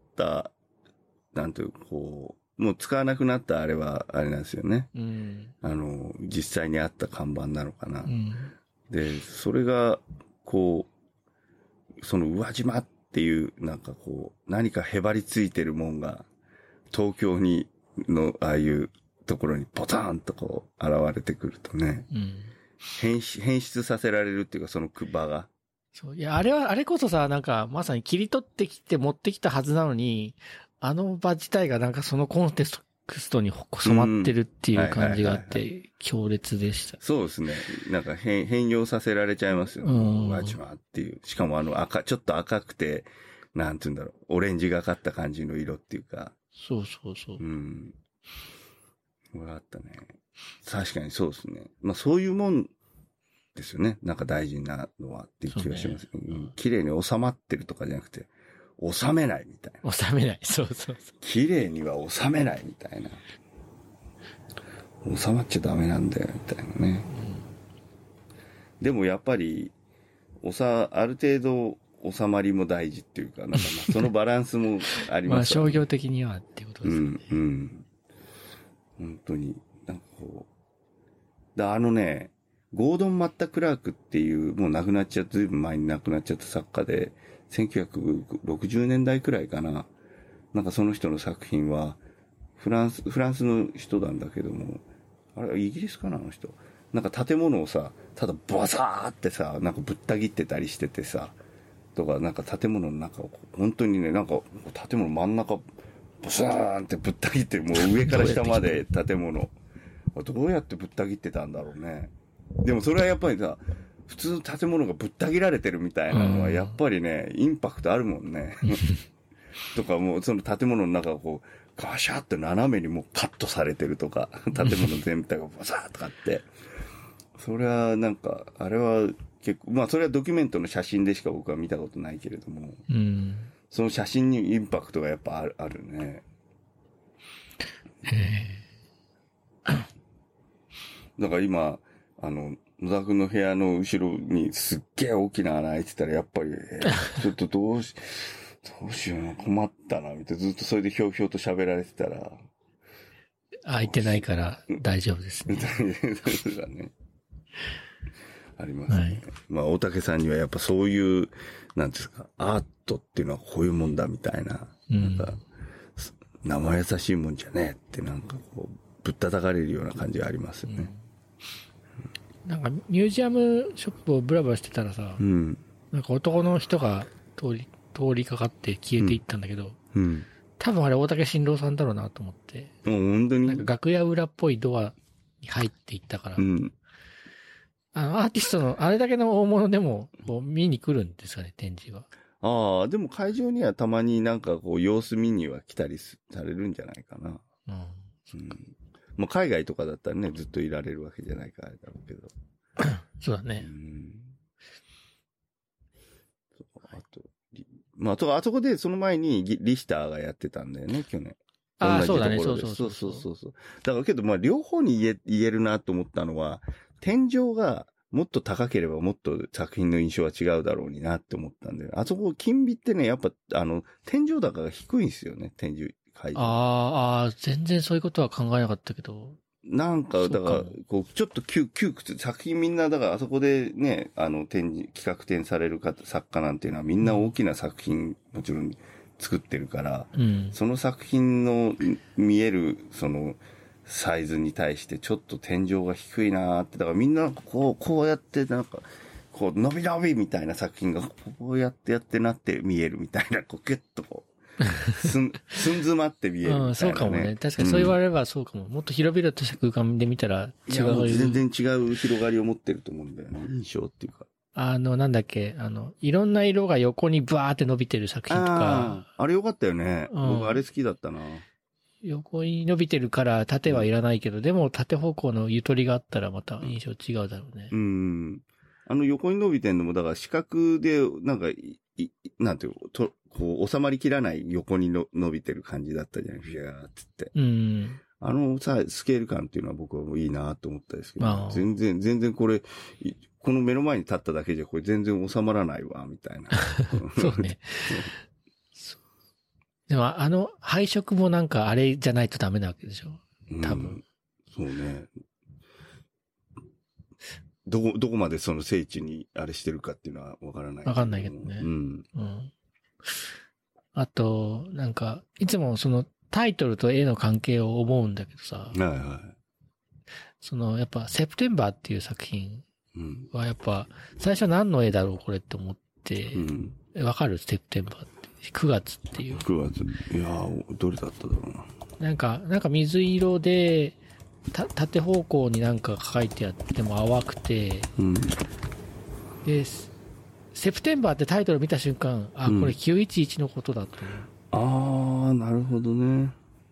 [SPEAKER 2] なんという、こう、もう使わなくなったあれは、あれなんですよね。
[SPEAKER 1] うん。
[SPEAKER 2] 実際にあった看板なのかな。
[SPEAKER 1] うん、
[SPEAKER 2] で、それが、こう、その宇和島っていう、なんかこう、何かへばりついてるもんが、東京の、ああいうところにポターンとこう、現れてくるとね、
[SPEAKER 1] うん。
[SPEAKER 2] 変質させられるっていうか、その場が。
[SPEAKER 1] そう。いや、あれこそさ、なんか、まさに切り取ってきて持ってきたはずなのに、あの場自体がなんかそのコンテクストに染まってるっていう感じがあって、強烈でした。
[SPEAKER 2] そうですね。なんか変容させられちゃいますよね。宇和島っていう。しかもちょっと赤くて、なんて言うんだろう。オレンジがかった感じの色っていうか。
[SPEAKER 1] そうそうそう。
[SPEAKER 2] うん。これあったね。確かにそうですね。まあそういうもんですよね。なんか大事なのはっていう気がします。綺麗に収まってるとかじゃなくて、収めないみたいな。
[SPEAKER 1] 収めない。そうそうそう。
[SPEAKER 2] 綺麗には収めないみたいな。収まっちゃダメなんだよ、みたいなね。でもやっぱり、ある程度収まりも大事っていうか、なんかそのバランスもあります
[SPEAKER 1] よね。まあ商業的にはっていうことですね。
[SPEAKER 2] うん。本当に、なんかこう。ゴードン・マッタ・クラークっていう、もう亡くなっちゃった、ずいぶん前に亡くなっちゃった作家で、1960年代くらいかな。なんかその人の作品は、フランスの人なんだけども、あれ、イギリスかな、あの人。なんか建物をさ、ただバサーってさ、なんかぶった切ってたりしててさ、とか、なんか建物の中を、本当にね、なんか建物真ん中、ブスーンってぶった切ってる、もう上から下まで建物。どうやってぶった切ってたんだろうね。でもそれはやっぱりさ、普通の建物がぶった切られてるみたいなのは、やっぱりね、インパクトあるもんね。とかもうその建物の中をこう、ガシャって斜めにもうカットされてるとか、建物全体がバサーとかって。それはなんか、あれは結構、まあそれはドキュメントの写真でしか僕は見たことないけれども、その写真にインパクトがやっぱあるね。だから今、野田君の部屋の後ろにすっげえ大きな穴開いてたら、やっぱり、ちょっとどうしような、困ったな、みたいな。ずっとそれでひょうひょうと喋られてたら。
[SPEAKER 1] 開いてないから大丈夫ですね。
[SPEAKER 2] そうだね。ありますね。はい、まあ、大竹さんにはやっぱそういう、なんですか、アートっていうのはこういうもんだみたいな、なんか、生優しいもんじゃねえってなんかこう、ぶったたかれるような感じがありますよね。
[SPEAKER 1] なんかミュージアムショップをブラブラしてたらさ、なんか男の人が通りかかって消えていったんだけど、多分あれ大竹新郎さんだろうなと思って。
[SPEAKER 2] 本当に
[SPEAKER 1] なんか楽屋裏っぽいドアに入っていったから、アーティストのあれだけの大物でもこう見に来るんですかね、展示は。
[SPEAKER 2] ああ、でも会場にはたまになんかこう様子見には来たりされるんじゃないかな。まあ海外とかだったらね、ずっといられるわけじゃないからだろうけど。
[SPEAKER 1] そうだね。
[SPEAKER 2] あそこでその前にリヒターがやってたんだよね、去年。
[SPEAKER 1] ああ、そうだね、そう。
[SPEAKER 2] だからけどまあ両方に言えるなと思ったのは、天井がもっと高ければもっと作品の印象は違うだろうになって思ったんで、あそこ金美ってね、やっぱ天井高が低いんですよね、会場。 あ
[SPEAKER 1] あ、全然そういうことは考えなかったけど。
[SPEAKER 2] なんか、だから、こう、ちょっと窮屈、作品みんな、だからあそこでね、企画展される作家なんていうのはみんな大きな作品、もちろん作ってるから、その作品の見える、その、サイズに対してちょっと天井が低いなーって、だからみんなこうやってなんか、こう、伸び伸びみたいな作品がこうやってなって見えるみたいな、こう、ギュッとこう、寸詰まって見えるみたいな、ね。
[SPEAKER 1] そうかもね。確かにそう言われればそうかも。もっと広々とした空間で見たら違う。
[SPEAKER 2] 全然違う広がりを持ってると思うんだよね。印象っていうか。
[SPEAKER 1] なんだっけ、いろんな色が横にブワーって伸びてる作品とか。
[SPEAKER 2] あれよかったよね。僕あれ好きだったな。
[SPEAKER 1] 横に伸びてるから縦はいらないけど、でも縦方向のゆとりがあったらまた印象違うだろうね。
[SPEAKER 2] 横に伸びてんのも、だから四角で、なんか、なんていうの、こう、収まりきらない横に伸びてる感じだったじゃない、フィアーって言って。スケール感っていうのは僕はもういいなと思ったんですけど、全然これ、この目の前に立っただけじゃこれ全然収まらないわ、みたいな。
[SPEAKER 1] そうね。でも配色もなんかあれじゃないとダメなわけでしょ多分。
[SPEAKER 2] そうね。どこまでその聖地にあれしてるかっていうのはわからない。
[SPEAKER 1] わかんないけどね。あと、なんか、いつもそのタイトルと絵の関係を思うんだけどさ。やっぱ、セプテンバーっていう作品はやっぱ、最初何の絵だろうこれって思って、わかるセプテンバーって。9月っていう。
[SPEAKER 2] 9月。いやー、どれだっただろうな。
[SPEAKER 1] なんか水色で、縦方向になんか書いてあっても淡くて、で、セプテンバーってタイトル見た瞬間、これ911のことだと
[SPEAKER 2] 思う。なるほどね。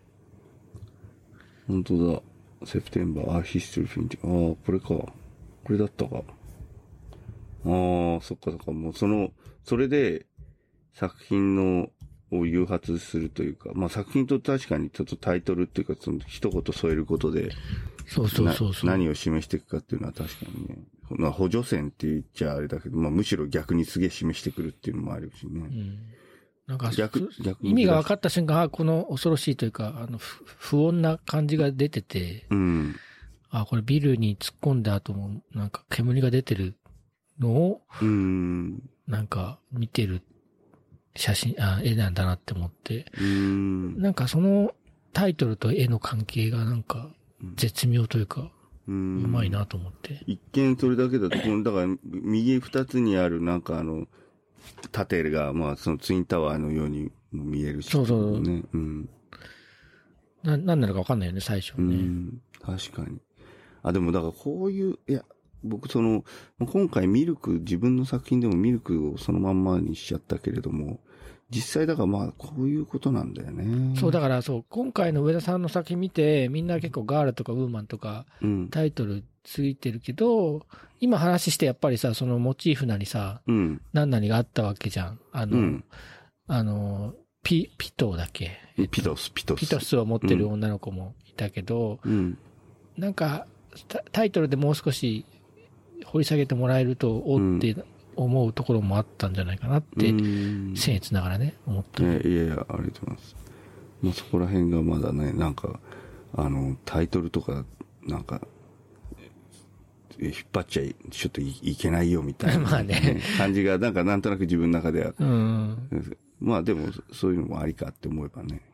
[SPEAKER 2] 本当だ。セプテンバー、ヒストリーフィンティ。これか。これだったか。そっか。もうそれで、作品を誘発するというか、まあ作品と確かにちょっとタイトルっていうか、その一言添えることで、
[SPEAKER 1] そう。
[SPEAKER 2] 何を示していくかっていうのは確かにね、まあ補助線って言っちゃあれだけど、まあむしろ逆にすげえ示してくるっていうのもあるしね。
[SPEAKER 1] なんか意味が分かった瞬間、この恐ろしいというか、不穏な感じが出てて、これビルに突っ込んだ後も、なんか煙が出てるのを、なんか見てる絵なんだなって思って、なんかそのタイトルと絵の関係がなんか絶妙というか、うまいなと思って。
[SPEAKER 2] 一見それだけだと、だから右二つにあるなんか縦がまあそのツインタワーのように見えるし、
[SPEAKER 1] そうね。何なのか分かんないよね、最初ね。
[SPEAKER 2] 確かに。でもだからこういう、いや、僕今回自分の作品でもミルクをそのまんまにしちゃったけれども、実際だからまあこういうことなんだよね。
[SPEAKER 1] そう、だから今回の上田さんの作品見て、みんな結構ガールとかウーマンとか、タイトルついてるけど、今話してやっぱりさ、そのモチーフなりさ、何々があったわけじゃん。ピトだっけ？
[SPEAKER 2] ピトス
[SPEAKER 1] を持ってる女の子もいたけど、なんか、タイトルでもう少し掘り下げてもらえると、って思うところもあったんじゃないかなって、僭越ながらね、思った。
[SPEAKER 2] いや、ありがとうございます。まあ、そこら辺がまだね、なんか、タイトルとか、なんか、引っ張っちゃちょっといけないよみたいな、
[SPEAKER 1] まあね、
[SPEAKER 2] 感じが、なんとなく自分の中では。まあでも、そういうのもありかって思えばね。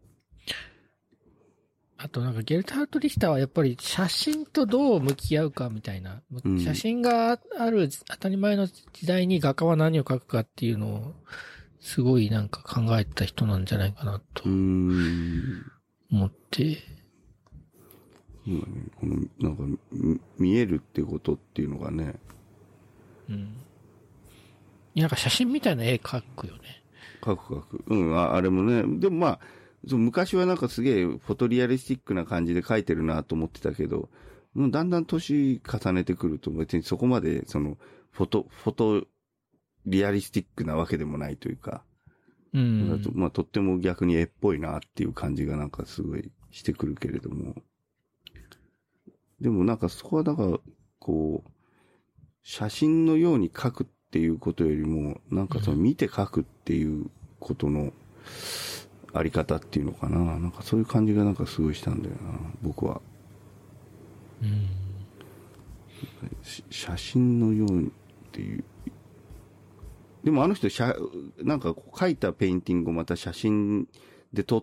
[SPEAKER 1] あとなんかゲルトハルト・リヒターはやっぱり写真とどう向き合うかみたいな。写真がある当たり前の時代に画家は何を描くかっていうのをすごいなんか考えた人なんじゃないかなと思って。
[SPEAKER 2] なんか見えるってことっていうのがね。
[SPEAKER 1] なんか写真みたいな絵描くよね。
[SPEAKER 2] 描く。あれもね。でもまあ、昔はなんかすげえフォトリアリスティックな感じで描いてるなと思ってたけど、もうだんだん年重ねてくると別にそこまでフォトリアリスティックなわけでもないというか、まあとっても逆に絵っぽいなっていう感じがなんかすごいしてくるけれども、でもなんかそこはだからこう写真のように描くっていうことよりもなんか見て描くっていうことのあり方っていうのかな。なんかそういう感じがなんかすごいしたんだよな、僕は。写真のようにっていう。でもあの人なんか描いたペインティングをまた写真で撮って、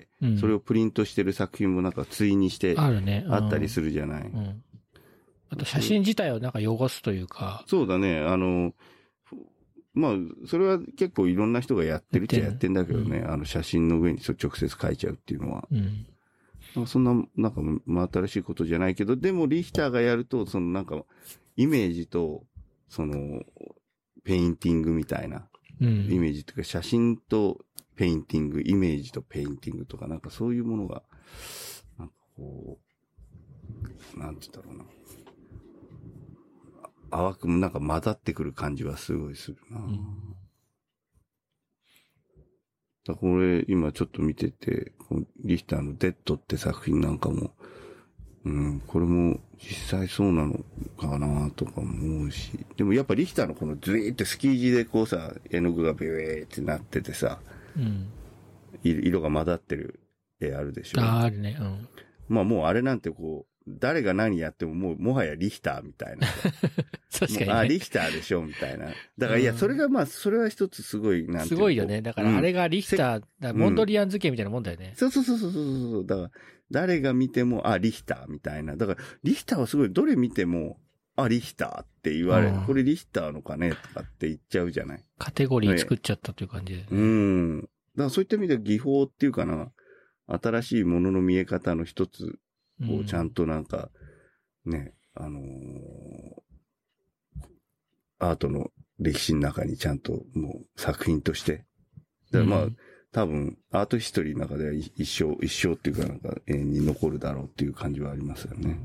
[SPEAKER 2] それをプリントしてる作品もなんか対にしてあったりするじゃない。
[SPEAKER 1] あと写真自体をなんか汚すというか。
[SPEAKER 2] そうだね。まあ、それは結構いろんな人がやってるっちゃやってんだけどね。写真の上に直接書いちゃうっていうのは。そんな、なんか、まあ、新しいことじゃないけど、でもリヒターがやると、なんか、イメージと、ペインティングみたいな、イメージっていうか、写真とペインティング、イメージとペインティングとかなんかそういうものが、なんかこう、なんて言うんだろうな。淡くなんか混ざってくる感じはすごいするな。だこれ今ちょっと見てて、リヒターのデッドって作品なんかも、これも実際そうなのかなとか思うし。でもやっぱリヒターのこのズイーってスキー地でこうさ、絵の具がビューってなっててさ、色が混ざってる絵あるでしょ。
[SPEAKER 1] あるね。
[SPEAKER 2] まあもうあれなんてこう、誰が何やってももはやリヒターみたいな。
[SPEAKER 1] 確かに、ね。
[SPEAKER 2] リヒターでしょみたいな。だからいや、それがまあ、それは一つすごい、なんていうの。
[SPEAKER 1] すごいよね。だからあれがリヒター、モンドリアン図形みたいなもんだよね。
[SPEAKER 2] そう。だから、誰が見ても、リヒターみたいな。だから、リヒターはすごい、どれ見ても、リヒターって言われる。これリヒターのかねとかって言っちゃうじゃない。
[SPEAKER 1] カテゴリー作っちゃったという感じで、
[SPEAKER 2] ね。だからそういった意味で技法っていうかな、新しいものの見え方の一つをちゃんとなんか、ね、アートの歴史の中にちゃんともう作品として。だからまあ、多分、アートヒストリーの中では一生っていうかなんか永遠に残るだろうっていう感じはありますよね。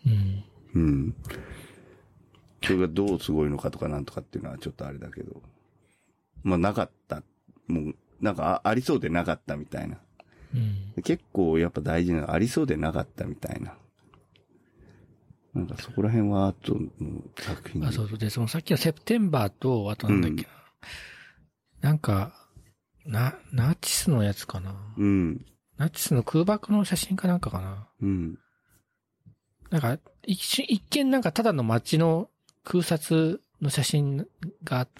[SPEAKER 2] それがどうすごいのかとかなんとかっていうのはちょっとあれだけど。まあなかった。もう、なんかありそうでなかったみたいな。結構やっぱ大事なのありそうでなかったみたいな。なんかそこら辺はアートの作品。
[SPEAKER 1] そうで、そのさっきのセプテンバーと、あとなんだっけな。なんか、ナチスのやつかな。ナチスの空爆の写真かなんかかな。なんか、一見なんかただの街の空撮の写真があって、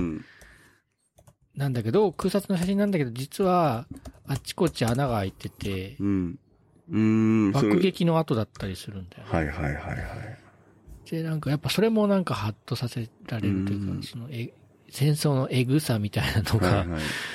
[SPEAKER 1] なんだけど、空撮の写真なんだけど、実は、あっちこっち穴が開いてて、爆撃の跡だったりするんだよね。で、なんかやっぱそれもなんかハッとさせられるというか、その戦争のエグさみたいなのが、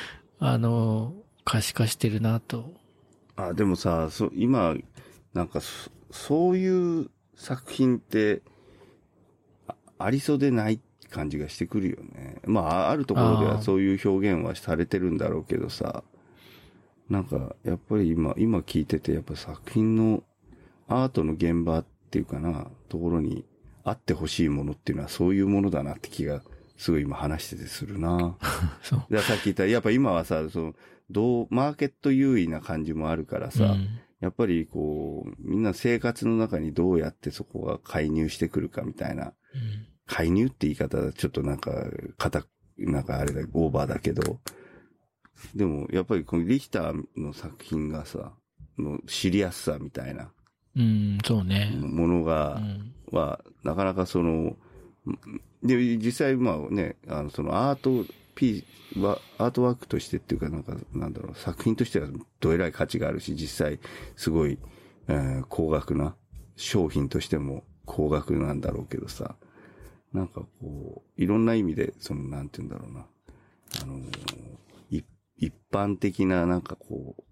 [SPEAKER 1] 可視化してるなと。
[SPEAKER 2] でもさ、今、なんかそういう作品って、ありそうでない感じがしてくるよね。まあ、あるところではそういう表現はされてるんだろうけどさ、なんか、やっぱり今聞いてて、やっぱ作品のアートの現場っていうかな、ところにあってほしいものっていうのはそういうものだなって気が、すごい今話しててするな。
[SPEAKER 1] そう。
[SPEAKER 2] さっき言った、やっぱ今はさ、マーケット優位な感じもあるからさ、やっぱりこう、みんな生活の中にどうやってそこが介入してくるかみたいな。介入って言い方はちょっとなんか、なんかあれだ、オーバーだけど、でも、やっぱりこのリヒターの作品がさ、の知りやすさみたいな。
[SPEAKER 1] そうね。
[SPEAKER 2] ものが、は、なかなかで、実際まあね、そのアートワークとしてっていうかなんだろう、作品としてはどえらい価値があるし、実際すごい、高額な、商品としても高額なんだろうけどさ、なんかこう、いろんな意味で、なんて言うんだろうな、一般的ななんかこう、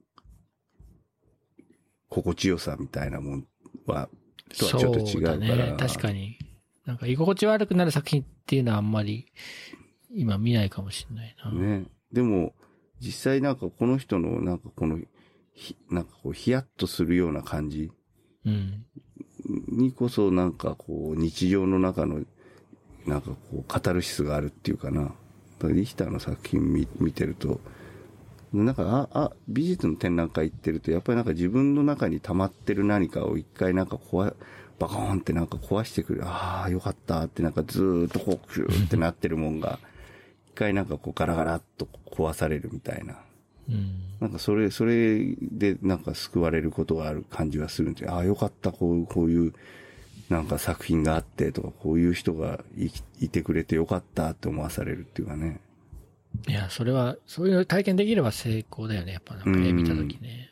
[SPEAKER 2] 心地よさみたいなもんは、とはちょっと違うから。そうだね。
[SPEAKER 1] 確かに。なんか居心地悪くなる作品っていうのはあんまり今見ないかもしれないな。
[SPEAKER 2] ね。でも、実際なんかこの人のなんかなんかこうヒヤッとするような感じ。にこそなんかこう日常の中のなんかこうカタルシスがあるっていうかな。リヒターの作品見てると、なんか、美術の展覧会行ってると、やっぱりなんか自分の中に溜まってる何かを一回なんかバコーンってなんか壊してくる。よかったってなんかずーっとこう、シューってなってるもんが、一回なんかこうガラガラっと壊されるみたいな。なんかそれでなんか救われることがある感じがするんで、よかった、こういうなんか作品があってとか、こういう人がいてくれてよかったって思わされるっていうかね。
[SPEAKER 1] いや、それは、そういう体験できれば成功だよね。やっぱなんか絵見たときね。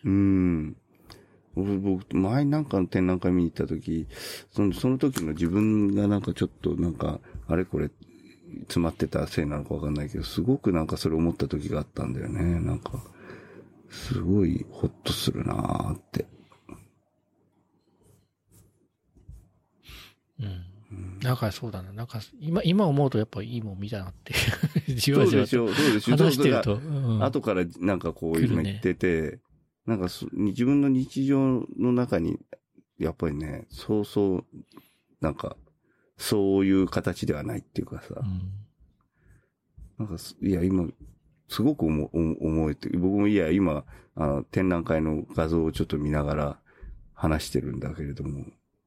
[SPEAKER 2] 僕、前なんかの展覧会見に行ったとき、その時の自分がなんかちょっとなんか、あれこれ、詰まってたせいなのかわかんないけど、すごくなんかそれ思った時があったんだよね。なんか、すごいホッとするなーって。
[SPEAKER 1] なんかそうだな。なんか今思うとやっぱいいもん見たなっていう。じわ
[SPEAKER 2] そう
[SPEAKER 1] じわと
[SPEAKER 2] でしょ、そうでしょ。
[SPEAKER 1] 話してると。
[SPEAKER 2] 後からなんかこう今言ってて、なんか自分の日常の中に、やっぱりね、なんか、そういう形ではないっていうかさ、なんか、いや、今、すごく思えて、僕も今、展覧会の画像をちょっと見ながら話してるんだけれども、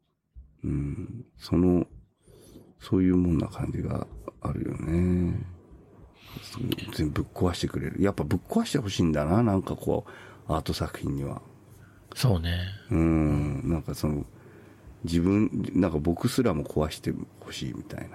[SPEAKER 2] そういうもんな感じがあるよね。全部ぶっ壊してくれる。やっぱぶっ壊してほしいんだな、なんかこう、アート作品には。
[SPEAKER 1] そうね。
[SPEAKER 2] なんかなんか僕すらも壊してほしいみたい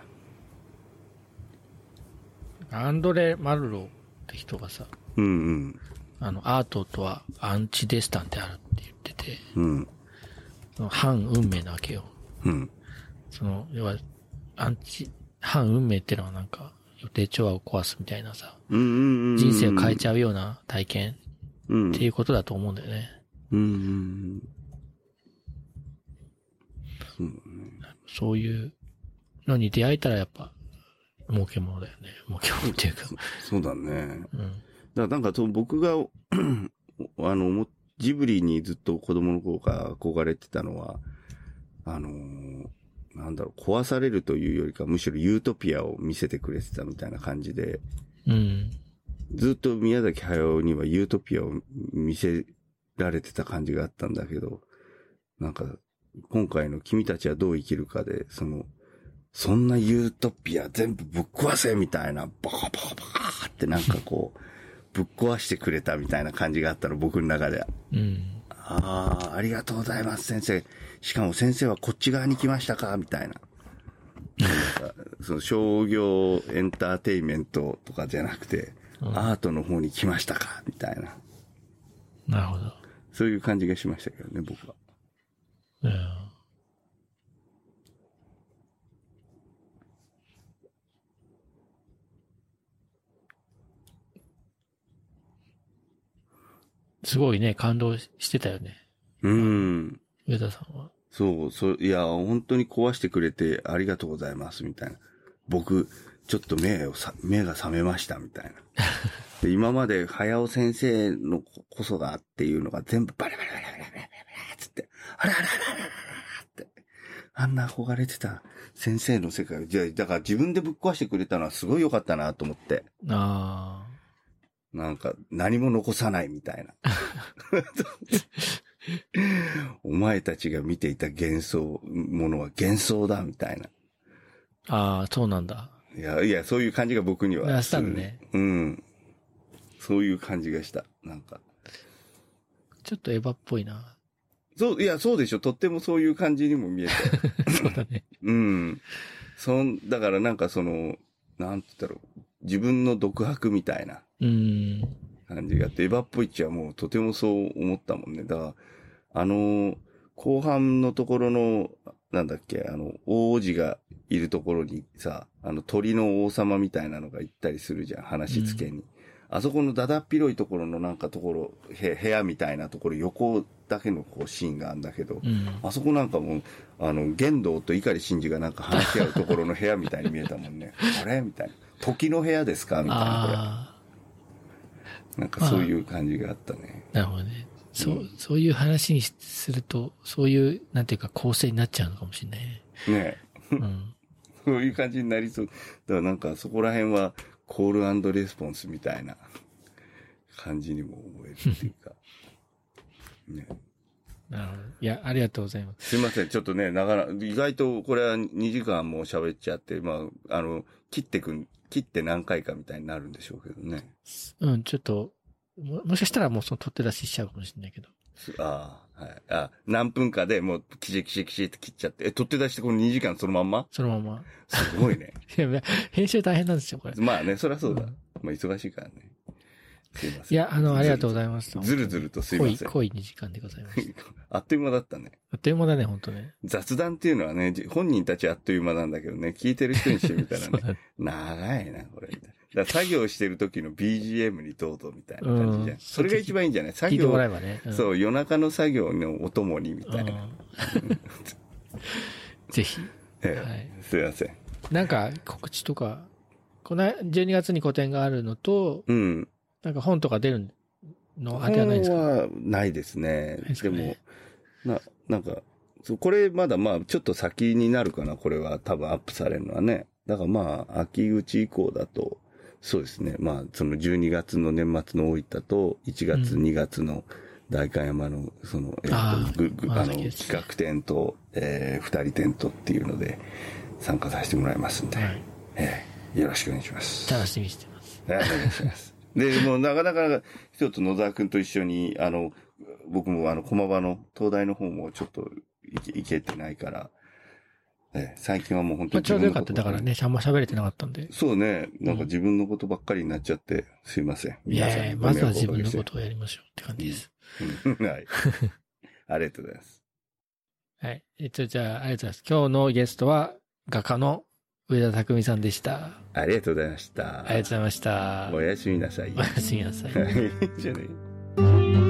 [SPEAKER 2] な。
[SPEAKER 1] アンドレ・マルローって人がさ、アートとはアンチデスタンであるって言ってて、その反運命なわけよ。要は、反運命ってのはなんか、予定調和を壊すみたいなさ、人生を変えちゃうような体験っていうことだと思うんだよね。そういうのに出会えたらやっぱ、儲けものだよね。儲けものっていうか。
[SPEAKER 2] そうだね。だからなんか僕が、ジブリにずっと子供の頃から憧れてたのは、なんだろう、壊されるというよりか、むしろユートピアを見せてくれてたみたいな感じで、ずっと宮崎駿にはユートピアを見せられてた感じがあったんだけど、なんか、今回の君たちはどう生きるかで、そんなユートピア全部ぶっ壊せみたいな、バカバカバカってなんかこう、ぶっ壊してくれたみたいな感じがあったの、僕の中では。ありがとうございます、先生。しかも先生はこっち側に来ましたかみたいな。なんか商業エンターテイメントとかじゃなくて、アートの方に来ましたかみたいな。
[SPEAKER 1] なるほど。
[SPEAKER 2] そういう感じがしましたけどね、僕は。
[SPEAKER 1] すごいね、感動してたよね。上田さんは。
[SPEAKER 2] いや、本当に壊してくれてありがとうございます、みたいな。僕、ちょっと目が覚めました、みたいな。で今まで早尾先生のこそがっていうのが全部バラバラバラバラバラバラつって、あらあらあらあらって、あんな憧れてた先生の世界を、だから自分でぶっ壊してくれたのはすごい良かったなと思って。なんか、何も残さないみたいな。お前たちが見ていたものは幻想だみたいな。
[SPEAKER 1] そうなんだ。
[SPEAKER 2] いや、そういう感じが僕には。
[SPEAKER 1] したのね。
[SPEAKER 2] そういう感じがした。なんか。
[SPEAKER 1] ちょっとエヴァっぽいな。
[SPEAKER 2] そうでしょ。とってもそういう感じにも見え
[SPEAKER 1] た。そうだね。
[SPEAKER 2] だからなんかなんて言ったろう。自分の独白みたいな。感じがあって、エヴァっぽいっちはもうとてもそう思ったもんね。だから、後半のところの、なんだっけ、大王子がいるところにさ、鳥の王様みたいなのが行ったりするじゃん、話し付けに。あそこのだだっ広いところのなんか部屋みたいなところ、横だけのこうシーンがあるんだけど、あそこなんかも玄道と碇シンジがなんか話し合うところの部屋みたいに見えたもんね。あれみたいな。時の部屋ですかみたいな、これ。なんかそういう感じがあったね。
[SPEAKER 1] なるほどね。そういう話にすると、そういう、なんていうか構成になっちゃうのかもしれないね。
[SPEAKER 2] ねえ。そういう感じになりそう。だからなんかそこら辺はコール&レスポンスみたいな感じにも思えるっていうか。ね。
[SPEAKER 1] なるほど。いや、ありがとうございます。
[SPEAKER 2] すいません。ちょっとね、意外とこれは2時間も喋っちゃって、切って何回かみたいになるんでしょうけどね。
[SPEAKER 1] ちょっと、もしかしたらもう取って出ししちゃうかもしれないけど。
[SPEAKER 2] はい。何分かでもう、キシって切っちゃって。取って出してこの2時間そのまんま？
[SPEAKER 1] そのまま。
[SPEAKER 2] すごいね。
[SPEAKER 1] いや、編集大変なんですよ、これ。
[SPEAKER 2] まあね、そりゃそうだ。まあ忙しいからね。すいません。
[SPEAKER 1] いや、ありがとうございます。
[SPEAKER 2] ずるずるとすいません。
[SPEAKER 1] 濃い2時間でございます。
[SPEAKER 2] あっという間だったね。
[SPEAKER 1] あっという間だね、ほんとね。
[SPEAKER 2] 雑談っていうのはね、本人たちあっという間なんだけどね、聞いてる人にしてみたらね、長いな、これ。だ作業してる時の BGM にどうぞみたいな感じじゃん。それが一番いいんじゃない？
[SPEAKER 1] 聞いてもらえばね。
[SPEAKER 2] そう、夜中の作業のお供にみたいな。
[SPEAKER 1] ぜひ。 はい。
[SPEAKER 2] すいません。
[SPEAKER 1] なんか告知とか、この12月に個展があるのと、
[SPEAKER 2] うん。
[SPEAKER 1] なんか本とか出るのあてはないですか？
[SPEAKER 2] 本はないですね。
[SPEAKER 1] ないですかね。
[SPEAKER 2] でも、なんか、これまだまあちょっと先になるかな、これは多分アップされるのはね。だからまあ、秋口以降だと、そうですね。まあ、その12月の年末の大分と、1月、2月の代官山の、その、企画展と、2人展とっていうので、参加させてもらいますんで、
[SPEAKER 1] はい、
[SPEAKER 2] よろしくお願いします。
[SPEAKER 1] 楽しみにしてます。
[SPEAKER 2] お願いします。で、もうなかなか、一つ野沢くんと一緒に、僕も駒場の東大の方もちょっと行けてないから、最近はもう本当に
[SPEAKER 1] ちょうどよかった。だからね、あんま喋れてなかったんで。
[SPEAKER 2] そうね。なんか自分のことばっかりになっちゃって、すいません。
[SPEAKER 1] いやいや、まずは自分のことをやりましょうって感じです。
[SPEAKER 2] はい。ありがとうございます。
[SPEAKER 1] はい。じゃあ、ありがとうございます。今日のゲストは、画家の上田匠さんでした。
[SPEAKER 2] ありがとうございました。
[SPEAKER 1] ありがとうございました。
[SPEAKER 2] おやすみなさい。
[SPEAKER 1] おやすみなさい。
[SPEAKER 2] じゃあね。